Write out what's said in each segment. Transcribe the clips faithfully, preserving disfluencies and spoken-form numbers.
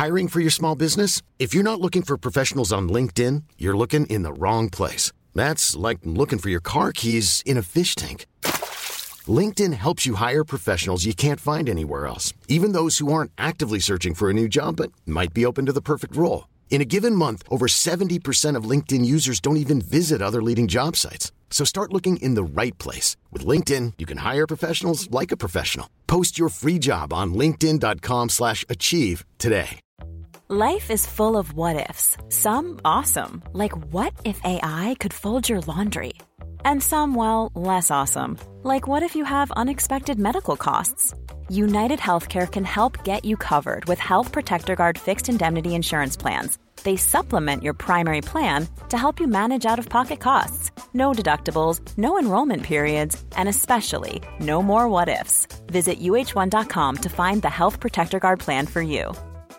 Hiring for your small business? If you're not looking for professionals on LinkedIn, you're looking in the wrong place. That's like looking for your car keys in a fish tank. LinkedIn helps you hire professionals you can't find anywhere else, even those who aren't actively searching for a new job but might be open to the perfect role. In a given month, over seventy percent of LinkedIn users don't even visit other leading job sites. So start looking in the right place. With LinkedIn, you can hire professionals like a professional. Post your free job on linkedin.com slash achieve today. Life is full of what-ifs. Some awesome, like what if A I could fold your laundry? And some, well, less awesome, like what if you have unexpected medical costs? United Healthcare can help get you covered with Health Protector Guard fixed indemnity insurance plans. They supplement your primary plan to help you manage out-of-pocket costs. No deductibles, no enrollment periods, and especially no more what-ifs. Visit U H one dot com to find the Health Protector Guard plan for you.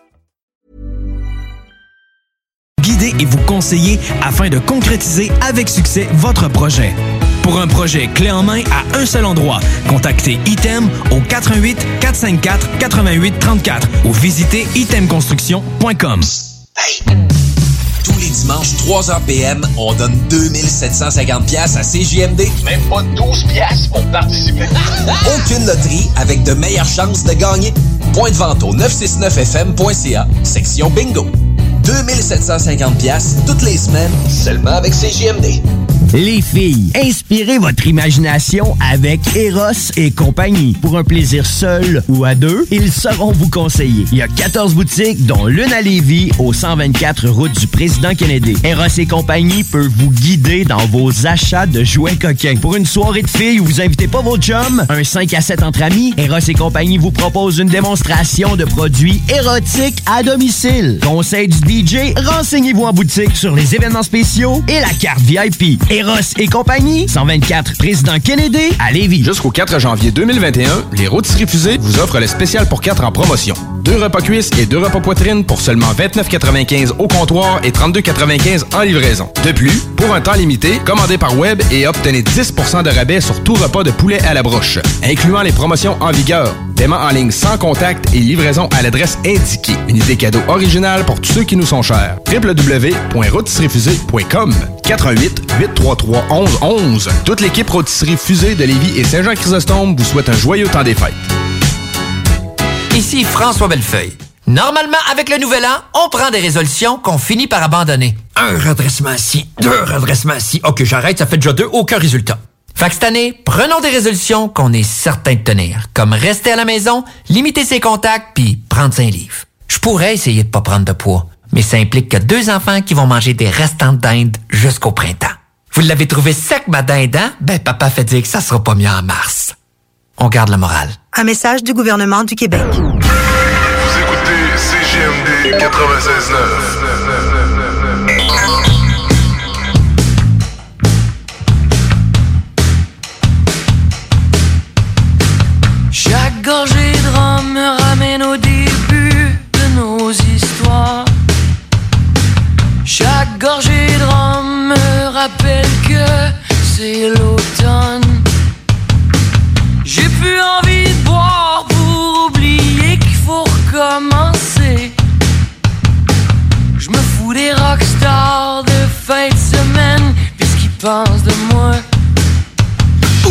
Guider et vous conseiller afin de concrétiser avec succès votre projet. Pour un projet clé en main à un seul endroit, contactez Item au quatre un huit, quatre cinq quatre, huit huit trois quatre ou visitez item construction point com. Hey! Tous les dimanches, trois heures P M, on donne deux mille sept cent cinquante dollars à C J M D. Même pas douze piastres pour participer. Aucune loterie avec de meilleures chances de gagner. Point de vente au neuf cent soixante-neuf F M point C A, section bingo. deux mille sept cent cinquante dollars toutes les semaines, seulement avec C J M D. Les filles, inspirez votre imagination avec Eros et compagnie. Pour un plaisir seul ou à deux, ils sauront vous conseiller. Il y a quatorze boutiques, dont l'une à Lévis, au cent vingt-quatre route du Président Kennedy. Eros et compagnie peut vous guider dans vos achats de jouets coquins. Pour une soirée de filles où vous invitez pas vos chums, un cinq à sept entre amis, Eros et compagnie vous propose une démonstration de produits érotiques à domicile. Conseil du D J, renseignez-vous en boutique sur les événements spéciaux et la carte V I P. Eros et compagnie, cent vingt-quatre Président Kennedy à Lévis. Jusqu'au quatre janvier deux mille vingt et un, les Rôtisseries Fusées vous offrent le spécial pour quatre en promotion. Deux repas cuisses et deux repas poitrine pour seulement vingt-neuf quatre-vingt-quinze au comptoir et trente-deux quatre-vingt-quinze en livraison. De plus, pour un temps limité, commandez par web et obtenez dix pour cent de rabais sur tout repas de poulet à la broche, incluant les promotions en vigueur. Paiement en ligne sans contact et livraison à l'adresse indiquée. Une idée cadeau originale pour tous ceux qui nous sont chers. w w w point rôtisserie fusée point com quatre un huit, huit trois trois, un un un un. Toute l'équipe Rôtisserie Fusée de Lévis et Saint-Jean-Chrysostome vous souhaite un joyeux temps des fêtes. Ici François Bellefeuille. Normalement, avec le nouvel an, on prend des résolutions qu'on finit par abandonner. Un redressement ci, deux redressements ci. OK, j'arrête, ça fait déjà deux, aucun résultat. Fait que cette année, prenons des résolutions qu'on est certain de tenir, comme rester à la maison, limiter ses contacts, puis prendre cinq livres. Je pourrais essayer de pas prendre de poids, mais ça implique que deux enfants qui vont manger des restants de dinde jusqu'au printemps. Vous l'avez trouvé sec, ma dinde, hein? Ben, papa fait dire que ça sera pas mieux en mars. On garde le moral. Un message du gouvernement du Québec. Vous écoutez C J M D quatre-vingt-seize neuf. Chaque gorgée de rhum me ramène au début de nos histoires. Chaque gorgée de rhum me rappelle que c'est l'automne. J'ai plus envie de boire pour oublier qu'il faut recommencer. Je me fous des rockstars de fin de semaine puisqu'ils pensent de moi. Ouh.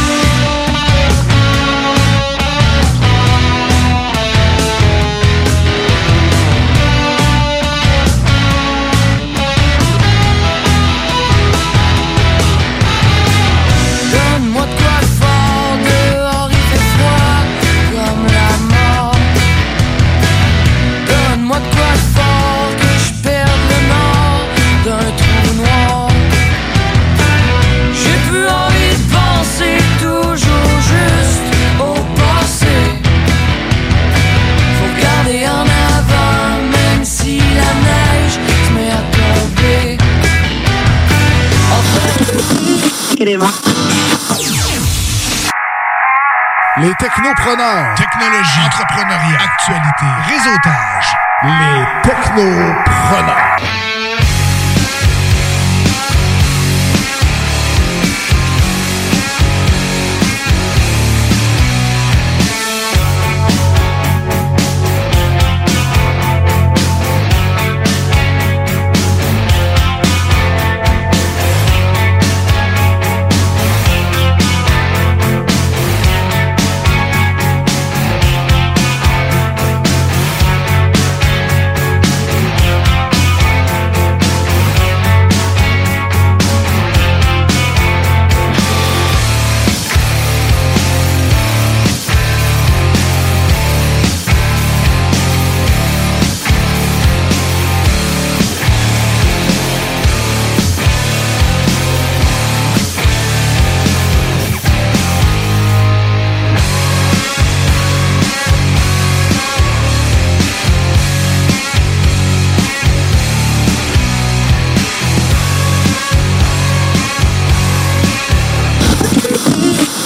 Les technopreneurs, technologie, entrepreneuriat, actualité, réseautage. Les technopreneurs.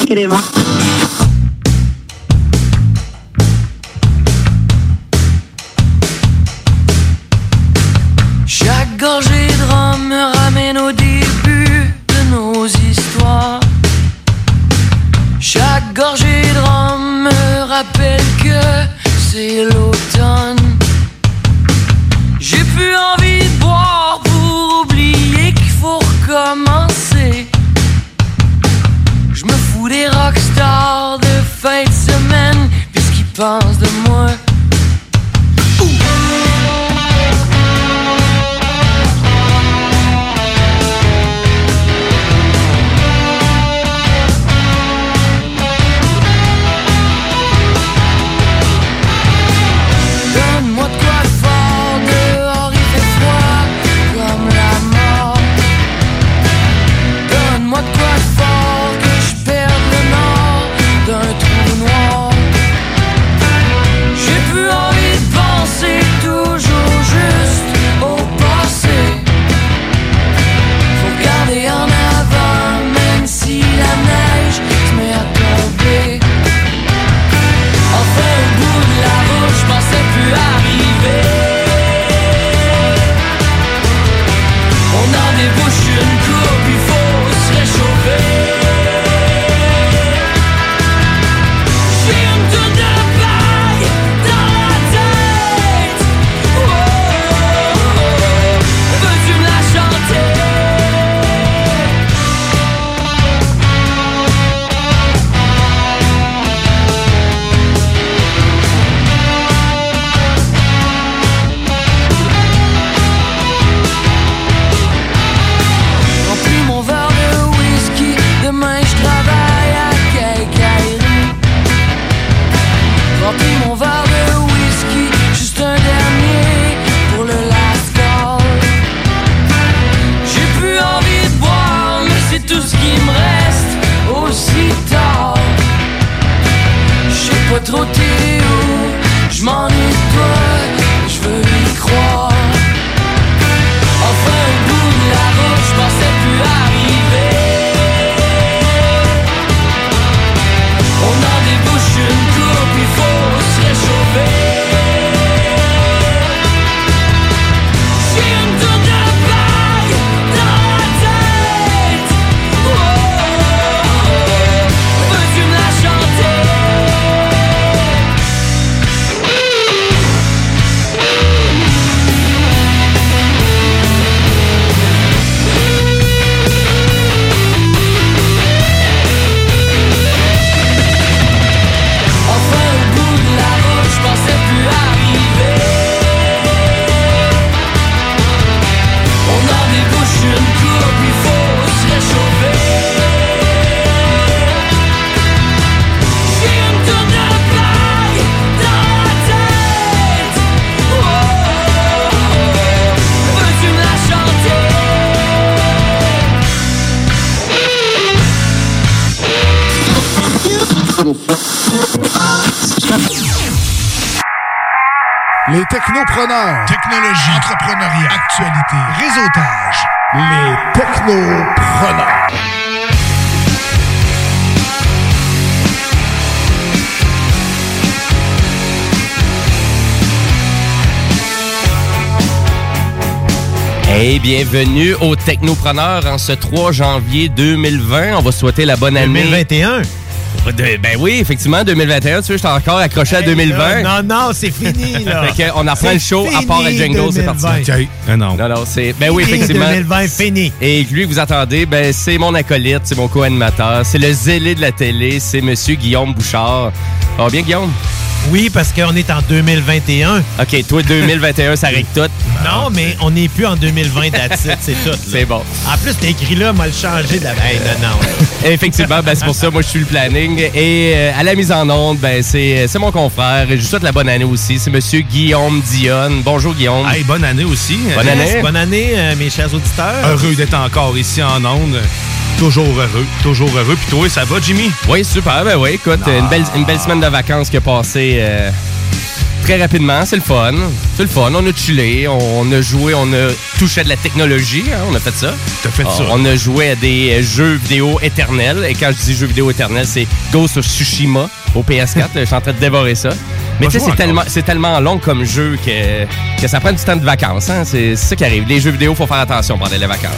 queremos. Chaque gorgée de rhum me ramène au début de nos histoires. Chaque gorgée de rhum me rappelle que c'est l'automne. J'ai plus envie de boire pour oublier qu'il faut recommencer. Je me fous des rockstars de fin de semaine, puisqu'ils pensent de moi. Donne-moi de quoi de fort, dehors il fait froid comme la mort. Donne-moi de quoi de fort, que je perde le nord d'un trou noir. J'ai plus envie de penser toujours juste au passé. Faut regarder en avant, même si la neige se met à tomber. Enfin au bout de la route, je pensais plus arriver. On en débouche une coupe, il faut se réchauffer. J'ai une tour de paille dans la tête. Oh, oh, oh, veux-tu me la chanter? Remplis mon verre de whisky, demain je travaille à quincaillerie. Remplis mon verre de whisky, juste un dernier pour le last call. J'ai plus envie de boire, mais c'est tout ce qui me reste aussi tard. Je sais pas trop t'es où, je m'ennuie de toi, je veux y croire. Enfin au bout de la route, je pensais plus arriver. On en débouche une coupe, il faut se réchauffer. J'ai une tour de paille dans la tête. Oh, oh, oh, veux-tu me la chanter? Enfin au bout de la route, je pensais plus arriver. On en débouche une coupe, il faut se réchauffer. J'ai une tour de paille dans la tête. Oh, oh, oh, veux-tu me la chanter? Les technopreneurs. Technologie. Entrepreneuriat. Actualité. Réseautage. Les technopreneurs. Hey, bienvenue aux Technopreneurs en ce trois janvier deux mille vingt. On va souhaiter la bonne année. deux mille vingt et un. De- ben oui, effectivement, deux mille vingt et un. Tu sais, je suis encore accroché à deux mille vingt. Non, non, c'est fini, là. Fait qu'on apprend C'est le show, à part à fini, Jingle, c'est parti. deux mille vingt. OK. Ah non. Non, non, c'est... Ben oui, Fini, effectivement. deux mille vingt, fini. Et lui que vous attendez, ben c'est mon acolyte, c'est mon co-animateur, c'est le zélé de la télé, c'est Monsieur Guillaume Bouchard. Ça va bien, Guillaume? Oui, parce qu'on est en deux mille vingt et un. OK, toi, deux mille vingt et un, ça règle tout. Non, mais on n'est plus en deux mille vingt, that's it, c'est tout. là. C'est bon. En plus, t'as écrit là, m'a le changé de la... Hey, non, non. Effectivement, ben, c'est pour ça, moi, je suis le planning. Et euh, à la mise en onde, ben, c'est, c'est mon confrère. Je lui souhaite la bonne année aussi. C'est Monsieur Guillaume Dionne. Bonjour, Guillaume. Hey, bonne année aussi. Bonne année. Bonne année, euh, mes chers auditeurs. Heureux d'être encore ici en onde. Toujours heureux, toujours heureux. Puis toi, ça va, Jimmy? Oui, super. Ben oui, écoute, Ah. une, belle, une belle semaine de vacances qui a passé... Euh... très rapidement, c'est le fun. C'est le fun. On a chillé, on a joué, on a touché à de la technologie. Hein, on a fait ça. T'as fait ça. On a joué à des jeux vidéo éternels. Et quand je dis jeux vidéo éternels, c'est Ghost of Tsushima au P S quatre. Je suis en train de dévorer ça. Mais tu sais, c'est tellement, c'est tellement long comme jeu que, que ça prend du temps de vacances. Hein? C'est, c'est ça qui arrive. Les jeux vidéo, il faut faire attention pendant les vacances.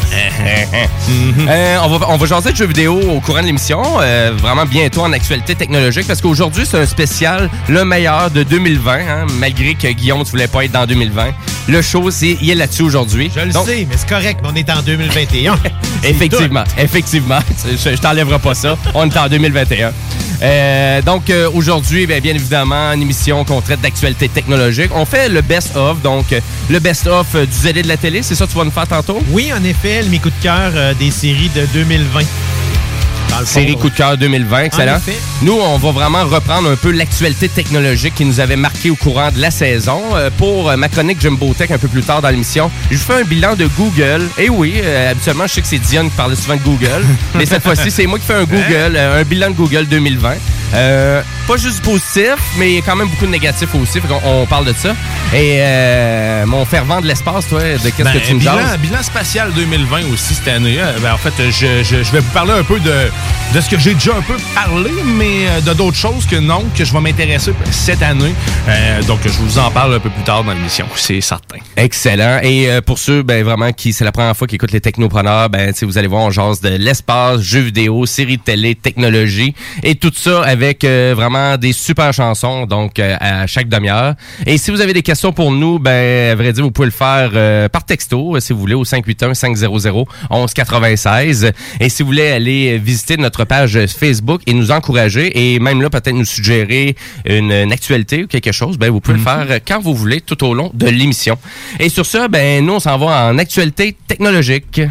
euh, on, va, on va jaser de jeux vidéo au courant de l'émission. Euh, vraiment bientôt en actualité technologique. Parce qu'aujourd'hui, c'est un spécial le meilleur de deux mille vingt. Hein? Malgré que Guillaume, tu voulais pas être dans deux mille vingt. Le show, c'est, il est là-dessus aujourd'hui. Je le Donc, sais, mais c'est correct. Mais on est en deux mille vingt et un. effectivement, effectivement. Je, je t'enlèverai pas ça. On est en deux mille vingt et un. Euh, donc, euh, aujourd'hui, bien, bien évidemment, une émission qu'on traite d'actualité technologique. On fait le best-of, donc euh, le best-of euh, du zélé de la télé. C'est ça que tu vas nous faire tantôt? Oui, en effet, mes coups de cœur euh, des séries de deux mille vingt. Série coup de cœur deux mille vingt, excellent. Nous, on va vraiment reprendre un peu l'actualité technologique qui nous avait marqué au courant de la saison. Euh, pour euh, ma chronique Jumbo Tech un peu plus tard dans l'émission, je vous fais un bilan de Google. Et oui, euh, habituellement, je sais que c'est Dion qui parlait souvent de Google, mais cette fois-ci, c'est moi qui fais un Google, euh, un bilan de Google deux mille vingt. Euh, pas juste du positif, mais quand même beaucoup de négatifs aussi. Fait qu'on on parle de ça. Et euh, mon fervent de l'espace, toi, de qu'est-ce ben, que tu me bilan, jases? bilan spatial deux mille vingt aussi cette année. Ben, en fait, je, je, je vais vous parler un peu de, de ce que j'ai déjà un peu parlé, mais de d'autres choses que non, que je vais m'intéresser cette année. Euh, donc, je vous en parle un peu plus tard dans l'émission, c'est certain. Excellent. Et euh, pour ceux, ben vraiment, qui c'est la première fois qu'ils écoutent les technopreneurs, ben vous allez voir, on jase de l'espace, jeux vidéo, séries de télé, technologie, et tout ça avec euh, vraiment des super chansons, donc euh, à chaque demi-heure. Et si vous avez des questions pour nous, ben à vrai dire, vous pouvez le faire euh, par texto, si vous voulez, au cinq huit un, cinq zéro zéro, onze quatre-vingt-seize. Et si vous voulez aller visiter notre page Facebook et nous encourager, et même là, peut-être nous suggérer une, une actualité ou quelque chose, ben vous pouvez mm-hmm. le faire quand vous voulez, tout au long de l'émission. Et sur ça, ben nous, on s'en va en actualité technologique.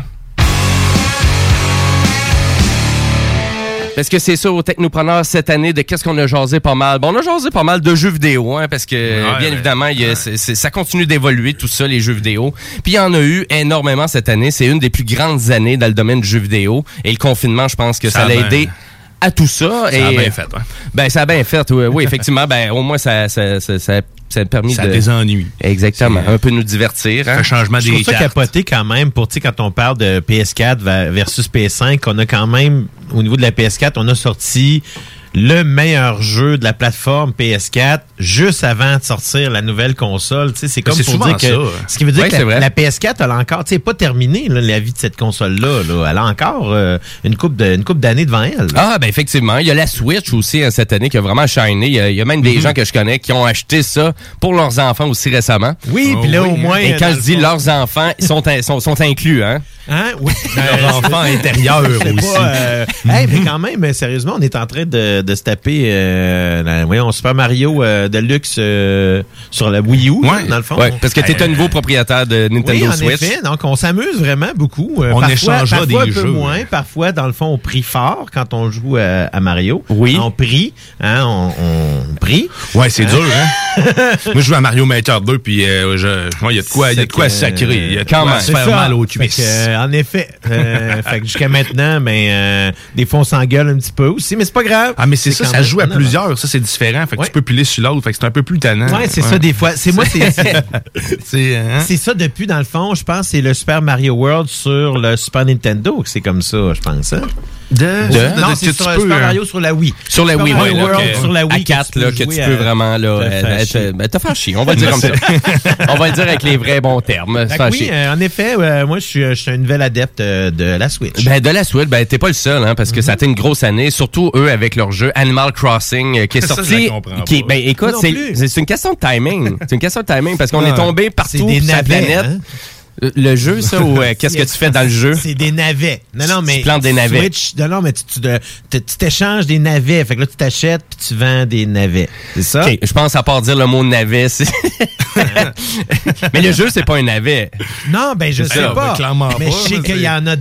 Parce que c'est ça au Technopreneur cette année, de qu'est-ce qu'on a jasé pas mal. Bon, on a jasé pas mal de jeux vidéo, hein, parce que ouais, bien ouais, évidemment, il y a, ouais. c'est, c'est, ça continue d'évoluer tout ça, les jeux vidéo. Puis il y en a eu énormément cette année. C'est une des plus grandes années dans le domaine du jeu vidéo. Et le confinement, je pense que ça, ça l'a aidé à tout ça. Ça et, a bien fait, ouais. Ben, ça a bien fait, oui, oui effectivement. Ben, au moins, ça, ça, ça, ça ça a permis ça de... désennuie. Exactement. C'est... Un peu nous divertir. Hein? Un changement des cartes. Je trouve ça capoté quand même pour, tu sais, quand on parle de P S quatre versus P S cinq, on a quand même, au niveau de la P S quatre, on a sorti le meilleur jeu de la plateforme P S quatre juste avant de sortir la nouvelle console. Tu sais, c'est comme c'est pour dire que... Ça. Ce qui veut dire ouais, que la, la P S quatre, elle a encore... Tu sais, pas terminé, là, la vie de cette console-là. Là. Elle a encore euh, une couple de, une couple d'années devant elle. Là. Ah, ben effectivement. Il y a la Switch aussi hein, cette année qui a vraiment shiné. Il y a, il y a même des mm-hmm. gens que je connais qui ont acheté ça pour leurs enfants aussi récemment. Oui, puis là, oh, au moins... Et quand je dis fond... leurs enfants, ils sont, in, sont, sont inclus, hein? Hein? Oui. Leurs enfants intérieurs aussi. Pas, euh... hey, mais quand même, sérieusement, on est en train de, de se taper... Euh, la, voyons, Super Mario euh, Deluxe euh, sur la Wii U, ouais, dans le fond. Ouais, parce que tu es un nouveau propriétaire de Nintendo oui, en Switch. Effet, donc on s'amuse vraiment beaucoup. Euh, on parfois, échangera parfois des un peu jeux. moins, parfois, dans le fond, on prie fort quand on joue à, à Mario. Oui. On prie, hein, on, on prie. Ouais, c'est dur, hein? Moi, je joue à Mario Maker deux, puis euh, il ouais, y a de quoi, y a de quoi sacrer. Il y a quand même se faire mal aux cuisses. Euh, en effet. Euh, fait que jusqu'à maintenant, ben, euh, des fois, on s'engueule un petit peu aussi, mais c'est pas grave. Ah, mais c'est, c'est ça, ça joue à plusieurs. Ça, c'est différent. Fait que ouais. tu peux piler sur l'autre. Fait que c'est un peu plus tannant. Ouais, c'est ouais. ça, des fois. C'est moi, c'est. C'est, c'est, hein? c'est ça depuis, dans le fond, je pense, c'est le Super Mario World sur le Super Nintendo que c'est comme ça, je pense, hein? De, de, non, de, c'est sur peux, Super Mario sur la Wii. Sur la Wii, Super Mario ouais, World là, sur la Wii. À quatre, là, que tu peux à, vraiment, là, être, te faire chier. On va le dire comme ça. On va le dire avec les vrais bons termes. Oui, euh, en effet, euh, moi, je suis, je suis un nouvel adepte euh, de la Switch. Ben, de la Switch, ben, t'es pas le seul, hein, parce que mm-hmm. ça a été une grosse année, surtout eux avec leur jeu Animal Crossing, euh, qui est sorti. Ça, qui, ben, écoute, c'est, c'est une question de timing. C'est une question de timing, parce qu'on ah, est tombé partout sur la planète. Hein? Le jeu, ça, ou euh, qu'est-ce que tu fais dans le jeu? C'est des navets. Non, non, mais. Tu plantes des navets. Switch, non, non, mais tu, tu, tu, tu t'échanges des navets. Fait que là, tu t'achètes puis tu vends des navets. C'est ça? OK. Je pense à part dire le mot navet. C'est... mais le jeu, c'est pas un navet. Non, ben, je sais Alors, pas. Ben, mais pas, je sais qu'il y en a dedans.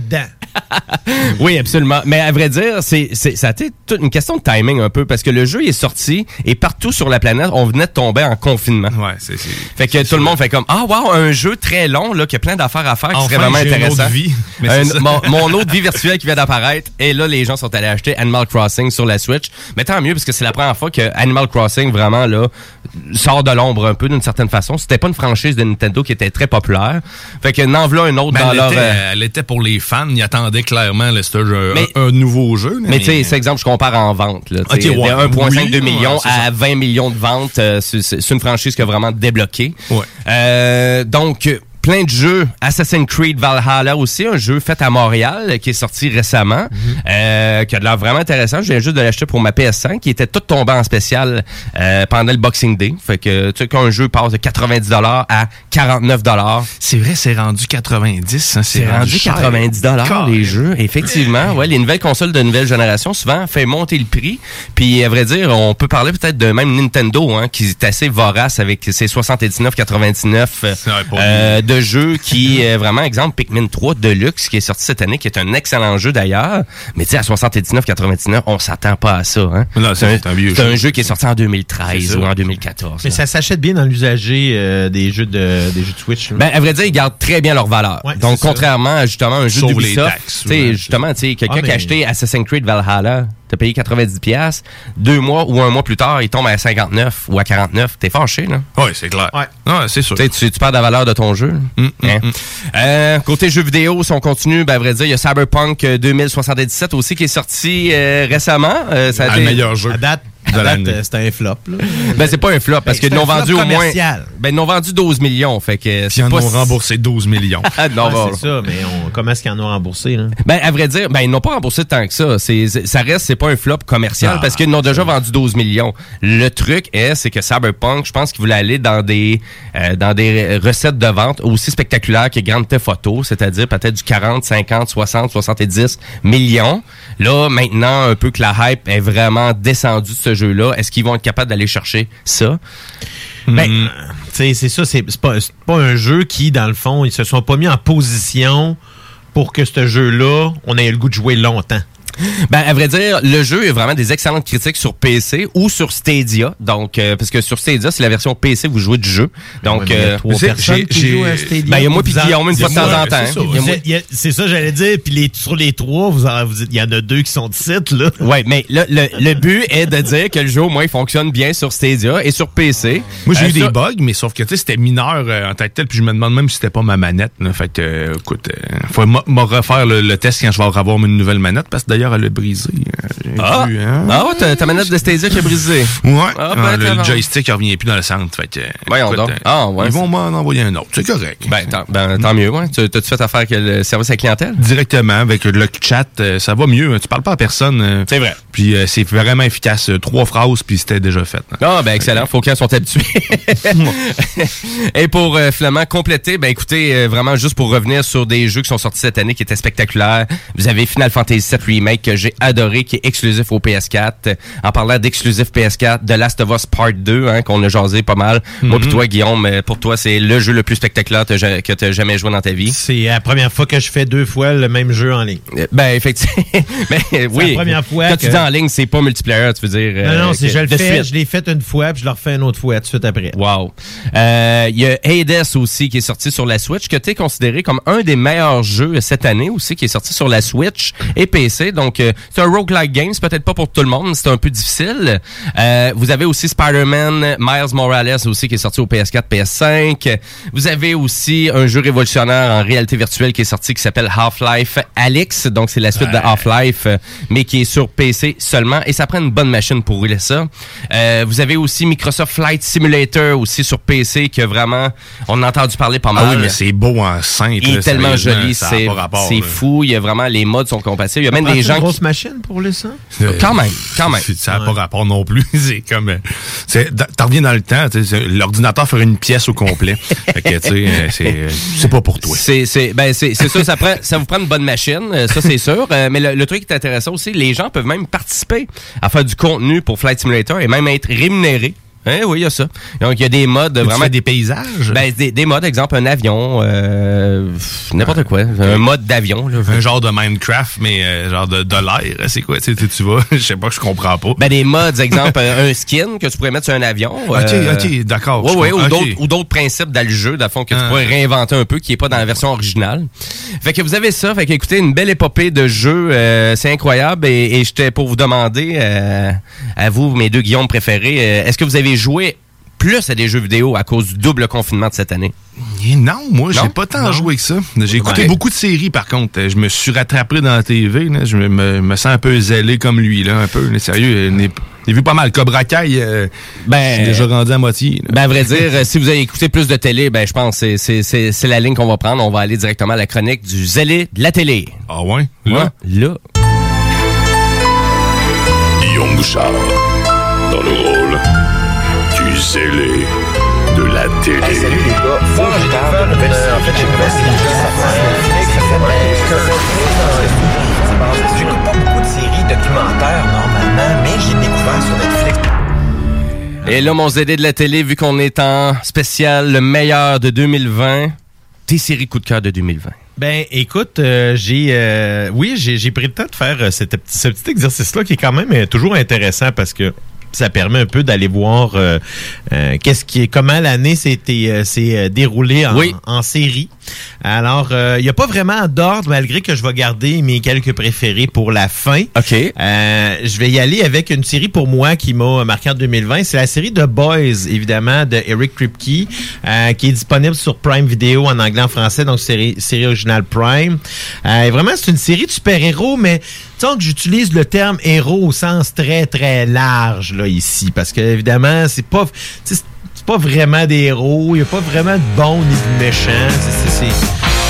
Oui, absolument. Mais à vrai dire, c'est, c'est, ça a été toute une question de timing un peu, parce que le jeu est sorti et partout sur la planète, on venait de tomber en confinement. Ouais, c'est, c'est Fait que c'est tout sûr. le monde fait comme, ah wow, un jeu très long, là, qui a plein d'affaires à faire, qui Enfin, serait vraiment j'ai intéressant. Une autre vie. Mais Un- c'est ça. mon, mon autre vie virtuelle qui vient d'apparaître. Et là, les gens sont allés acheter Animal Crossing sur la Switch. Mais tant mieux, parce que c'est la première fois que Animal Crossing, vraiment, là, sort de l'ombre un peu, d'une certaine façon. C'était pas une franchise de Nintendo qui était très populaire. Fait que n'en voilà un autre Ben, dans elle, leur... était, euh, elle était pour les fans. Ils attendaient clairement là, c'était un, Mais- un, un nouveau jeu. Mais tu sais, c'est exemple, je compare en vente. Là, Ok, de ouais. un virgule cinq deux Oui, millions ouais, c'est à ça. vingt millions de ventes. euh, c'est, c'est une franchise qui a vraiment débloqué. Ouais. Euh, donc... Plein de jeux. Assassin's Creed Valhalla aussi, un jeu fait à Montréal euh, qui est sorti récemment, Mm-hmm. euh, qui a de l'air vraiment intéressant. Je viens juste de l'acheter pour ma P S cinq, qui était tout tombé en spécial euh, pendant le Boxing Day. Fait que tu sais qu'un jeu passe de quatre-vingt-dix dollars à quarante-neuf dollars. C'est vrai, c'est rendu quatre-vingt-dix. Hein, C'est rendu cher. quatre-vingt-dix dollars les jeux, effectivement. Ouais, les nouvelles consoles de nouvelle génération souvent fait monter le prix. Puis à vrai dire, on peut parler peut-être de même Nintendo, hein, qui est assez vorace avec ses soixante-dix-neuf quatre-vingt-dix-neuf euh, euh, de jeux qui est vraiment exemple Pikmin trois Deluxe qui est sorti cette année, qui est un excellent jeu d'ailleurs. Mais tu sais, à soixante-dix-neuf quatre-vingt-dix-neuf, on s'attend pas à ça. Hein. Non, c'est, c'est, un, un vieux c'est jeu. un jeu qui est sorti en deux mille treize ou en deux mille quatorze. Mais ça s'achète bien dans l'usager euh, des jeux de des jeux de Switch. Là. Ben, à vrai dire, ils gardent très bien leur valeur. Ouais, Donc, c'est contrairement à justement un jeu Sauf les d'Ubisoft, taxes, tu sais, ouais, justement, tu sais, quelqu'un Ah, qui a mais- acheté Assassin's Creed Valhalla, t'as payé quatre-vingt-dix piastres, deux mois ou un mois plus tard, il tombe à cinquante-neuf ou à quarante-neuf. T'es fâché, là? Oui, c'est clair. Ouais. Ouais, c'est sûr. Tu sais, tu, tu perds de la valeur de ton jeu. Mm, Hein? mm, mm. Euh, côté jeux vidéo, si on continue, ben, à vrai dire, il y a Cyberpunk euh, deux mille soixante-dix-sept aussi qui est sorti euh, récemment. Euh, ça a Ah, été- le meilleur jeu. À date, de à date l'année. euh, c'était un flop. Là. Ben, c'est pas un flop, parce Ben, qu'ils c'est n'ont un vendu flop au moins. commercial. Ben, ils n'ont vendu douze millions. Fait que Puis c'est ils en pas ont si- remboursé douze millions. Ah, non, Ouais, bon. c'est ça, mais on, comment est-ce qu'ils en ont remboursé? Là? Ben, à vrai dire, ben, ils n'ont pas remboursé tant que ça. C'est, c'est- ça reste, c'est pas un flop commercial Ah, parce qu'ils n'ont déjà vendu douze millions. Le truc est, c'est que Cyberpunk, je pense qu'ils voulaient aller dans des, euh, dans des recettes de vente aussi spectaculaires que Grand Theft Auto, c'est-à-dire peut-être du quarante, cinquante, soixante, soixante-dix millions. Là, maintenant, un peu que la hype est vraiment descendue de ce jeu-là, est-ce qu'ils vont être capables d'aller chercher ça? Ben, tu sais, c'est ça, c'est, c'est, pas, c'est pas un jeu qui, dans le fond, ils se sont pas mis en position pour que ce jeu-là, on ait le goût de jouer longtemps. Ben, à vrai dire, le jeu a vraiment des excellentes critiques sur P C ou sur Stadia. Donc, euh, parce que sur Stadia, c'est la version P C, vous jouez du jeu. Donc, Ouais, mais il y a euh, trois c'est- personnes j'ai- qui j'ai- jouent à Stadia. ben, il y a moi puis Vous en- Guillaume une fois de c'est temps ça, en temps. c'est ça. Il y a Vous moi- êtes- il y a- C'est ça, j'allais dire. Puis les, sur les trois, vous en- vous- il y en a deux qui sont de site, là. Ouais, mais le, le, le but est de dire que le jeu, au moins, il fonctionne bien sur Stadia et sur P C. Moi, j'ai Euh, eu ça- des bugs, mais sauf que, tu sais, c'était mineur euh, en tant que tel, puis je me demande même si c'était pas ma manette, là. Fait que, euh, écoute, euh, faut me me refaire le, le test quand je vais avoir une nouvelle manette, parce que d'ailleurs, elle a brisé. euh, j'ai Ah, vu, hein. ah ouais, ta, ta manette de Stadia qui a brisé. Ouais, Ah, Ah, ben, le, t'as le raison. joystick il revient plus dans le centre. Fait que, euh, Voyons écoute, donc. euh, Ah, ouais, ils vont c'est- m'en envoyer un autre. C'est correct. Ben, tant, ben, tant mieux, ouais. Tu, t'as-tu fait affaire avec le service à la clientèle? Directement avec le chat, euh, ça va mieux. Tu parles pas à personne. euh, C'est vrai. Puis euh, c'est vraiment efficace. Euh, Trois phrases, puis c'était déjà fait. hein. Ah, ben, excellent. Faut qu'ils sont habitués. Et pour, euh, finalement, compléter, ben, écoutez, euh, vraiment, juste pour revenir sur des jeux qui sont sortis cette année qui étaient spectaculaires. Vous avez Final Fantasy sept Remake que j'ai adoré, qui est exclusif au P S quatre. En parlant d'exclusif P S quatre, The Last of Us Part deux, hein, qu'on a jasé pas mal. Moi pis toi, Guillaume, euh, pour toi, c'est le jeu le plus spectaculaire que t'as- que t'as jamais joué dans ta vie. C'est la première fois que je fais deux fois le même jeu en ligne. Euh, Ben, effectivement. Ben, euh, oui. la première fois Quand tu que- dis en ligne, c'est pas multiplayer, tu veux dire. Non, non, euh, c'est que- je le de fais, suite. je l'ai fait une fois, puis je le refais une autre fois, tout de suite après. Wow. Euh, Il y a Hades aussi qui est sorti sur la Switch, que tu es considéré comme un des meilleurs jeux cette année aussi, qui est sorti sur la Switch et P C. Donc, euh, c'est un roguelike game, c'est peut-être pas pour tout le monde, c'est un peu difficile. Euh, vous avez aussi Spider-Man Miles Morales aussi qui est sorti au P S quatre, P S cinq. Vous avez aussi un jeu révolutionnaire en réalité virtuelle qui est sorti qui s'appelle Half-Life Alyx. Donc, c'est la suite de Half-Life, euh, mais qui est sur P C seulement. Et ça prend une bonne machine pour rouler ça. Euh, vous avez aussi Microsoft Flight Simulator aussi sur P C que vraiment, on a entendu parler pas mal. Ah oui, mais c'est beau en scène. Il est tellement joli, c'est c'est fou. Il y a vraiment, les mods sont compatibles. Il y a même des gens une grosse qui... machine pour le ça? Quand même, quand même. Ça n'a pas rapport non plus. C'est comme... euh, c'est- T'en reviens dans le temps, tu sais, c'est- l'ordinateur ferait une pièce au complet. Fait que, tu sais, euh, c'est euh, c'est pas pour toi. C'est c'est ben c'est c'est sûr, ça prend ça vous prend une bonne machine, euh, ça c'est sûr. Euh, mais le, le truc qui est intéressant aussi, les gens peuvent même participer à faire du contenu pour Flight Simulator et même être rémunérés Eh oui, il y a ça. Donc, il y a des modes tu vraiment... fais des paysages? Ben, des, des modes, exemple, un avion, euh, n'importe quoi. Un mode d'avion. Là. Un genre de Minecraft, mais euh, genre de, de l'air. C'est quoi? Tu sais, tu vas, je sais pas, je comprends pas. Ben, des modes, exemple, un skin que tu pourrais mettre sur un avion. OK, euh, OK, d'accord. Oui, oui, ou okay. d'autres ou d'autres principes dans le jeu, dans le fond, que tu ah. pourrais réinventer un peu, qui est pas dans la version originale. Fait que vous avez ça. Fait que, écoutez, une belle épopée de jeux. Euh, c'est incroyable. Et, et j'étais pour vous demander, euh, à vous, mes deux Guillaume préférés, euh, est-ce que vous avez joué plus à des jeux vidéo à cause du double confinement de cette année? Et non, moi, non? j'ai pas tant non. joué que ça. J'ai écouté ouais. beaucoup de séries, par contre. Je me suis rattrapé dans la T V. Là. Je me, me, me sens un peu zélé comme lui, là, un peu. Là, sérieux, j'ai vu pas mal. Cobra Kai, euh, ben, je suis déjà rendu à moitié. Là. Ben, à vrai dire, si vous avez écouté plus de télé, ben, je pense que c'est, c'est, c'est la ligne qu'on va prendre. On va aller directement à la chronique du zélé de la télé. Ah ouais? Là? Ouais, là. Guillaume Bouchard, dans le rôle du zélé de la télé. Hey, salut les gars. Moi, j'ai découvert une nouvelle série. En fait, j'ai découvert une série. J'écoute pas beaucoup de séries documentaires normalement, mais j'ai découvert sur Netflix. Et là, mon zélé de la télé, vu qu'on est en spécial le meilleur de deux mille vingt, tes séries coup de cœur de deux mille vingt. Ben, écoute, euh, j'ai, euh, oui, j'ai, j'ai pris le temps de faire euh, cette, ce petit exercice-là qui est quand même euh, toujours intéressant parce que ça permet un peu d'aller voir euh, euh, qu'est-ce qui est, comment l'année s'est, euh, s'est euh, déroulée en, oui. en série. Alors, il euh, n'y a pas vraiment d'ordre, malgré que je vais garder mes quelques préférés pour la fin. OK. Euh, je vais y aller avec une série pour moi qui m'a marqué en deux mille vingt. C'est la série The Boys, évidemment, de Eric Kripke, euh, qui est disponible sur Prime Video en anglais, en français, donc série, série originale Prime. Euh, et vraiment, c'est une série de super-héros, mais disons que j'utilise le terme héros au sens très, très large, là, ici, parce que, évidemment, c'est pas... C'est, c'est pas vraiment des héros, il n'y a pas vraiment de bons ni de méchants. C'est, c'est, c'est,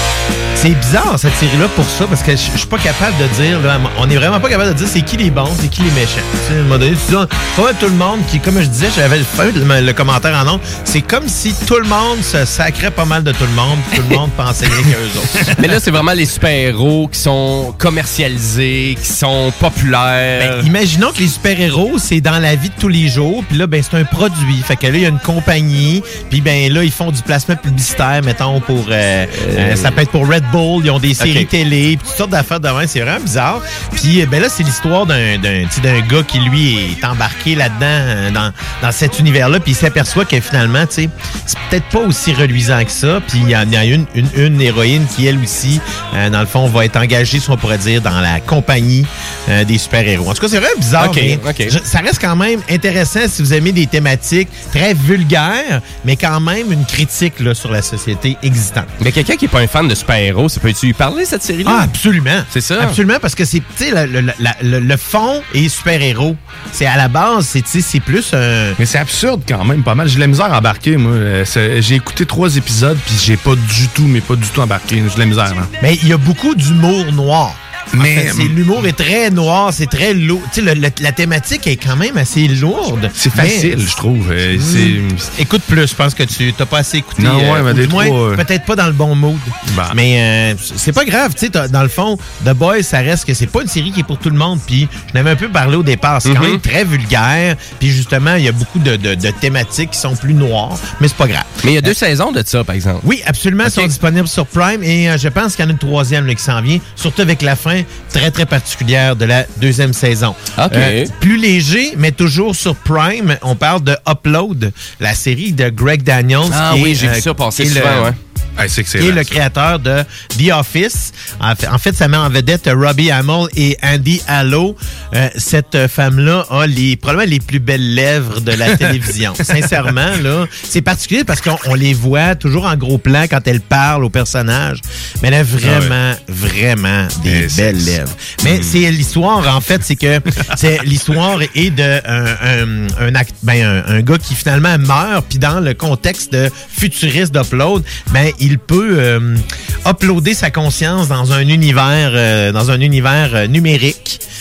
c'est bizarre, cette série-là, pour ça, parce que je suis pas capable de dire, là, on est vraiment pas capable de dire c'est qui les bons, c'est qui les méchants. Tu sais, à un moment donné, tu dis, pas tout le monde qui, comme je disais, j'avais fait le, le commentaire en ondes, c'est comme si tout le monde se sacrait pas mal de tout le monde, tout le monde pensait rien qu'eux autres. Mais là, c'est vraiment les super-héros qui sont commercialisés, qui sont populaires. Ben, imaginons que les super-héros, c'est dans la vie de tous les jours, puis là, ben, c'est un produit. Fait que là, il y a une compagnie, puis ben là, ils font du placement publicitaire, mettons, pour... Euh, euh, ça peut être pour Red Bull, ils ont des séries okay. télé, puis toutes sortes d'affaires de même, c'est vraiment bizarre. Puis ben là, c'est l'histoire d'un, d'un, d'un gars qui, lui, est embarqué là-dedans, dans, dans cet univers-là, puis il s'aperçoit que finalement, tu sais, c'est peut-être pas aussi reluisant que ça, puis il y, y a une, une, une héroïne qui, elle aussi, euh, dans le fond, va être engagée, si on pourrait dire, dans la compagnie euh, des super-héros. En tout cas, c'est vraiment bizarre, okay, mais okay. Je, ça reste quand même intéressant si vous aimez des thématiques très vulgaires, mais quand même une critique là, sur la société existante. Mais quelqu'un qui n'est pas un fan de super-héros, ça peut-tu lui parler, cette série-là? Ah, absolument. C'est ça? Absolument, parce que c'est, tu sais, le, le, le, le fond est super-héros. C'est à la base, c'est, tu sais, c'est plus un... Mais c'est absurde quand même, pas mal. J'ai de la misère à embarquer, moi. C'est, j'ai écouté trois épisodes, puis j'ai pas du tout, mais pas du tout embarqué. J'ai de la misère, là. Mais il y a beaucoup d'humour noir. Mais en fait, c'est, l'humour est très noir, c'est très lourd. Tu sais, le, le, la thématique est quand même assez lourde. C'est facile, mais, je trouve. Euh, c'est... Écoute plus, je pense que tu t'as pas assez écouté. Non, ouais, euh, mais des moins, trois, euh... peut-être pas dans le bon mood. Bah. Mais euh, c'est pas grave, tu sais, dans le fond, The Boys, ça reste que c'est pas une série qui est pour tout le monde. Puis je n'avais un peu parlé au départ, c'est mm-hmm. quand même très vulgaire. Puis justement, il y a beaucoup de, de, de thématiques qui sont plus noires, mais c'est pas grave. Mais il y a deux euh, saisons de ça, par exemple. Oui, absolument, okay. Sont disponibles sur Prime et euh, je pense qu'il y en a une troisième là, qui s'en vient, surtout avec la fin très très particulière de la deuxième saison. OK. Euh, plus léger, mais toujours sur Prime. On parle de Upload, la série de Greg Daniels. Ah oui, est, j'ai vu euh, ça passer souvent, ouais. Ah, c'est qui est le créateur de The Office. En fait, en fait, ça met en vedette Robbie Amell et Andy Allo. Euh, cette femme-là a les, probablement les plus belles lèvres de la télévision. Sincèrement, là, c'est particulier parce qu'on on les voit toujours en gros plan quand elle parle aux personnages. Mais elle a vraiment, ah ouais. vraiment des et belles c'est... lèvres. Mais mm. c'est l'histoire, en fait, c'est que c'est l'histoire est de un, un, un, act, ben, un, un gars qui finalement meurt, puis dans le contexte de futuriste d'Upload, ben il peut euh, uploader sa conscience dans un univers, euh, dans un univers euh, numérique.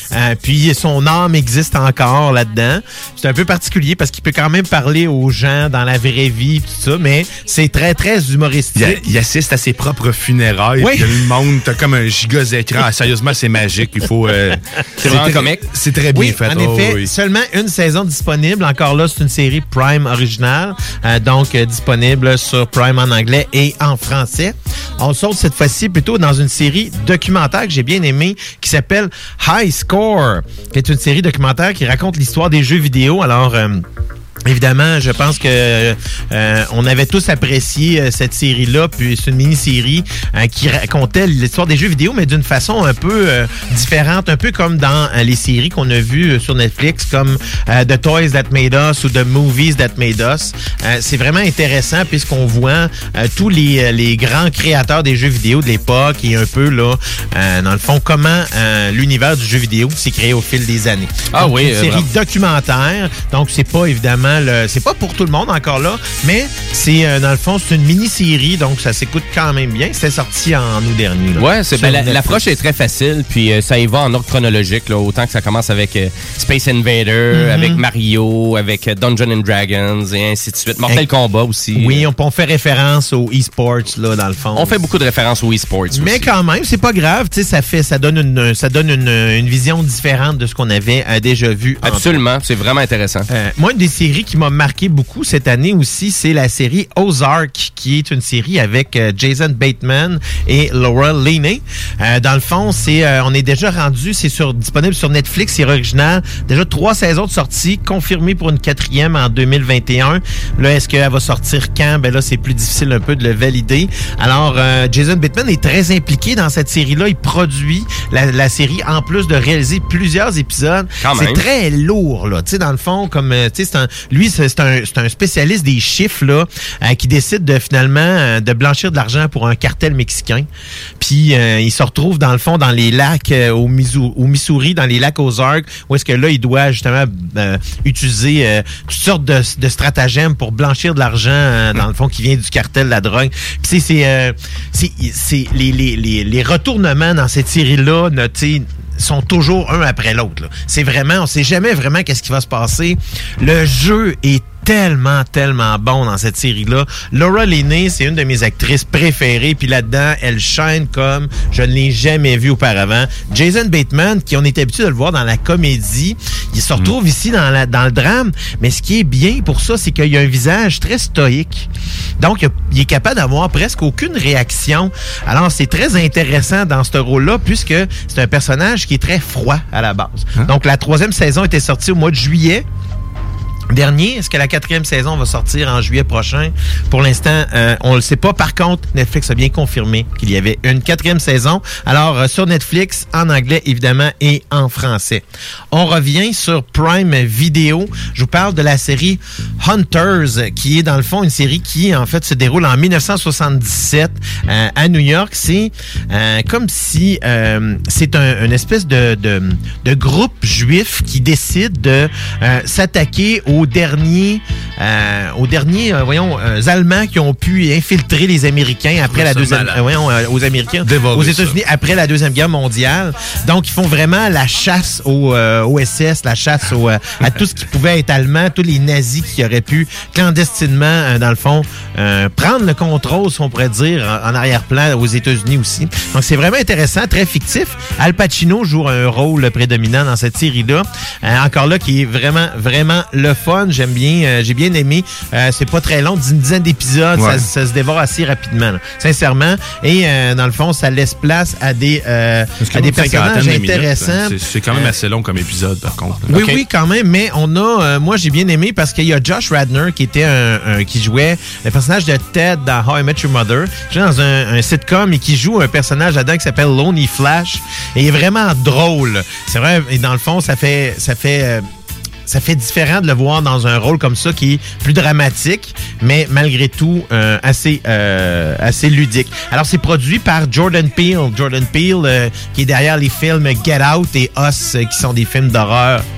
Euh, puis son âme existe encore là-dedans. C'est un peu particulier parce qu'il peut quand même parler aux gens dans la vraie vie, tout ça, mais c'est très, très humoristique. Il, il assiste à ses propres funérailles. Oui. Puis le monde, t'as comme un giga écran. Ah, sérieusement, c'est magique. Il faut. Euh, c'est vraiment comique. C'est très bien oui, fait. En oh, effet, oui. seulement une saison disponible. Encore là, c'est une série Prime originale, euh, donc euh, disponible sur Prime en anglais et en français. On saute cette fois-ci plutôt dans une série documentaire que j'ai bien aimée qui s'appelle High Score, qui est une série documentaire qui raconte l'histoire des jeux vidéo. Alors, euh, évidemment, je pense que euh, on avait tous apprécié euh, cette série-là, puis c'est une mini-série euh, qui racontait l'histoire des jeux vidéo, mais d'une façon un peu euh, différente, un peu comme dans euh, les séries qu'on a vues euh, sur Netflix, comme euh, The Toys That Made Us ou The Movies That Made Us. Euh, c'est vraiment intéressant puisqu'on voit euh, tous les, les grands créateurs des jeux vidéo de l'époque et un peu, là, euh, dans le fond, comment euh, l'univers du jeu vidéo s'est créé au fil des années. Ah donc, oui, une euh, série vraiment. documentaire, donc c'est pas évidemment Le, c'est pas pour tout le monde encore là, mais c'est euh, dans le fond c'est une mini-série, donc ça s'écoute quand même bien. C'était sorti en août dernier. Là, ouais, c'est, ben, la, Netflix. l'approche est très facile, puis euh, ça y va en ordre chronologique, là, autant que ça commence avec euh, Space Invader, Mm-hmm. avec Mario, avec euh, Dungeons and Dragons et ainsi de suite. Mortal Et, Kombat aussi. Oui, on, on fait référence aux e-sports là dans le fond. On fait beaucoup de références aux e-sports. Mais aussi. quand même, c'est pas grave, tu sais, ça fait, ça donne une, ça donne une, une vision différente de ce qu'on avait euh, déjà vu. Absolument, c'est vraiment intéressant. Euh, moi, une des séries qui m'a marqué beaucoup cette année aussi, c'est la série Ozark, qui est une série avec euh, Jason Bateman et Laura Linney. Euh, dans le fond, c'est, euh, on est déjà rendu, c'est sur, disponible sur Netflix, c'est original. Déjà trois saisons de sortie, confirmée pour une quatrième en deux mille vingt et un. Là, est-ce qu'elle va sortir quand? Ben là, c'est plus difficile un peu de le valider. Alors, euh, Jason Bateman est très impliqué dans cette série-là. Il produit la, la série en plus de réaliser plusieurs épisodes. Quand c'est même. très lourd, là. Tu sais, dans le fond, comme, euh, tu sais, c'est un, lui, c'est, c'est un, c'est un spécialiste des chiffres, là, euh, qui décide de finalement euh, de blanchir de l'argent pour un cartel mexicain. Puis, euh, il se retrouve dans le fond dans les lacs euh, au, Missouri, au Missouri, dans les lacs Ozark, où est-ce que là, il doit justement euh, utiliser euh, toutes sortes de, de stratagèmes pour blanchir de l'argent, euh, dans le fond, qui vient du cartel de la drogue. Puis, c'est, c'est, euh, c'est, c'est les, les, les, les retournements dans cette série-là, tu sais, sont toujours un après l'autre, là. C'est vraiment, on sait jamais vraiment qu'est-ce qui va se passer. Le jeu est tellement, tellement bon dans cette série-là. Laura Linney, c'est une de mes actrices préférées, puis là-dedans, elle shine comme je ne l'ai jamais vu auparavant. Jason Bateman, qui on est habitué de le voir dans la comédie, il se retrouve mm. ici dans, la, dans le drame, mais ce qui est bien pour ça, c'est qu'il a un visage très stoïque. Donc, il est capable d'avoir presque aucune réaction. Alors, c'est très intéressant dans ce rôle-là, puisque c'est un personnage qui est très froid à la base. Hein? Donc, la troisième saison était sortie au mois de juillet dernier. Est-ce que la quatrième saison va sortir en juillet prochain? Pour l'instant, euh, on le sait pas. Par contre, Netflix a bien confirmé qu'il y avait une quatrième saison. Alors, euh, sur Netflix, en anglais, évidemment, et en français. On revient sur Prime Video. Je vous parle de la série Hunters, qui est, dans le fond, une série qui, en fait, se déroule en dix-neuf cent soixante-dix-sept euh, à New York. C'est euh, comme si euh, c'est un, une espèce de, de, de groupe juif qui décide de euh, s'attaquer aux aux derniers, euh, aux derniers, euh, voyons, euh, Allemands qui ont pu infiltrer les Américains après la deuxième, euh, voyons, euh, aux Américains, Dévorer aux États-Unis ça. après la deuxième guerre mondiale. Donc, ils font vraiment la chasse au euh, O S S, la chasse au, euh, à tout ce qui pouvait être allemand, tous les nazis qui auraient pu clandestinement, euh, dans le fond, euh, prendre le contrôle, si on pourrait dire, en, en arrière-plan aux États-Unis aussi. Donc, c'est vraiment intéressant, très fictif. Al Pacino joue un rôle prédominant dans cette série-là. Euh, encore là, qui est vraiment, vraiment le fun. J'aime bien, euh, j'ai bien aimé. Euh, c'est pas très long, d'une dizaine d'épisodes, ouais. ça, ça se dévore assez rapidement, là, sincèrement. Et euh, dans le fond, ça laisse place à des, euh, à des personnages intéressants. Minutes, c'est, c'est quand même assez long comme épisode, par contre. Oui, okay. oui, quand même. Mais on a, euh, moi, j'ai bien aimé parce qu'il y a Josh Radnor qui était un, un qui jouait le personnage de Ted dans How I Met Your Mother, qui est dans un, un sitcom et qui joue un personnage là-dedans qui s'appelle Lonely Flash. Et il est vraiment drôle. C'est vrai. Et dans le fond, ça fait, ça fait. Euh, Ça fait différent de le voir dans un rôle comme ça qui est plus dramatique, mais malgré tout euh, assez euh, assez ludique. Alors, c'est produit par Jordan Peele. Jordan Peele, euh, qui est derrière les films Get Out et Us, euh, qui sont des films d'horreur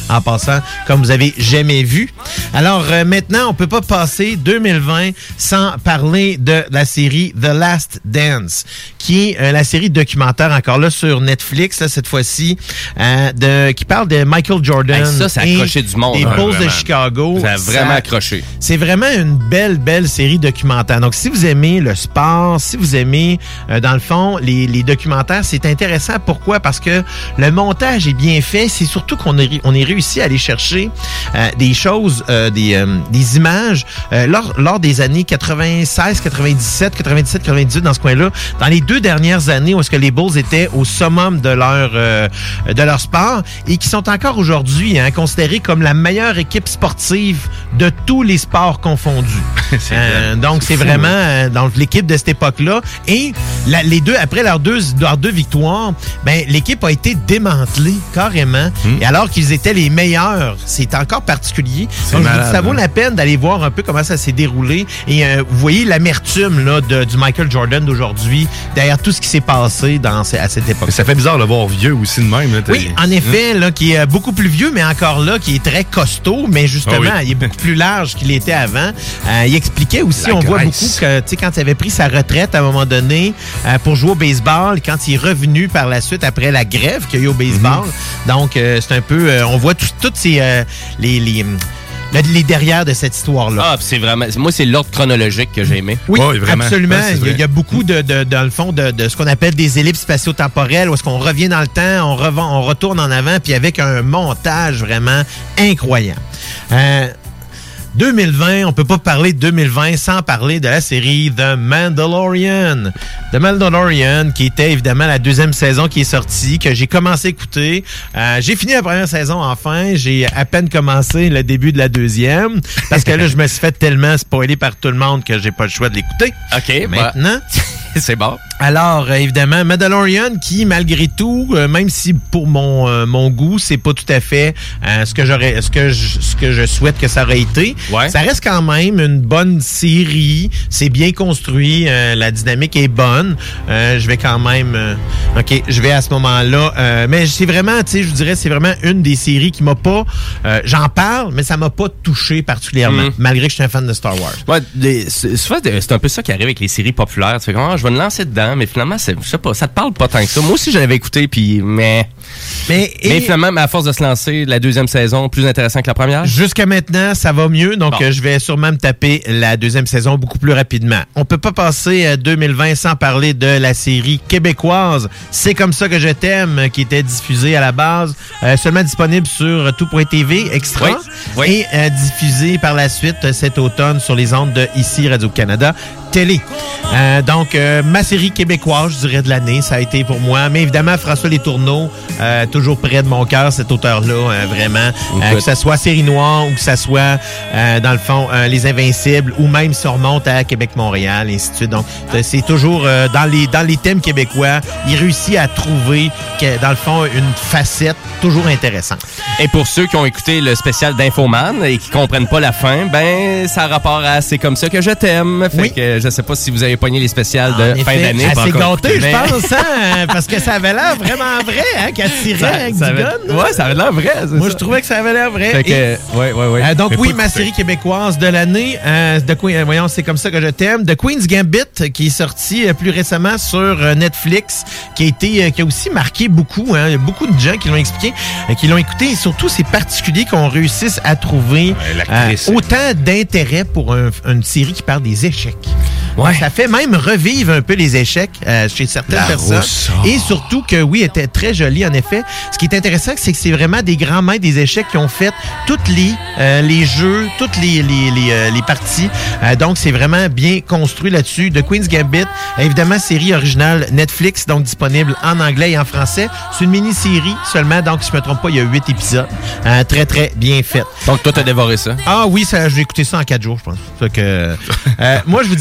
en passant, comme vous avez jamais vu. Alors euh, maintenant, on peut pas passer deux mille vingt sans parler de la série The Last Dance, qui est euh, la série documentaire encore là sur Netflix, là, cette fois-ci, euh, de, qui parle de Michael Jordan. Hey, ça, ça a accroché du monde. Des hein, Bulls vraiment. de Chicago. Ça a vraiment ça, accroché. C'est vraiment une belle, belle série documentaire. Donc, si vous aimez le sport, si vous aimez, euh, dans le fond, les, les documentaires, c'est intéressant. Pourquoi? Parce que le montage est bien fait. C'est surtout qu'on est, on est réussi à aller chercher euh, des choses, euh, des, euh, des images euh, lors, lors des années quatre-vingt-seize, quatre-vingt-dix-sept, quatre-vingt-dix-sept, quatre-vingt-dix-huit, dans ce coin-là, dans les deux dernières années où est-ce que les Bulls étaient au summum de leur, euh, de leur sport et qui sont encore aujourd'hui hein, considérés comme la meilleure équipe sportive de tous les sports confondus. c'est euh, donc, c'est, c'est vraiment euh, donc, l'équipe de cette époque-là. Et la, les deux, après leurs deux, leurs deux victoires, ben, l'équipe a été démantelée carrément. Mmh. Et alors qu'ils étaient les meilleurs, c'est encore particulier. C'est donc, malade, je vous dis, ça vaut hein? la peine d'aller voir un peu comment ça s'est déroulé. Et euh, vous voyez l'amertume là, de, du Michael Jordan d'aujourd'hui derrière tout ce qui s'est passé dans, à cette époque. Ça fait bizarre de le voir vieux aussi de même. Là, oui, en effet, là, qui est beaucoup plus vieux, mais encore là, qui est très costaud, mais justement, oh oui. il est beaucoup plus large qu'il était avant. Euh, il expliquait aussi, La on graisse. voit beaucoup que, tu sais, quand il avait pris sa retraite à un moment donné euh, pour jouer au baseball, quand il est revenu par la suite après la grève qu'il y a eu au baseball, mm-hmm. donc euh, c'est un peu, euh, on voit toutes ces, euh, les, les les derrière de cette histoire-là. Ah, c'est vraiment... Moi, c'est l'ordre chronologique que j'ai aimé. Oui, oh, vraiment. absolument. Ouais, il, y a, il y a beaucoup, de, de, dans le fond, de, de ce qu'on appelle des ellipses spatio-temporelles, où est-ce qu'on revient dans le temps, on, revend, on retourne en avant, puis avec un montage vraiment incroyable. Euh, deux mille vingt, on peut pas parler de deux mille vingt sans parler de la série The Mandalorian. The Mandalorian, qui était évidemment la deuxième saison qui est sortie, que j'ai commencé à écouter. Euh, j'ai fini la première saison enfin. J'ai à peine commencé le début de la deuxième. Parce que là, je me suis fait tellement spoiler par tout le monde que j'ai pas le choix de l'écouter. OK. Maintenant... Bah. C'est bon. Alors, euh, évidemment, Mandalorian, qui, malgré tout, euh, même si pour mon euh, mon goût, c'est pas tout à fait euh, ce que j'aurais, ce que je, ce que je souhaite que ça aurait été, ouais. ça reste quand même une bonne série. C'est bien construit, euh, la dynamique est bonne. Euh, je vais quand même, euh, ok, je vais à ce moment-là. Euh, mais c'est vraiment, tu sais, je vous dirais, c'est vraiment une des séries qui m'a pas, euh, j'en parle, mais ça m'a pas touché particulièrement, mm. malgré que je suis un fan de Star Wars. Ouais, des, c'est, c'est un peu ça qui arrive avec les séries populaires. Tu fais comment, je vais me lancer dedans, mais finalement, c'est, je sais pas, ça te parle pas tant que ça. Moi aussi, je l'avais écouté, puis mais, mais, et... mais finalement, à force de se lancer, la deuxième saison, plus intéressant que la première. Jusqu'à maintenant, ça va mieux, donc bon. euh, je vais sûrement me taper la deuxième saison beaucoup plus rapidement. On peut pas passer à deux mille vingt sans parler de la série québécoise C'est comme ça que je t'aime, qui était diffusée à la base, euh, seulement disponible sur tout point T V extra, oui, oui. et euh, diffusée par la suite cet automne sur les ondes de ici Radio-Canada Télé. Euh, donc, euh, ma série québécoise, je dirais, de l'année, ça a été pour moi. Mais évidemment, François Letourneau, euh, toujours près de mon cœur, cet auteur-là, euh, vraiment. Euh, que ça soit Série Noire ou que ça soit, euh, dans le fond, euh, Les Invincibles, ou même si on remonte à Québec-Montréal, et ainsi de suite. Donc, c'est toujours euh, dans les dans les thèmes québécois, il réussit à trouver, que, dans le fond, une facette toujours intéressante. Et pour ceux qui ont écouté le spécial d'Infoman et qui comprennent pas la fin, ben, ça a rapport à C'est comme ça que je t'aime. Fait oui. que je sais pas si vous avez pogné les spéciales de en fin effet, d'année. assez gâté, mais... je pense, hein, parce que ça avait l'air vraiment vrai, hein, qu'elle tirait ça, avec ça du avait... gun. Ouais, ça avait l'air vrai. Moi, ça. je trouvais que ça avait l'air vrai. Fait que, Et, ouais, ouais, ouais. Euh, donc, mais oui, ma série québécoise de l'année, euh, de Queen, euh, voyons, C'est comme ça que je t'aime, The Queen's Gambit, qui est sorti euh, plus récemment sur euh, Netflix, qui a été, euh, qui a aussi marqué beaucoup, hein. Il y a beaucoup de gens qui l'ont expliqué, euh, qui l'ont écouté, et surtout, c'est particulier qu'on réussisse à trouver ouais, euh, autant d'intérêt pour un, une série qui parle des échecs. Ouais. Ça fait même revivre un peu les échecs euh, chez certaines La personnes. rousse, oh. Et surtout que, oui, elle était très jolie, en effet. Ce qui est intéressant, c'est que c'est vraiment des grands maîtres des échecs qui ont fait toutes les euh, les jeux, toutes les les les, euh, les parties. Euh, donc, c'est vraiment bien construit là-dessus. The Queen's Gambit, évidemment, série originale Netflix, donc disponible en anglais et en français. C'est une mini-série seulement, donc, si je me trompe pas, il y a huit épisodes. Euh, très, très bien fait. Donc, toi, t'as dévoré ça? Ah oui, ça, j'ai écouté ça en quatre jours, je pense. Fait que, euh, moi, je vous dirais...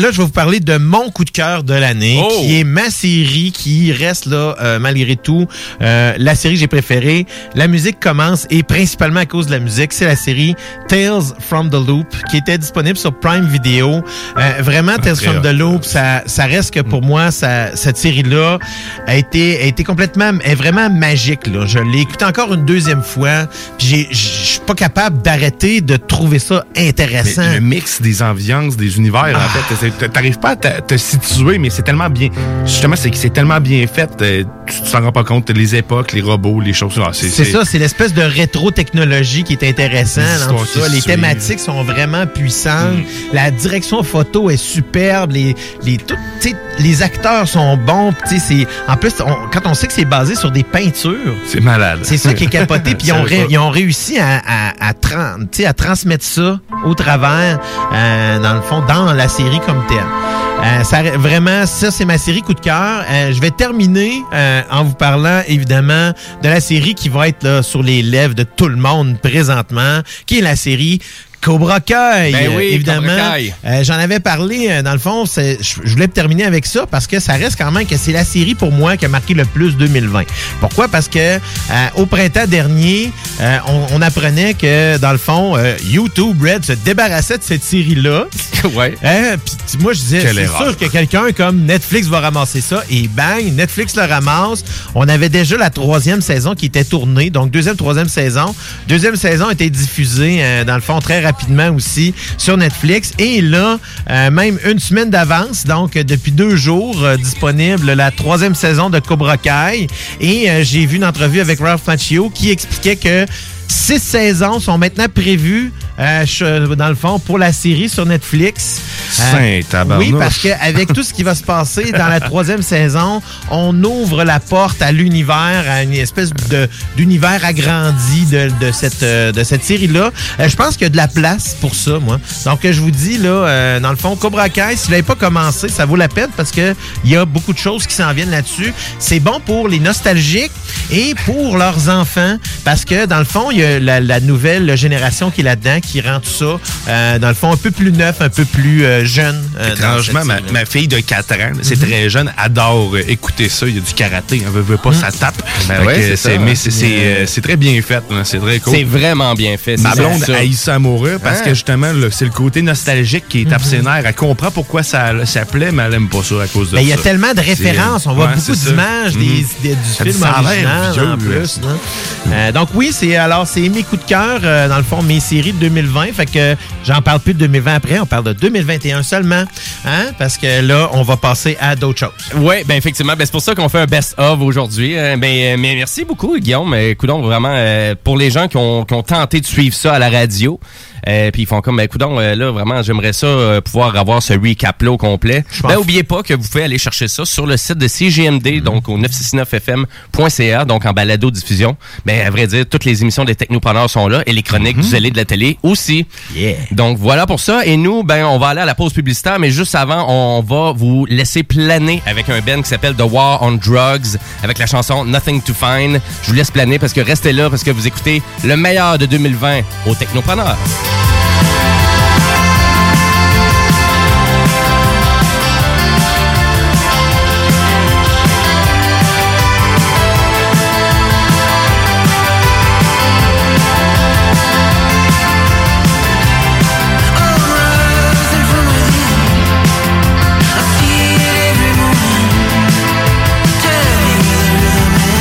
là, je vais vous parler de mon coup de cœur de l'année, oh. qui est ma série qui reste là, euh, malgré tout, euh, la série que j'ai préférée. La musique commence, et principalement à cause de la musique, c'est la série Tales from the Loop, qui était disponible sur Prime Video. Euh, vraiment, Tales Très from hot. the Loop, ça, ça reste que pour moi, ça, cette série-là a été, a été complètement, est vraiment magique, là. Je l'ai écoutée encore une deuxième fois, puis j'ai, je suis pas capable d'arrêter de trouver ça intéressant. Mais le mix des ambiances, des univers, ah. en fait, t'arrives pas à te, te situer, mais c'est tellement bien, justement, c'est que c'est tellement bien fait, euh, tu t'en rends pas compte, les époques, les robots, les choses, là, c'est, c'est, c'est ça, c'est l'espèce de rétro-technologie qui est intéressant dans tout ça. Les thématiques sont vraiment puissantes, mm. la direction photo est superbe, les, les, tout, les acteurs sont bons, c'est, en plus, on, quand on sait que c'est basé sur des peintures, c'est malade. C'est ça qui est capoté, puis ils ont, ré, ils ont réussi à, à, à, tra- à transmettre ça au travers, euh, dans le fond, dans la série comme telle. Euh, ça, vraiment, ça, c'est ma série coup de cœur. Euh, je vais terminer euh, en vous parlant, évidemment, de la série qui va être là, sur les lèvres de tout le monde présentement, qui est la série Cobra Kai, ben oui, évidemment. Cobra Kai. Euh, j'en avais parlé, euh, dans le fond, c'est, je, je voulais terminer avec ça parce que ça reste quand même que c'est la série pour moi qui a marqué le plus deux mille vingt. Pourquoi? Parce que euh, au printemps dernier, euh, on, on apprenait que, dans le fond, euh, YouTube Red se débarrassait de cette série-là. Ouais. Euh, Puis moi, je disais, Quelle c'est erreur. sûr que quelqu'un comme Netflix va ramasser ça. Et bang, Netflix le ramasse. On avait déjà la troisième saison qui était tournée. Donc, deuxième, troisième saison. Deuxième saison a été diffusée, euh, dans le fond, très rapidement. rapidement aussi sur Netflix. Et là, euh, même une semaine d'avance, donc euh, depuis deux jours, euh, disponible la troisième saison de Cobra Kai. Et euh, j'ai vu une entrevue avec Ralph Macchio qui expliquait que six saisons sont maintenant prévues, euh, dans le fond, pour la série sur Netflix. Euh, oui, parce qu'avec tout ce qui va se passer dans la troisième saison, on ouvre la porte à l'univers, à une espèce de, d'univers agrandi de, de cette, de cette série-là. Euh, je pense qu'il y a de la place pour ça, moi. Donc, je vous dis, là, euh, dans le fond, Cobra Kai, si vous l'avez pas commencé, ça vaut la peine parce qu'il y a beaucoup de choses qui s'en viennent là-dessus. C'est bon pour les nostalgiques et pour leurs enfants parce que, dans le fond, il y a la, la nouvelle génération qui est là-dedans, qui rend tout ça, euh, dans le fond, un peu plus neuf, un peu plus euh, jeune. Euh, Étrangement, ma, ma fille de quatre ans, c'est mm-hmm. très jeune, adore euh, écouter ça. Il y a du karaté, elle veut, veut pas, mm-hmm. ça tape. Ben ouais, c'est, c'est ça. Mais c'est, c'est, euh, c'est très bien fait, hein, c'est très cool. C'est vraiment bien fait. Ma blonde haït ça à mourir parce hein? que justement, là, c'est le côté nostalgique qui est mm-hmm. absénaire. Elle comprend pourquoi ça, ça plaît, mais elle aime pas ça à cause de mais ça. Il y a tellement de références. On voit ouais, beaucoup d'images des, des, du ça film original vieux, en plus. Euh, donc oui, c'est alors c'est mes coups de cœur, euh, dans le fond, mes séries de deux mille vingt. Fait que j'en parle plus de deux mille vingt après, on parle de deux mille vingt et un seulement, hein? Parce que là, on va passer à d'autres choses. Oui, ben effectivement, ben c'est pour ça qu'on fait un best-of aujourd'hui. Euh, ben, mais merci beaucoup, Guillaume. Écoutons, vraiment, euh, pour les gens qui ont, qui ont tenté de suivre ça à la radio, Euh, puis ils font comme, ben, coudonc, euh, là, vraiment, j'aimerais ça euh, pouvoir avoir ce recap-là au complet. Ben, oubliez pas que vous pouvez aller chercher ça sur le site de C G M D, mm-hmm. donc au neuf cent soixante-neuf F M point C A, donc en balado-diffusion. Ben, à vrai dire, toutes les émissions des technopreneurs sont là et les chroniques mm-hmm. du zélé de la télé aussi. Yeah. Donc, voilà pour ça. Et nous, ben, on va aller à la pause publicitaire, mais juste avant, on va vous laisser planer avec un band qui s'appelle The War on Drugs, avec la chanson Nothing to Find. Je vous laisse planer parce que restez là, parce que vous écoutez le meilleur de deux mille vingt aux technopreneurs.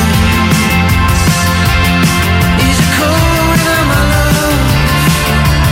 Is a code of my love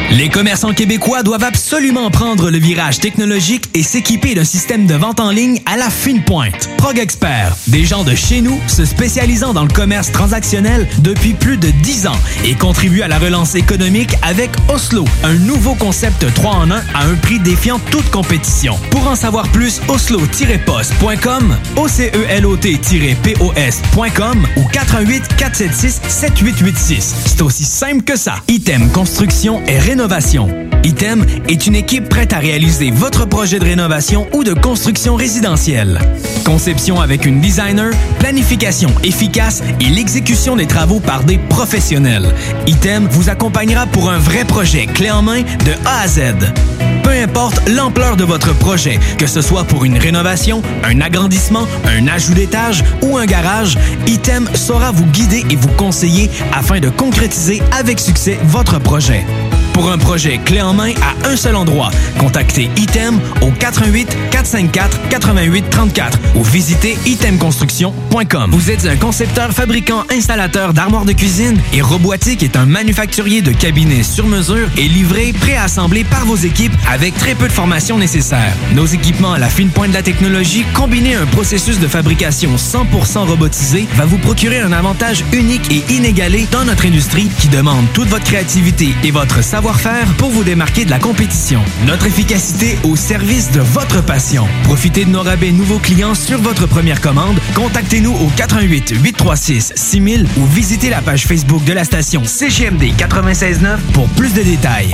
Les commerçants québécois doivent absolument prendre le virage technologique et s'équiper d'un système de vente en ligne à la fine pointe. Prog Expert, des gens de chez nous se spécialisant dans le commerce transactionnel depuis plus de dix ans et contribuent à la relance économique avec Oslo, un nouveau concept trois en un à un prix défiant toute compétition. Pour en savoir plus, oslo tiret post point com, O C E L O T tiret P O S point com ou quatre un huit quatre sept six sept huit huit six. C'est aussi simple que ça. Item Construction et Rénovation. Item est une équipe prête à réaliser votre projet de rénovation ou de construction résidentielle. Conception avec une designer, planification efficace et l'exécution des travaux par des professionnels. Item vous accompagnera pour un vrai projet clé en main de A à Z. Peu importe l'ampleur de votre projet, que ce soit pour une rénovation, un agrandissement, un ajout d'étage ou un garage, Item saura vous guider et vous conseiller afin de concrétiser avec succès votre projet. Pour un projet clé en main à un seul endroit, contactez Item au quatre un huit quatre cinq quatre huit huit trois quatre ou visitez item construction point com. Vous êtes un concepteur, fabricant, installateur d'armoires de cuisine et Robotique est un manufacturier de cabinets sur mesure et livré, préassemblé par vos équipes avec très peu de formation nécessaire. Nos équipements à la fine pointe de la technologie, combinés à un processus de fabrication cent pour cent robotisé, va vous procurer un avantage unique et inégalé dans notre industrie qui demande toute votre créativité et votre savoir faire pour vous démarquer de la compétition. Notre efficacité au service de votre passion. Profitez de nos rabais nouveaux clients sur votre première commande. Contactez-nous au quatre un huit huit trois six six mille ou visitez la page Facebook de la station C G M D quatre-vingt-seize neuf pour plus de détails.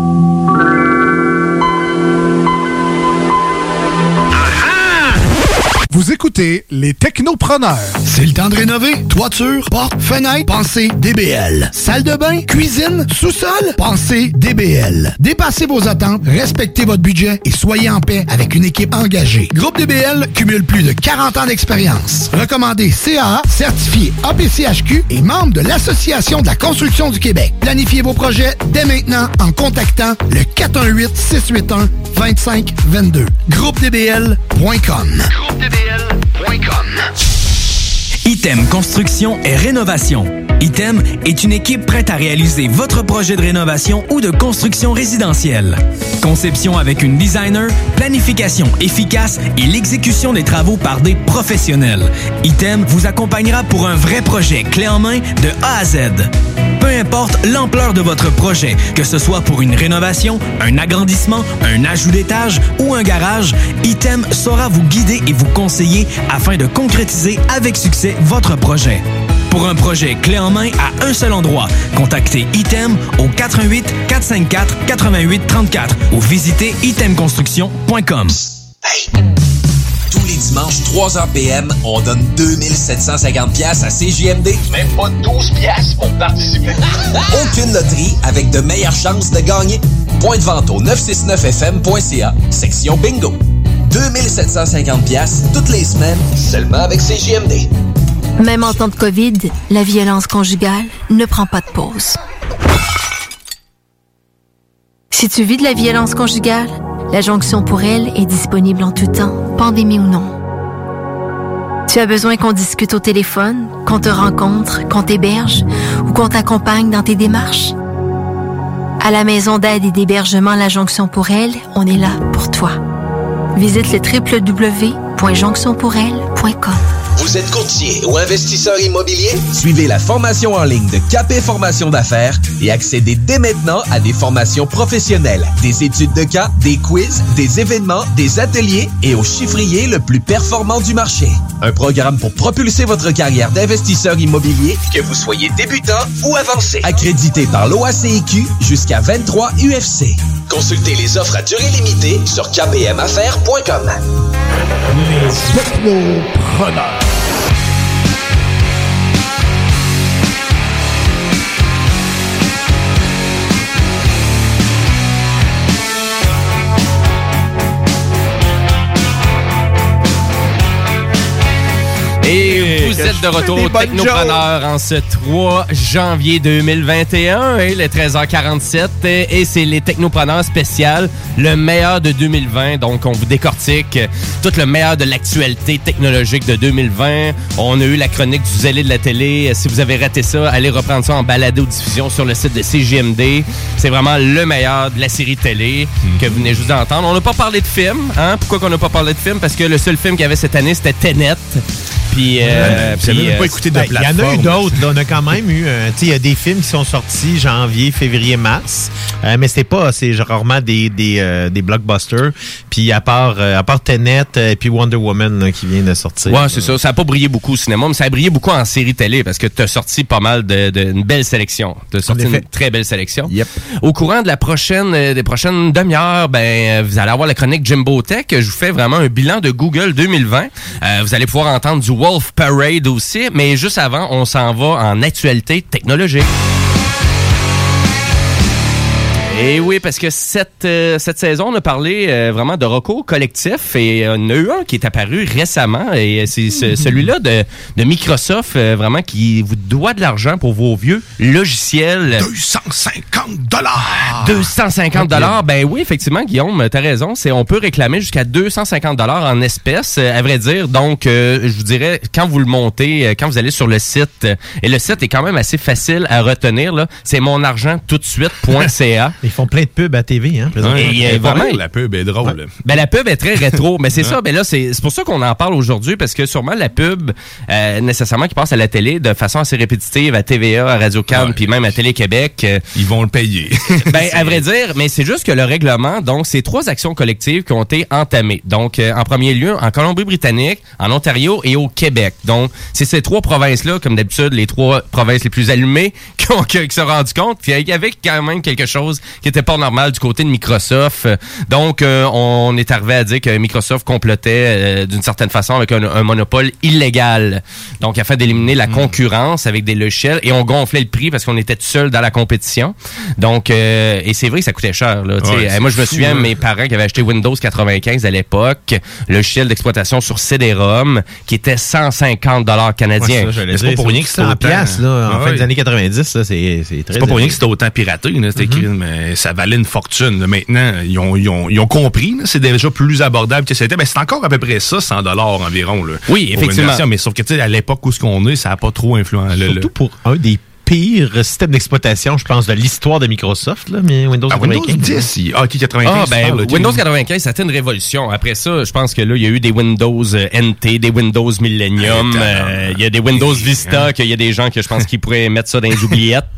Vous écoutez les Technopreneurs. C'est le temps de rénover. Toiture, porte, fenêtre, pensez D B L. Salle de bain, cuisine, sous-sol, pensez D B L. Dépassez vos attentes, respectez votre budget et soyez en paix avec une équipe engagée. Groupe D B L cumule plus de quarante ans d'expérience. Recommandé C A A, certifié A P C H Q et membre de l'Association de la construction du Québec. Planifiez vos projets dès maintenant en contactant le quatre un huit six huit un deux cinq deux deux. groupe d b l point com. groupe d b l point com. Item Construction et Rénovation. Item est une équipe prête à réaliser votre projet de rénovation ou de construction résidentielle. Conception avec une designer, planification efficace et l'exécution des travaux par des professionnels. Item vous accompagnera pour un vrai projet clé en main de A à Z. Peu importe l'ampleur de votre projet, que ce soit pour une rénovation, un agrandissement, un ajout d'étage ou un garage, Item saura vous guider et vous conseiller afin de concrétiser avec succès votre projet. Pour un projet clé en main à un seul endroit, contactez Item au quatre un huit quatre cinq quatre huit huit trois quatre ou visitez item construction point com. Hey! Tous les dimanches, trois heures P M, on donne deux mille sept cent cinquante dollars à C J M D. Même pas douze piastres pour participer. Aucune loterie avec de meilleures chances de gagner. Point de vente au neuf cent soixante-neuf F M point C A, section bingo. deux mille sept cent cinquante dollars toutes les semaines, seulement avec C J M D. Même en temps de COVID, la violence conjugale ne prend pas de pause. Si tu vis de la violence conjugale, la jonction pour elle est disponible en tout temps, pandémie ou non. Tu as besoin qu'on discute au téléphone, qu'on te rencontre, qu'on t'héberge ou qu'on t'accompagne dans tes démarches? À la maison d'aide et d'hébergement La Jonction pour elle, on est là pour toi. Visite le w w w point jonction pour elle point com. Vous êtes courtier ou investisseur immobilier? Suivez la formation en ligne de K P Formation d'affaires et accédez dès maintenant à des formations professionnelles, des études de cas, des quiz, des événements, des ateliers et au chiffrier le plus performant du marché. Un programme pour propulser votre carrière d'investisseur immobilier, que vous soyez débutant ou avancé. Accrédité par l'O A C I Q jusqu'à vingt-trois U F C. Consultez les offres à durée limitée sur k p m affaires point com. Les Technopreneurs. Et Vous êtes de retour au Technopreneur en ce trois janvier deux mille vingt et un, et le treize heures quarante-sept, et, et c'est les Technopreneurs spéciales, le meilleur de deux mille vingt. Donc, on vous décortique tout le meilleur de l'actualité technologique de deux mille vingt. On a eu la chronique du zélé de la télé. Si vous avez raté ça, allez reprendre ça en balado-diffusion sur le site de C J M D. C'est vraiment le meilleur de la série télé mm-hmm. que vous venez juste d'entendre. On n'a pas parlé de film. Hein? Pourquoi qu'on n'a pas parlé de film? Parce que le seul film qu'il y avait cette année, c'était Tenet. Puis, euh, vous n'avez même pas écouté de ben, plateforme. Il y en a eu d'autres. Là, on a quand même eu... Euh, tu sais, il y a des films qui sont sortis janvier, février, mars. Euh, mais c'est pas... C'est rarement des, des, euh, des blockbusters. Puis à part, euh, à part Tenet et euh, puis Wonder Woman là, qui vient de sortir. Ouais, c'est ça. Ça n'a pas brillé beaucoup au cinéma, mais ça a brillé beaucoup en série télé parce que tu as sorti pas mal de, de une belle sélection. Tu as sorti une très belle sélection. Yep. Au courant de la prochaine, euh, des prochaines demi-heures, ben, vous allez avoir la chronique Jimbo Tech. Je vous fais vraiment un bilan de Google deux mille vingt. Euh, vous allez pouvoir entendre du Wolf Parade aussi, mais juste avant, on s'en va en actualité technologique. Et oui, parce que cette, euh, cette saison, on a parlé euh, vraiment de recours collectif et on a eu un qui est apparu récemment et c'est ce, celui-là de, de Microsoft, euh, vraiment, qui vous doit de l'argent pour vos vieux logiciels. deux cent cinquante dollars deux cent cinquante dollars Ben oui, effectivement, Guillaume, t'as raison. C'est, on peut réclamer jusqu'à deux cent cinquante dollars en espèces, à vrai dire. Donc, euh, je vous dirais, quand vous le montez, quand vous allez sur le site, et le site est quand même assez facile à retenir, là, c'est monargenttoutdesuite.ca. Ils font plein de pubs à T V, hein? Et, et vraiment, la pub est drôle. Ouais. Ben, la pub est très rétro, mais c'est ça. Ben là, c'est, c'est pour ça qu'on en parle aujourd'hui, parce que sûrement la pub, euh, nécessairement, qui passe à la télé de façon assez répétitive, à T V A, à Radio-Can, ouais. puis même à Télé-Québec. Euh, Ils vont le payer. Ben, à vrai dire, mais c'est juste que le règlement, donc, c'est trois actions collectives qui ont été entamées. Donc, euh, en premier lieu, en Colombie-Britannique, en Ontario et au Québec. Donc, c'est ces trois provinces-là, comme d'habitude, les trois provinces les plus allumées, qui, ont, qui, qui se sont rendus compte qu'il y avait quand même quelque chose qui était pas normal du côté de Microsoft. Donc, euh, on est arrivé à dire que Microsoft complotait euh, d'une certaine façon avec un, un monopole illégal. Donc, afin d'éliminer la concurrence avec des logiciels, et on gonflait le prix parce qu'on était tout seul dans la compétition. Donc, euh, et c'est vrai que ça coûtait cher. Là, ouais, moi, je me souviens de mes parents qui avaient acheté Windows quatre-vingt-quinze à l'époque, logiciel d'exploitation sur C D-ROM, qui était cent cinquante dollars canadiens. Ouais, ça, c'est pas pour rien que c'était cent piastres là, en ah, fin ouais. des années quatre-vingt-dix. Là, c'est, c'est, très c'est pas pour rien que c'était autant piraté. Là, c'était mm-hmm. écrit, mais ça valait une fortune. Là. Maintenant, ils ont, ils ont, ils ont compris. Là, c'est déjà plus abordable que c'était. Ben, c'est encore à peu près ça, cent dollars environ. Là, oui, effectivement. Version, mais sauf que à l'époque où ce qu'on est, ça n'a pas trop influencé. Surtout le, pour un des pire système d'exploitation, je pense, de l'histoire de Microsoft, là, mais Windows ah, quatre-vingt-quinze. Windows dix, il... ah, ok, quatre-vingt-quinze. Ah, ben, là, Windows quatre-vingt-quinze, ça a été une révolution. Après ça, je pense que là, il y a eu des Windows N T, des Windows Millennium, il euh, y a des Windows Vista, qu'il y a des gens que je pense qu'ils pourraient mettre ça dans les oubliettes.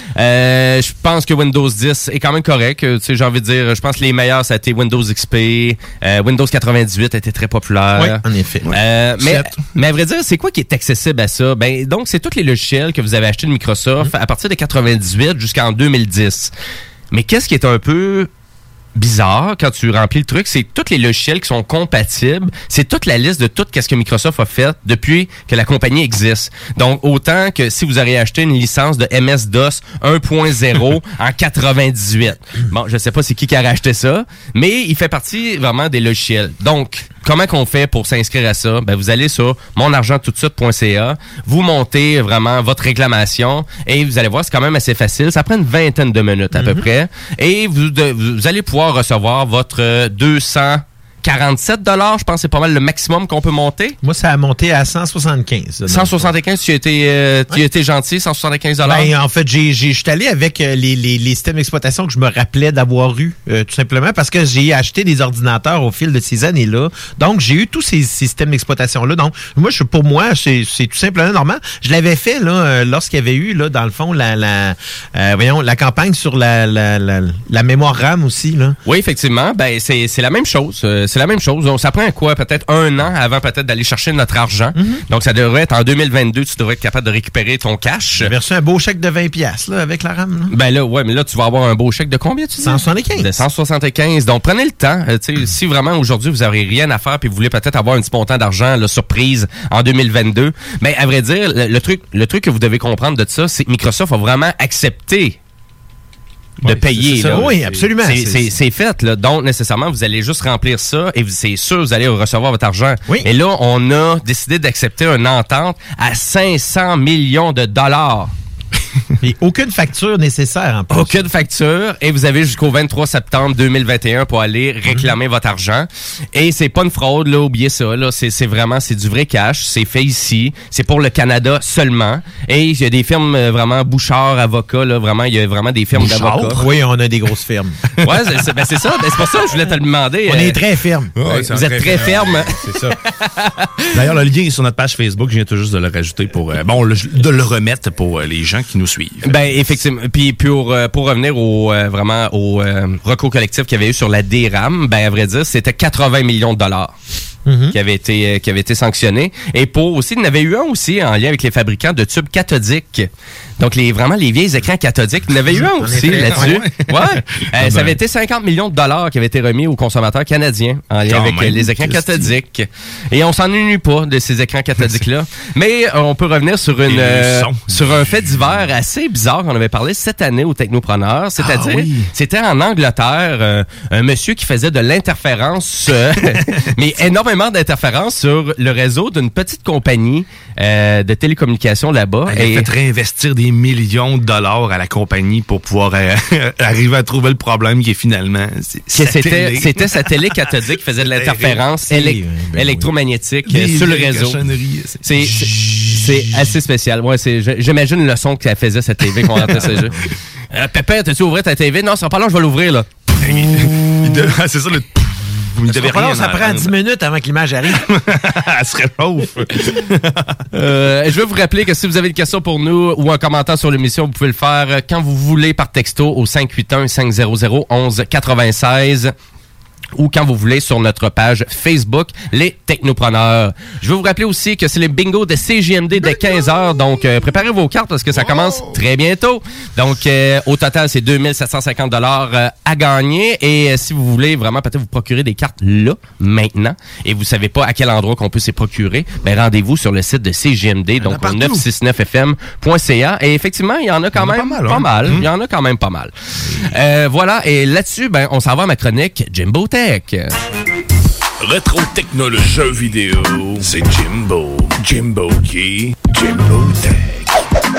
Euh, je pense que Windows dix est quand même correct. Tu sais, j'ai envie de dire, je pense que les meilleurs, ça a été Windows X P. Euh, Windows quatre-vingt-dix-huit a été très populaire. Oui, en effet. Euh, mais, mais à vrai dire, c'est quoi qui est accessible à ça? Ben, donc, c'est tous les logiciels que vous avez achetés de Microsoft mmh. à partir de quatre-vingt-dix-huit jusqu'en deux mille dix. Mais qu'est-ce qui est un peu bizarre quand tu remplis le truc, c'est tous les logiciels qui sont compatibles, c'est toute la liste de tout ce que Microsoft a fait depuis que la compagnie existe. Donc, autant que si vous auriez acheté une licence de M S-DOS un point zéro en quatre-vingt-dix-huit. Bon, je sais pas c'est qui qui a racheté ça, mais il fait partie vraiment des logiciels. Donc, comment qu'on fait pour s'inscrire à ça? Ben, vous allez sur monargenttoutdesuite.ca, vous montez vraiment votre réclamation et vous allez voir, c'est quand même assez facile. Ça prend une vingtaine de minutes à mm-hmm. peu près. Et vous, de, vous allez pouvoir recevoir votre deux cent quarante-sept dollars, je pense que c'est pas mal le maximum qu'on peut monter. Moi, ça a monté à cent soixante-quinze. cent soixante-quinze, tu as été, euh, tu as été gentil, cent soixante-quinze dollars. Ben, en fait, j'ai, j'ai, je suis allé avec les, les, les systèmes d'exploitation que je me rappelais d'avoir eu, euh, tout simplement parce que j'ai acheté des ordinateurs au fil de ces années-là. Donc, j'ai eu tous ces systèmes d'exploitation-là. Donc, moi, je, pour moi, c'est, c'est tout simplement normal. Je l'avais fait, là, lorsqu'il y avait eu, là, dans le fond, la, la, euh, voyons, la campagne sur la, la, la, la mémoire RAM aussi, là. Oui, effectivement. Ben, c'est, c'est la même chose. Euh, C'est la même chose. Donc, ça prend quoi? Peut-être un an avant peut-être d'aller chercher notre argent. Mm-hmm. Donc, ça devrait être en deux mille vingt-deux, tu devrais être capable de récupérer ton cash. J'ai reçu un beau chèque de vingt piastres là, avec la RAM. Là. Ben là, ouais, mais là, tu vas avoir un beau chèque de combien, tu dis? cent soixante-quinze. De cent soixante-quinze. Donc, prenez le temps. Euh, tu sais, si vraiment aujourd'hui, vous n'aurez rien à faire puis vous voulez peut-être avoir un petit montant d'argent, là, surprise, en deux mille vingt-deux. Mais à vrai dire, le, le truc le truc que vous devez comprendre de ça, c'est que Microsoft a vraiment accepté de oui, payer. C'est ça, là. oui, absolument. C'est, C'est, c'est, c'est fait. Là. Donc, nécessairement, vous allez juste remplir ça et vous, c'est sûr vous allez recevoir votre argent. Oui. Et là, on a décidé d'accepter une entente à cinq cents millions de dollars. Et aucune facture nécessaire en plus. Aucune facture. Et vous avez jusqu'au vingt-trois septembre deux mille vingt et un pour aller réclamer mm-hmm. votre argent. Et c'est pas une fraude, là, oubliez ça. Là. C'est, c'est vraiment, c'est du vrai cash. C'est fait ici. C'est pour le Canada seulement. Et il y a des firmes euh, vraiment Bouchard, avocats, là, vraiment, il y a vraiment des firmes Bouchard? d'avocats. Oui, on a des grosses firmes. Ouais, c'est, c'est, ben c'est ça. Ben c'est pour ça que je voulais te le demander. On euh, est très ferme. Ouais, ouais, vous êtes très ferme. C'est ça. D'ailleurs, le lien est sur notre page Facebook. Je viens tout juste de le rajouter pour, euh, bon, le, de le remettre pour euh, les gens qui nous suivent. Ben, effectivement. Puis pour, euh, pour revenir au, euh, vraiment au euh, recours collectif qu'il y avait eu sur la D R A M, ben, à vrai dire, c'était quatre-vingts millions de dollars. Mm-hmm. qui avait été euh, qui avait été sanctionné. Et pour aussi, il y en avait eu un aussi en lien avec les fabricants de tubes cathodiques. Donc les vraiment les vieilles écrans cathodiques, il y en avait eu un aussi là-dessus. Ouais. euh, ça avait été cinquante millions de dollars qui avaient été remis aux consommateurs canadiens en lien Quand avec même, les écrans cathodiques. Et on s'ennuie pas de ces écrans cathodiques-là. Mais euh, on peut revenir sur une euh, sur un fait divers assez bizarre qu'on avait parlé cette année au Technopreneur. C'est-à-dire, ah, oui. c'était en Angleterre, euh, un monsieur qui faisait de l'interférence, euh, mais énormément d'interférences sur le réseau d'une petite compagnie euh, de télécommunications là-bas. Elle et... a fait réinvestir des millions de dollars à la compagnie pour pouvoir euh, arriver à trouver le problème qui est finalement... C'est c'était, télé. c'était sa télé cathodique qui faisait de l'interférence élec- ben électromagnétique oui. sur le réseau. C'est, c'est, c'est assez spécial. Ouais, c'est, j'imagine le son qu'elle faisait, cette T V qu'on rentrait ce jeu. Euh, Pépé, t'as-tu ouvert ta T V? Non, ça va pas long, je vais l'ouvrir, là. C'est ça, le... Vous devez rien ça prend dix minutes avant que l'image arrive. Elle serait chauffe. euh, je veux vous rappeler que si vous avez une question pour nous ou un commentaire sur l'émission, vous pouvez le faire quand vous voulez par texto au cinq huit un, cinq zéro zéro, onze quatre-vingt-seize ou quand vous voulez sur notre page Facebook, les Technopreneurs. Je veux vous rappeler aussi que c'est les bingos de C J M D dès quinze heures, donc euh, préparez vos cartes parce que ça commence très bientôt. Donc, euh, au total, c'est deux mille sept cent cinquante dollars euh, à gagner. Et euh, si vous voulez vraiment peut-être vous procurer des cartes là, maintenant, et vous savez pas à quel endroit qu'on peut s'y procurer, ben rendez-vous sur le site de C J M D, donc au neuf cent soixante-neuf F M point C A. Et effectivement, il y en a quand il même pas mal. Pas mal. Il y en a quand même pas mal. Euh, voilà, et là-dessus, ben on s'en va à ma chronique Jimbo Tech. Rétro technologie jeux vidéo, c'est Jimbo. Jimbo qui? Jimbo Tech.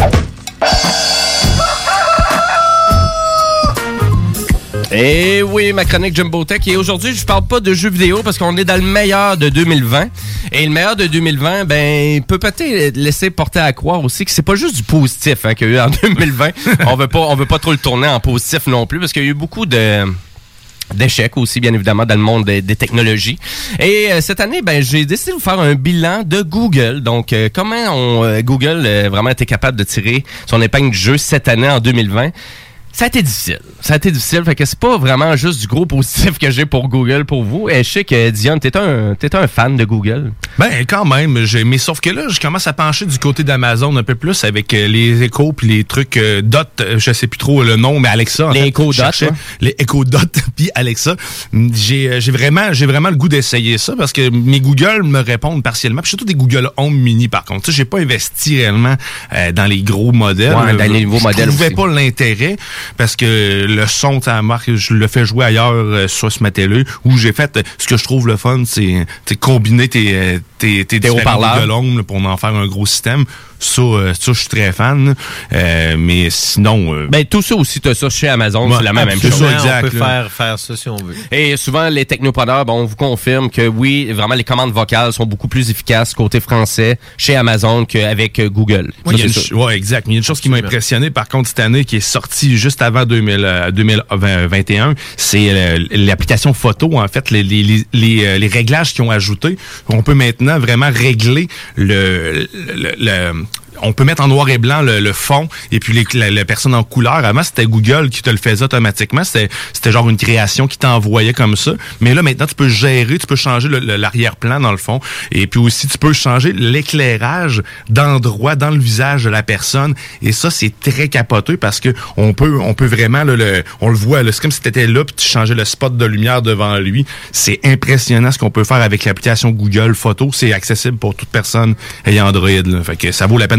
Eh oui, ma chronique Jimbo Tech. Et aujourd'hui, je parle pas de jeux vidéo parce qu'on est dans le meilleur de deux mille vingt. Et le meilleur de deux mille vingt, ben, peut peut-être laisser porter à croire aussi que c'est pas juste du positif hein, qu'il y a eu en deux mille vingt. on veut pas, on veut pas trop le tourner en positif non plus parce qu'il y a eu beaucoup de... d'échecs aussi, bien évidemment, dans le monde des, des technologies. Et euh, cette année, ben, j'ai décidé de vous faire un bilan de Google. Donc, euh, comment on, euh, Google a vraiment été capable de tirer son épingle du jeu cette année, en deux mille vingt. Ça a été difficile. Ça a été difficile. Fait que c'est pas vraiment juste du gros positif que j'ai pour Google pour vous. Et je sais que, Dion, t'es un, t'es un fan de Google. Ben, quand même. J'ai, mais sauf que là, je commence à pencher du côté d'Amazon un peu plus avec euh, les Echo puis les trucs euh, Dot. Je sais plus trop le nom, mais Alexa. En les fait, Echo Dot. Ouais. Les Echo Dot puis Alexa. J'ai, j'ai vraiment, j'ai vraiment le goût d'essayer ça parce que mes Google me répondent partiellement. Puis surtout des Google Home Mini, par contre. Tu sais, j'ai pas investi réellement euh, dans les gros modèles. Ouais, dans les nouveaux je modèles trouvais aussi. pas l'intérêt. Parce que le son, ça marque, je le fais jouer ailleurs euh, sur ce télé où j'ai fait, euh, ce que je trouve le fun, c'est, c'est combiner tes, tes, tes différents Google Home pour en faire un gros système. Ça, euh, ça je suis très fan. Euh, mais sinon... Euh, ben, tout ça aussi, tu as ça chez Amazon, ouais, c'est la même, même chose. Ça, exact, on peut faire, faire ça si on veut. Et souvent, les technopreneurs, bon, on vous confirme que oui, vraiment, les commandes vocales sont beaucoup plus efficaces côté français chez Amazon qu'avec Google. Oui, ouais, exact. Mais il y a une chose qui m'a impressionné, par contre, cette année, qui est sortie juste avant deux mille vingt et un, c'est l'application photo, en fait, les, les, les, les réglages qu'ils ont ajoutés. On peut maintenant vraiment régler le... le, le on peut mettre en noir et blanc le, le fond et puis les, la, la personne en couleur. Avant, c'était Google qui te le faisait automatiquement. C'était, c'était genre une création qui t'envoyait comme ça. Mais là, maintenant, tu peux gérer, tu peux changer le, le, l'arrière-plan dans le fond. Et puis aussi, tu peux changer l'éclairage d'endroit dans le visage de la personne. Et ça, c'est très capoteux parce que on peut, on peut vraiment, là, le, on le voit, là, c'est comme si tu étais là puis tu changeais le spot de lumière devant lui. C'est impressionnant ce qu'on peut faire avec l'application Google Photo. C'est accessible pour toute personne ayant Android. Là. Fait que ça vaut la peine de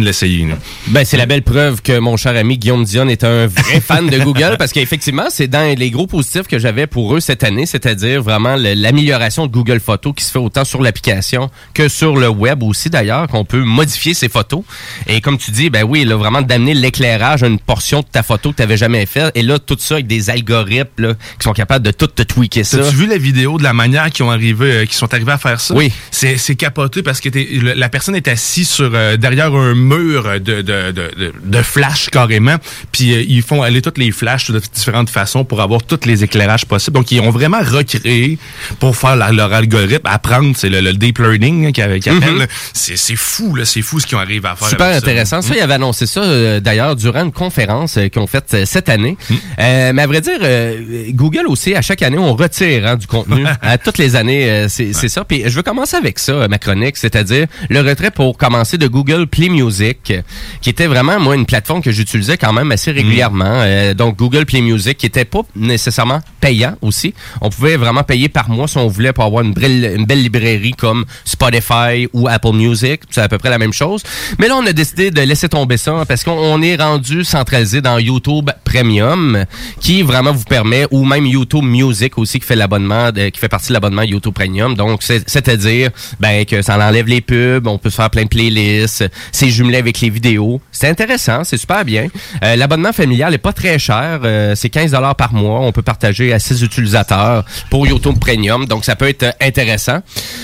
l'essayer. Là. Ben, c'est la belle preuve que mon cher ami Guillaume Dionne est un vrai fan de Google parce qu'effectivement, c'est dans les gros positifs que j'avais pour eux cette année, c'est-à-dire vraiment le, l'amélioration de Google Photos qui se fait autant sur l'application que sur le web aussi d'ailleurs, qu'on peut modifier ses photos. Et comme tu dis, ben oui, là, vraiment d'amener l'éclairage à une portion de ta photo que tu n'avais jamais fait. Et là, tout ça avec des algorithmes là, qui sont capables de tout te tweaker ça. As-tu vu la vidéo de la manière qu'ils ont arrivé, euh, qu'ils sont arrivés à faire ça? Oui. C'est, c'est capoté parce que t'es, la personne est assise sur euh, derrière un mur de, de, de, de, de flash carrément. Puis euh, ils font aller toutes les flashs de différentes façons pour avoir tous les éclairages possibles. Donc, ils ont vraiment recréé pour faire la, leur algorithme, apprendre, c'est le, le deep learning hein, qu'ils qu appellent. Mm-hmm. C'est, c'est fou, là, c'est fou ce qu'ils ont arrivé à faire. Super intéressant. Ça, ça, ils avaient annoncé ça euh, d'ailleurs durant une conférence euh, qu'ils ont faite euh, cette année. Mm. Euh, mais à vrai dire, euh, Google aussi, à chaque année, on retire hein, du contenu. À toutes les années, euh, c'est, ouais. c'est ça. Puis je veux commencer avec ça, ma chronique, c'est-à-dire le retrait pour commencer de Google Play Music, qui était vraiment, moi, une plateforme que j'utilisais quand même assez régulièrement. Mm. Euh, donc, Google Play Music, qui était pas nécessairement payant aussi. On pouvait vraiment payer par mois si on voulait pour avoir une belle, une belle librairie comme Spotify ou Apple Music. C'est à peu près la même chose. Mais là, on a décidé de laisser tomber ça parce qu'on on est rendu centralisé dans YouTube Premium, qui vraiment vous permet, ou même YouTube Music aussi, qui fait l'abonnement, de, qui fait partie de l'abonnement YouTube Premium. Donc, c'est, c'est-à-dire ben, que ça enlève les pubs, on peut se faire plein de playlists, c'est jumelé avec les vidéos. C'est intéressant, c'est super bien. Euh, l'abonnement familial est pas très cher, euh, c'est quinze dollars par mois. On peut partager à six utilisateurs pour YouTube Premium, donc ça peut être intéressant.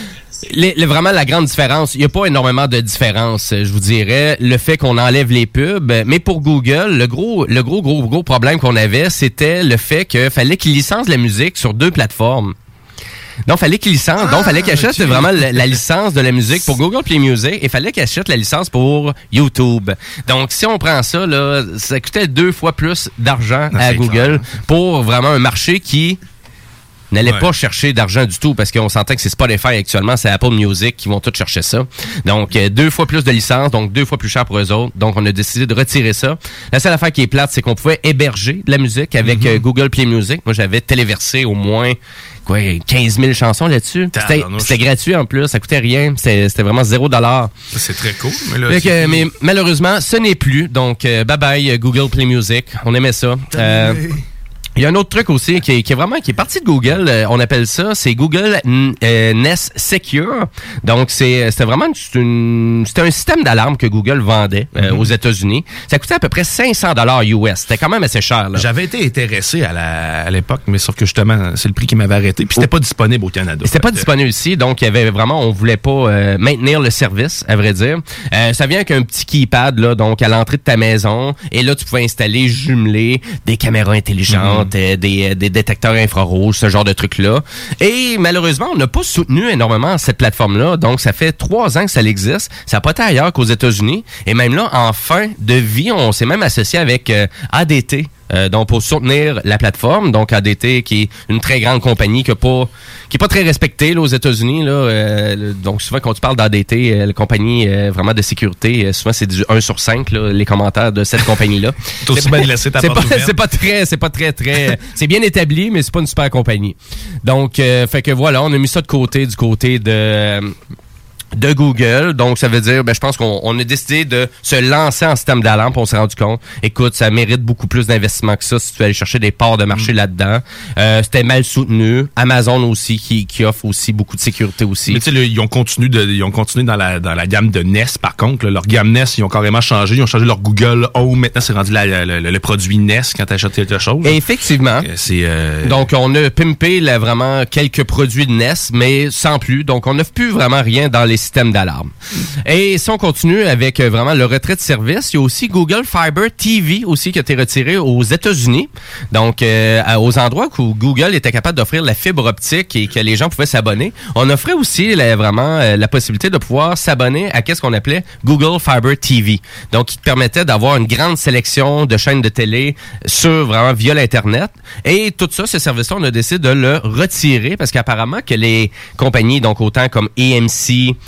Les, les, vraiment, la grande différence, il n'y a pas énormément de différence, je vous dirais, le fait qu'on enlève les pubs. Mais pour Google, le gros, le gros, gros, gros problème qu'on avait, c'était le fait qu'il fallait qu'ils licencient la musique sur deux plateformes. Donc, fallait qu'il licence. Ah, donc, fallait qu'il achète okay. vraiment la, la licence de la musique pour Google Play Music et fallait qu'il achète la licence pour YouTube. Donc, si on prend ça, là, ça coûtait deux fois plus d'argent non, à Google clair. Pour vraiment un marché qui n'allait ouais. pas chercher d'argent du tout parce qu'on s'entend que c'est Spotify actuellement, c'est Apple Music qui vont tous chercher ça. Donc, euh, deux fois plus de licences, donc deux fois plus cher pour eux autres. Donc, on a décidé de retirer ça. La seule affaire qui est plate, c'est qu'on pouvait héberger de la musique avec mm-hmm. euh, Google Play Music. Moi, j'avais téléversé au moins quoi, quinze mille chansons là-dessus. C'était, c'était gratuit en plus, ça coûtait rien. C'était, c'était vraiment zéro dollar. C'est très cool. Mais, là, fait que, mais malheureusement, ce n'est plus. Donc, euh, bye bye Google Play Music. On aimait ça. Euh, Il y a un autre truc aussi qui est, qui est vraiment qui est parti de Google, euh, on appelle ça, c'est Google euh, Nest Secure. Donc c'est c'était vraiment une, c'était un système d'alarme que Google vendait euh, mm-hmm. aux États-Unis. Ça coûtait à peu près cinq cents dollars U S. C'était quand même assez cher là. J'avais été intéressé à la à l'époque, mais sauf que justement c'est le prix qui m'avait arrêté. Puis c'était oh. pas disponible au Canada. C'était pas disponible ici, donc il y avait vraiment on voulait pas euh, maintenir le service, à vrai dire. Euh, ça vient avec un petit keypad là, donc à l'entrée de ta maison, et là tu pouvais installer, jumeler des caméras intelligentes. Mm-hmm. Des, des, des détecteurs infrarouges, ce genre de trucs-là. Et malheureusement, on n'a pas soutenu énormément cette plateforme-là. Donc, ça fait trois ans que ça existe. Ça n'a pas été ailleurs qu'aux États-Unis. Et même là, en fin de vie, on s'est même associé avec euh, A D T. Euh, donc pour soutenir la plateforme, donc A D T qui est une très grande compagnie qui est pas qui est pas très respectée là, aux États-Unis là. Euh, donc souvent quand tu parles d'A D T, euh, la compagnie euh, vraiment de sécurité, euh, souvent c'est du un sur cinq là, les commentaires de cette compagnie là. c'est, bien laissé ta c'est, porte pas, c'est pas très c'est pas très très c'est bien établi mais c'est pas une super compagnie. Donc euh, fait que voilà, on a mis ça de côté du côté de euh, de Google. Donc, ça veut dire, ben, je pense qu'on on a décidé de se lancer en système d'alarme, puis on s'est rendu compte, écoute, ça mérite beaucoup plus d'investissement que ça si tu veux aller chercher des parts de marché mmh. là-dedans. Euh, c'était mal soutenu. Amazon aussi, qui, qui offre aussi beaucoup de sécurité aussi. Mais tu sais, ils ont continué de, ils ont continué dans la, dans la gamme de Nest, par contre. Là, leur gamme Nest, ils ont carrément changé. Ils ont changé leur Google Home. Maintenant, c'est rendu la, la, la, le produit Nest quand tu achètes quelque chose. Et effectivement. C'est, euh... Donc, on a pimpé là, vraiment quelques produits de Nest, mais sans plus. Donc, on n'offre plus vraiment rien dans les système d'alarme. Et si on continue avec euh, vraiment le retrait de service, il y a aussi Google Fiber T V aussi qui a été retiré aux États-Unis. Donc, euh, aux endroits où Google était capable d'offrir la fibre optique et que les gens pouvaient s'abonner, on offrait aussi là, vraiment euh, la possibilité de pouvoir s'abonner à qu'est-ce qu'on appelait Google Fiber T V. Donc, qui te permettait d'avoir une grande sélection de chaînes de télé sur vraiment via l'Internet. Et tout ça, ce service-là, on a décidé de le retirer parce qu'apparemment que les compagnies, donc autant comme A M C,